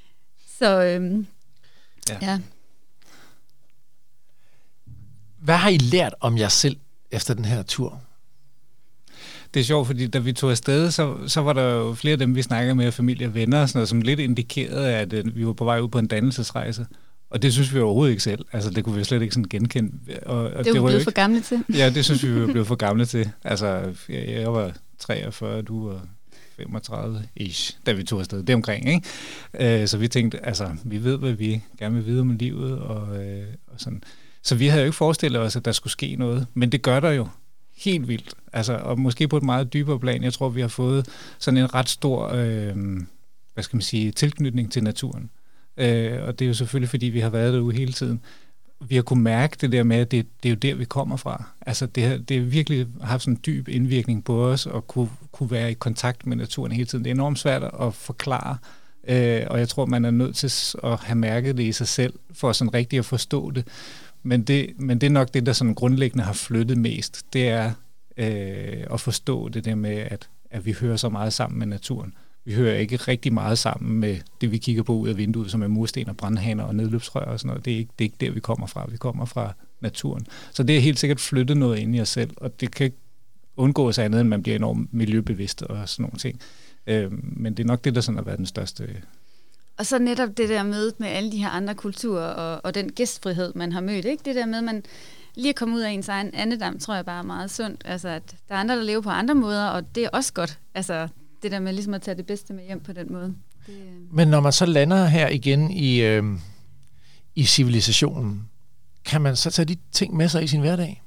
så øhm, ja. ja. Hvad har I lært om jer selv efter den her tur? Det er sjovt, fordi da vi tog afsted, så, så var der jo flere af dem, vi snakkede med, familie og venner, og sådan noget, som lidt indikerede, at uh, vi var på vej ud på en dannelsesrejse. Og det synes vi overhovedet ikke selv. Altså, det kunne vi slet ikke sådan genkende. Og, og det var det vi var blevet ikke, for gamle til. Ja, det synes vi, vi var blevet for gamle til. Altså, jeg, jeg var treogfyrre, du var femogtredive-ish, da vi tog afsted. Det er omkring, ikke? Øh, så vi tænkte, altså, vi ved, hvad vi gerne vil vide om livet, og, øh, og sådan. Så vi havde jo ikke forestillet os, at der skulle ske noget. Men det gør der jo helt vildt. Altså, og måske på et meget dybere plan. Jeg tror, vi har fået sådan en ret stor, øh, hvad skal man sige, tilknytning til naturen. Øh, og det er jo selvfølgelig, fordi vi har været derude hele tiden. Vi har kunnet mærke det der med, at det, det er jo der, vi kommer fra. Altså det har, det har virkelig haft sådan en dyb indvirkning på os, og kunne, kunne være i kontakt med naturen hele tiden. Det er enormt svært at forklare, øh, og jeg tror, man er nødt til at have mærket det i sig selv, for sådan rigtigt at forstå det. Men det, men det er nok det, der sådan grundlæggende har flyttet mest. Det er øh, at forstå det der med, at, at vi hører så meget sammen med naturen. Vi hører ikke rigtig meget sammen med det, vi kigger på ud af vinduet, som er mursten og brandhaner og nedløbsrør og sådan noget. Det er ikke, det er ikke der, vi kommer fra. Vi kommer fra naturen. Så det er helt sikkert flyttet noget ind i os selv, og det kan ikke undgås andet, end man bliver enormt miljøbevidst og sådan nogle ting. Øh, men det er nok det, der sådan har været den største. Og så netop det der møde med alle de her andre kulturer og, og den gæstfrihed, man har mødt. Ikke? Det der med, at man lige at komme ud af ens egen andedam, tror jeg bare er meget sundt. Altså, at der er andre, der lever på andre måder, og det er også godt. Altså, det der med ligesom at tage det bedste med hjem på den måde. Det... Men når man så lander her igen i, øh, i civilisationen, kan man så tage de ting med sig i sin hverdag?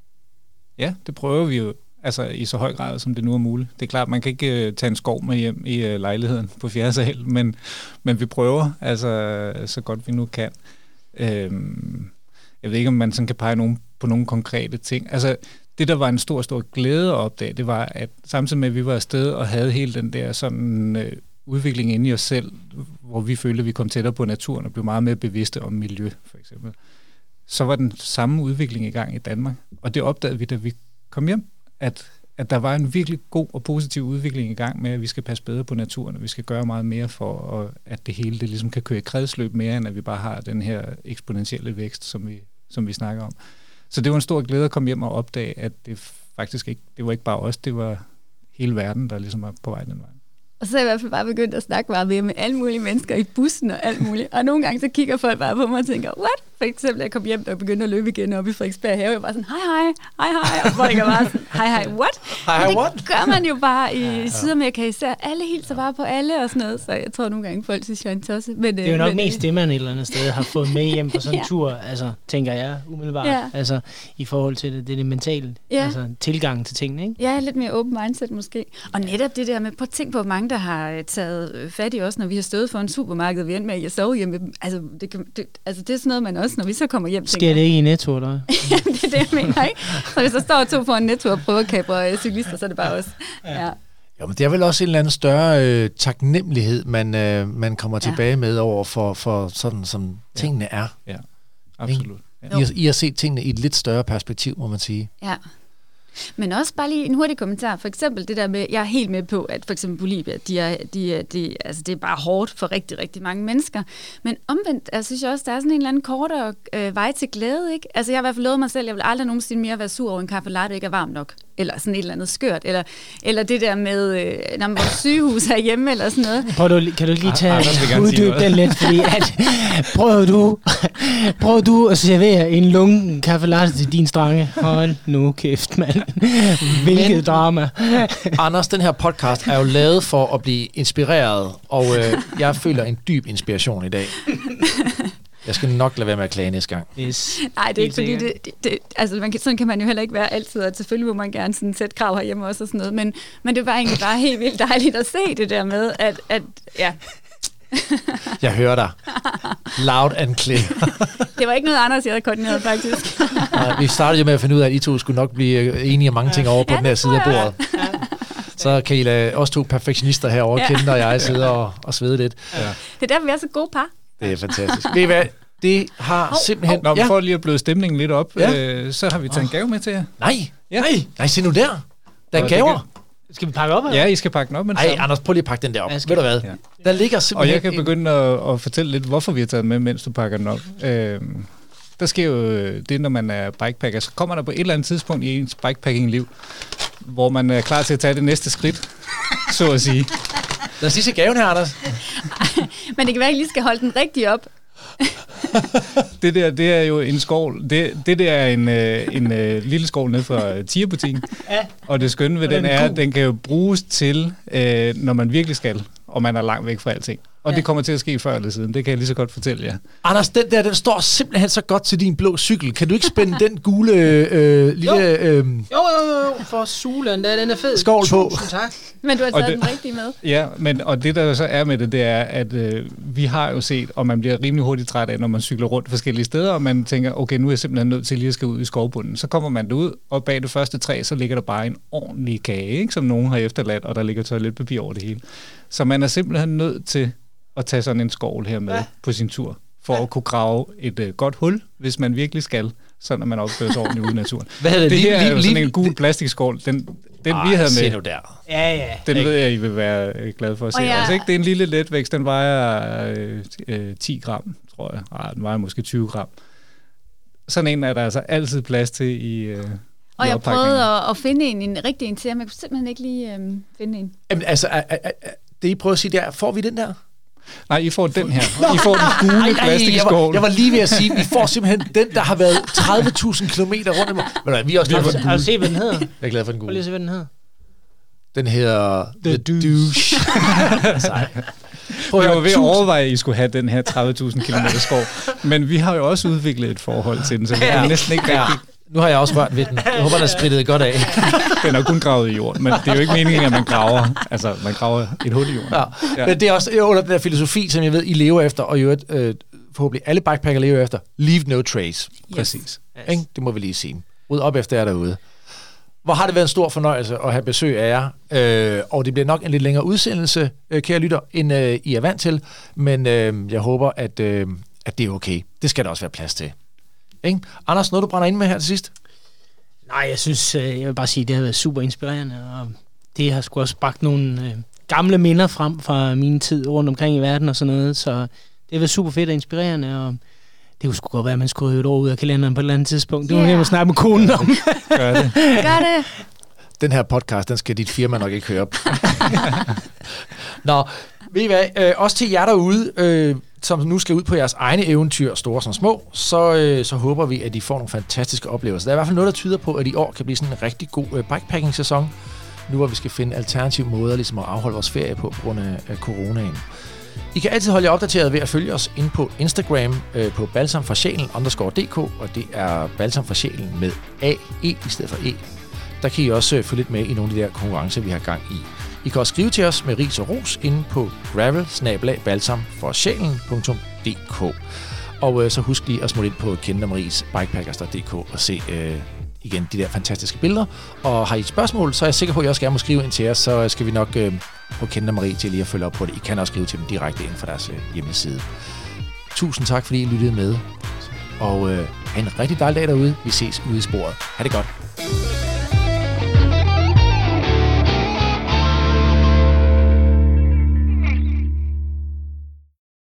Ja, det prøver vi jo. Altså i så høj grad, som det nu er muligt. Det er klart, man kan ikke uh, tage en skov med hjem i uh, lejligheden på fjerde sal, men, men vi prøver, altså så godt vi nu kan. Øhm, jeg ved ikke, om man sådan kan pege nogen, på nogle konkrete ting. Altså det, der var en stor, stor glæde at opdage, det var, at samtidig med, at vi var afsted og havde hele den der sådan uh, udvikling inde i os selv, hvor vi følte, at vi kom tættere på naturen og blev meget mere bevidste om miljø, for eksempel, så var den samme udvikling i gang i Danmark. Og det opdagede vi, da vi kom hjem. At, at der var en virkelig god og positiv udvikling i gang med, at vi skal passe bedre på naturen, og vi skal gøre meget mere for, og at det hele det ligesom kan køre i kredsløb mere, end at vi bare har den her eksponentielle vækst, som vi, som vi snakker om. Så det var en stor glæde at komme hjem og opdage, at det faktisk ikke, det var ikke bare os, det var hele verden, der ligesom var på vej den vej. Og så er jeg i hvert fald bare begyndt at snakke meget mere med alle mulige mennesker i bussen og alt muligt. Og nogle gange så kigger folk bare på mig og tænker, what? For eksempel, jeg kom hjem og begyndte at løbe igen op i Frederiksberg Have. Jeg var sådan, hej hej, hej hej. Og folk er bare sådan, hej hej, what? Hej hej, what? Det gør man jo bare i Sydamerika især. Alle hilser bare på alle og sådan noget. Så jeg tror nogle gange, folk synes, jeg er en tosse. Men, det er jo nok men, mest det, man et eller andet sted har fået med hjem på sådan en ja. tur, altså, tænker jeg umiddelbart. Ja. Altså, i forhold til det, det, det mentale, ja. altså tilgang til tingene, ikke? Ja, lidt mere open mindset måske. Og netop det der med, prøv at tænke på, hvor mange, der har taget fat i os, når vi har stået for en supermarked, vi endte med at sove hjemme. Altså det, kan, det, altså, det er sådan noget, man også, når vi så kommer hjem, sker tænker, det ikke i Netto, eller? Jamen, det er det, jeg mener, ikke? Så hvis der står to for en Netto og prøver at kapre cyklister, så er det bare os. Ja. Jo, men det er vel også en eller anden større øh, taknemmelighed, man, øh, man kommer ja. tilbage med over for, for sådan, som tingene er. Ja, absolut. Ja. I, I har set tingene i et lidt større perspektiv, må man sige. Ja. Men også bare lige en hurtig kommentar. For eksempel det der med, jeg er helt med på, at for eksempel Bolivia, de er, de er, de, altså det er bare hårdt for rigtig, rigtig mange mennesker. Men omvendt, jeg synes også, der er sådan en eller anden kortere øh, vej til glæde, ikke? Altså jeg har i hvert fald lovet mig selv, jeg vil aldrig nogensinde mere være sur over en kaffe latte, ikke er varm nok. Eller sådan et eller andet skørt. Eller, eller det der med, øh, når man var sygehus herhjemme, eller sådan noget. Prøv du, kan du lige tage uddybe den lidt, fordi at, prøv du, prøv du at servere en lunken kaffe latte til din strange. Hold nu kæft, mand. Hvilket Men, drama. Anders, den her podcast er jo lavet for at blive inspireret, og øh, jeg føler en dyb inspiration i dag. Jeg skal nok lade være med at klage næste gang. Yes. Nej, det er ikke fordi, det, det, det, altså man kan, sådan kan man jo heller ikke være altid, og selvfølgelig må man gerne sådan sætte krav herhjemme også og sådan noget, men, men det var egentlig bare helt vildt dejligt at se det der med, at, at ja. Jeg hører dig. Loud and clear. Det var ikke noget andet, jeg havde koordineret faktisk. Nej, vi startede jo med at finde ud af, at I to skulle nok blive enige om mange ting over på ja, den her side af bordet. Ja. Så kan I lade os to perfektionister herovre ja. kende, og jeg sidder og, og svede lidt. Ja. Det er derfor, vi er så gode par. Det er fantastisk. Ved I hvad? Det har oh, simpelthen... Oh, Nå, ja. For lige at bløde stemningen lidt op, ja. øh, så har vi taget oh. en gave med til jer. Nej, ja. nej, nej, se nu der. Der er gaver. Skal vi pakke op? Eller? Ja, I skal pakke den op. Nej, Anders, prøv lige at pakke den der op. Ved du hvad? Ja. Der ligger simpelthen... Og jeg kan en... begynde at, at fortælle lidt, hvorfor vi har taget den med, mens du pakker den op. Øhm, der sker jo det, når man er bikepacker. Så kommer der på et eller andet tidspunkt i ens bikepacking-liv, hvor man er klar til at tage det næste skridt, så at sige. Lad os lige se gaven her, Anders. Men det kan være, at I lige skal holde den rigtig op. det der, det er jo en skål. Det, det der er en, øh, en øh, lille skål ned fra Tier-butikken. Ja. Og det skønne ved den er, at den kan jo bruges til, øh, når man virkelig skal, og man er langt væk fra alting. Og ja. det kommer til at ske før eller siden. Det kan jeg lige så godt fortælle jer. Anders, den der, den står simpelthen så godt til din blå cykel. Kan du ikke spænde den gule øh, lille... Jo. Øh, Jo, jo, jo, for Sulen, den er fed. Skål på. Tusind tak. Men du har Og taget det- den rigtige med. Ja, men, og det der så er med det, det er, at øh, vi har jo set, og man bliver rimelig hurtigt træt af, når man cykler rundt forskellige steder, og man tænker, okay, nu er jeg simpelthen nødt til lige at skal ud i skovbunden. Så kommer man derud, og bag det første træ, så ligger der bare en ordentlig kage, ikke, som nogen har efterladt, og der ligger toiletpapir over det hele. Så man er simpelthen nødt til at tage sådan en skovl her med ja. på sin tur, for ja. at kunne grave et øh, godt hul, hvis man virkelig skal, sådan at man opfører sig ordentligt ude i naturen. Hvad hedder Det det? her er jo Lige- sådan lige- en gul plastikskål. Den, den Ej, vi havde se med, nu der. Ja, ja. den Ikke? ved jeg, I vil være øh, glade for at se. Og jeg- Altså, ikke? Det er en lille letvækst. Den vejer øh, øh, ti gram, tror jeg. Ej, den vejer måske tyve gram. Sådan en er der altså altid plads til i, øh, Og i jeg oppakningen. prøvede at, at finde en, en rigtig en til ham. Jeg kunne simpelthen ikke lige øhm, finde en. Jamen, altså, a, a, a, det I prøver at sige der, får vi den der? Nej, I får den her. I får den gule jeg, var, plastikskål. jeg var lige ved at sige, vi får simpelthen den, der har været tredive tusind kilometer rundt om. Men vi er også glade for den Har du gule. set, hvad den hedder? Jeg er glad for den Prøv lige gule. at se, hvad den hedder. Den hedder The Douche. Sej. Prøv Jeg at var høre, ved at tusind- overveje, at I skulle have den her tredive tusind kilometer skov. Men vi har jo også udviklet et forhold til den, så vi Ja. kan næsten ikke Ja. rigtig... Nu har jeg også rørt ved den. Jeg håber, den er sprittet godt af. Den er kun gravet i jorden, men det er jo ikke meningen, at man graver, altså, man graver et hul i jorden. Ja. Ja. Men det er også under den der filosofi, som jeg ved, I lever efter, og i øvrigt, øh, forhåbentlig alle bikepacker lever efter. Leave no trace. Præcis. Yes. Ikke? Det må vi lige sige. Ryd op efter jer derude. Hvor har det været en stor fornøjelse at have besøg af jer, øh, og det bliver nok en lidt længere udsendelse, øh, kære lytter, end øh, I er vant til, men øh, jeg håber, at, øh, at det er okay. Det skal der også være plads til. Ikke? Anders, noget du brænder ind med her til sidst? Nej, jeg synes, øh, jeg vil bare sige, det har været super inspirerende, og det har sgu også bragt nogle øh, gamle minder frem fra min tid rundt omkring i verden og sådan noget, så det har været super fedt og inspirerende, og det kunne sgu godt være, at man skulle have et år ud af kalenderen på et eller andet tidspunkt. Det var Ja. yeah. jeg snakke med konen om. Gør det. Gør det. Den her podcast, den skal dit firma nok ikke høre op. Nå, ved I hvad? Øh, også til jer derude, øh, som nu skal ud på jeres egne eventyr, store som små, så, øh, så håber vi, at I får nogle fantastiske oplevelser. Der er i hvert fald noget, der tyder på, at i år kan blive sådan en rigtig god øh, bikepacking-sæson, nu hvor vi skal finde alternative måder ligesom at afholde vores ferie på, på grund af, af coronaen. I kan altid holde jer opdateret ved at følge os inde på Instagram øh, på balsamforsjælen underscore dk, og det er balsam for sjælen med A E i stedet for E. Der kan I også øh, følge lidt med i nogle af de der konkurrencer, vi har gang i. I kan også skrive til os med ris og ros inde på gravel bindestreg balsam for sjælen punktum d k. Og øh, så husk lige at smutte ind på Kenneth Maries bikepackers punktum d k og se øh, igen de der fantastiske billeder. Og har I et spørgsmål, så er jeg sikker på, at I også gerne må skrive ind til os, så skal vi nok øh, på Kenneth Marie til lige at følge op på det. I kan også skrive til dem direkte inden for deres øh, hjemmeside. Tusind tak, fordi I lyttede med. Og øh, have en rigtig dejlig dag derude. Vi ses ude i sporet. Ha' det godt.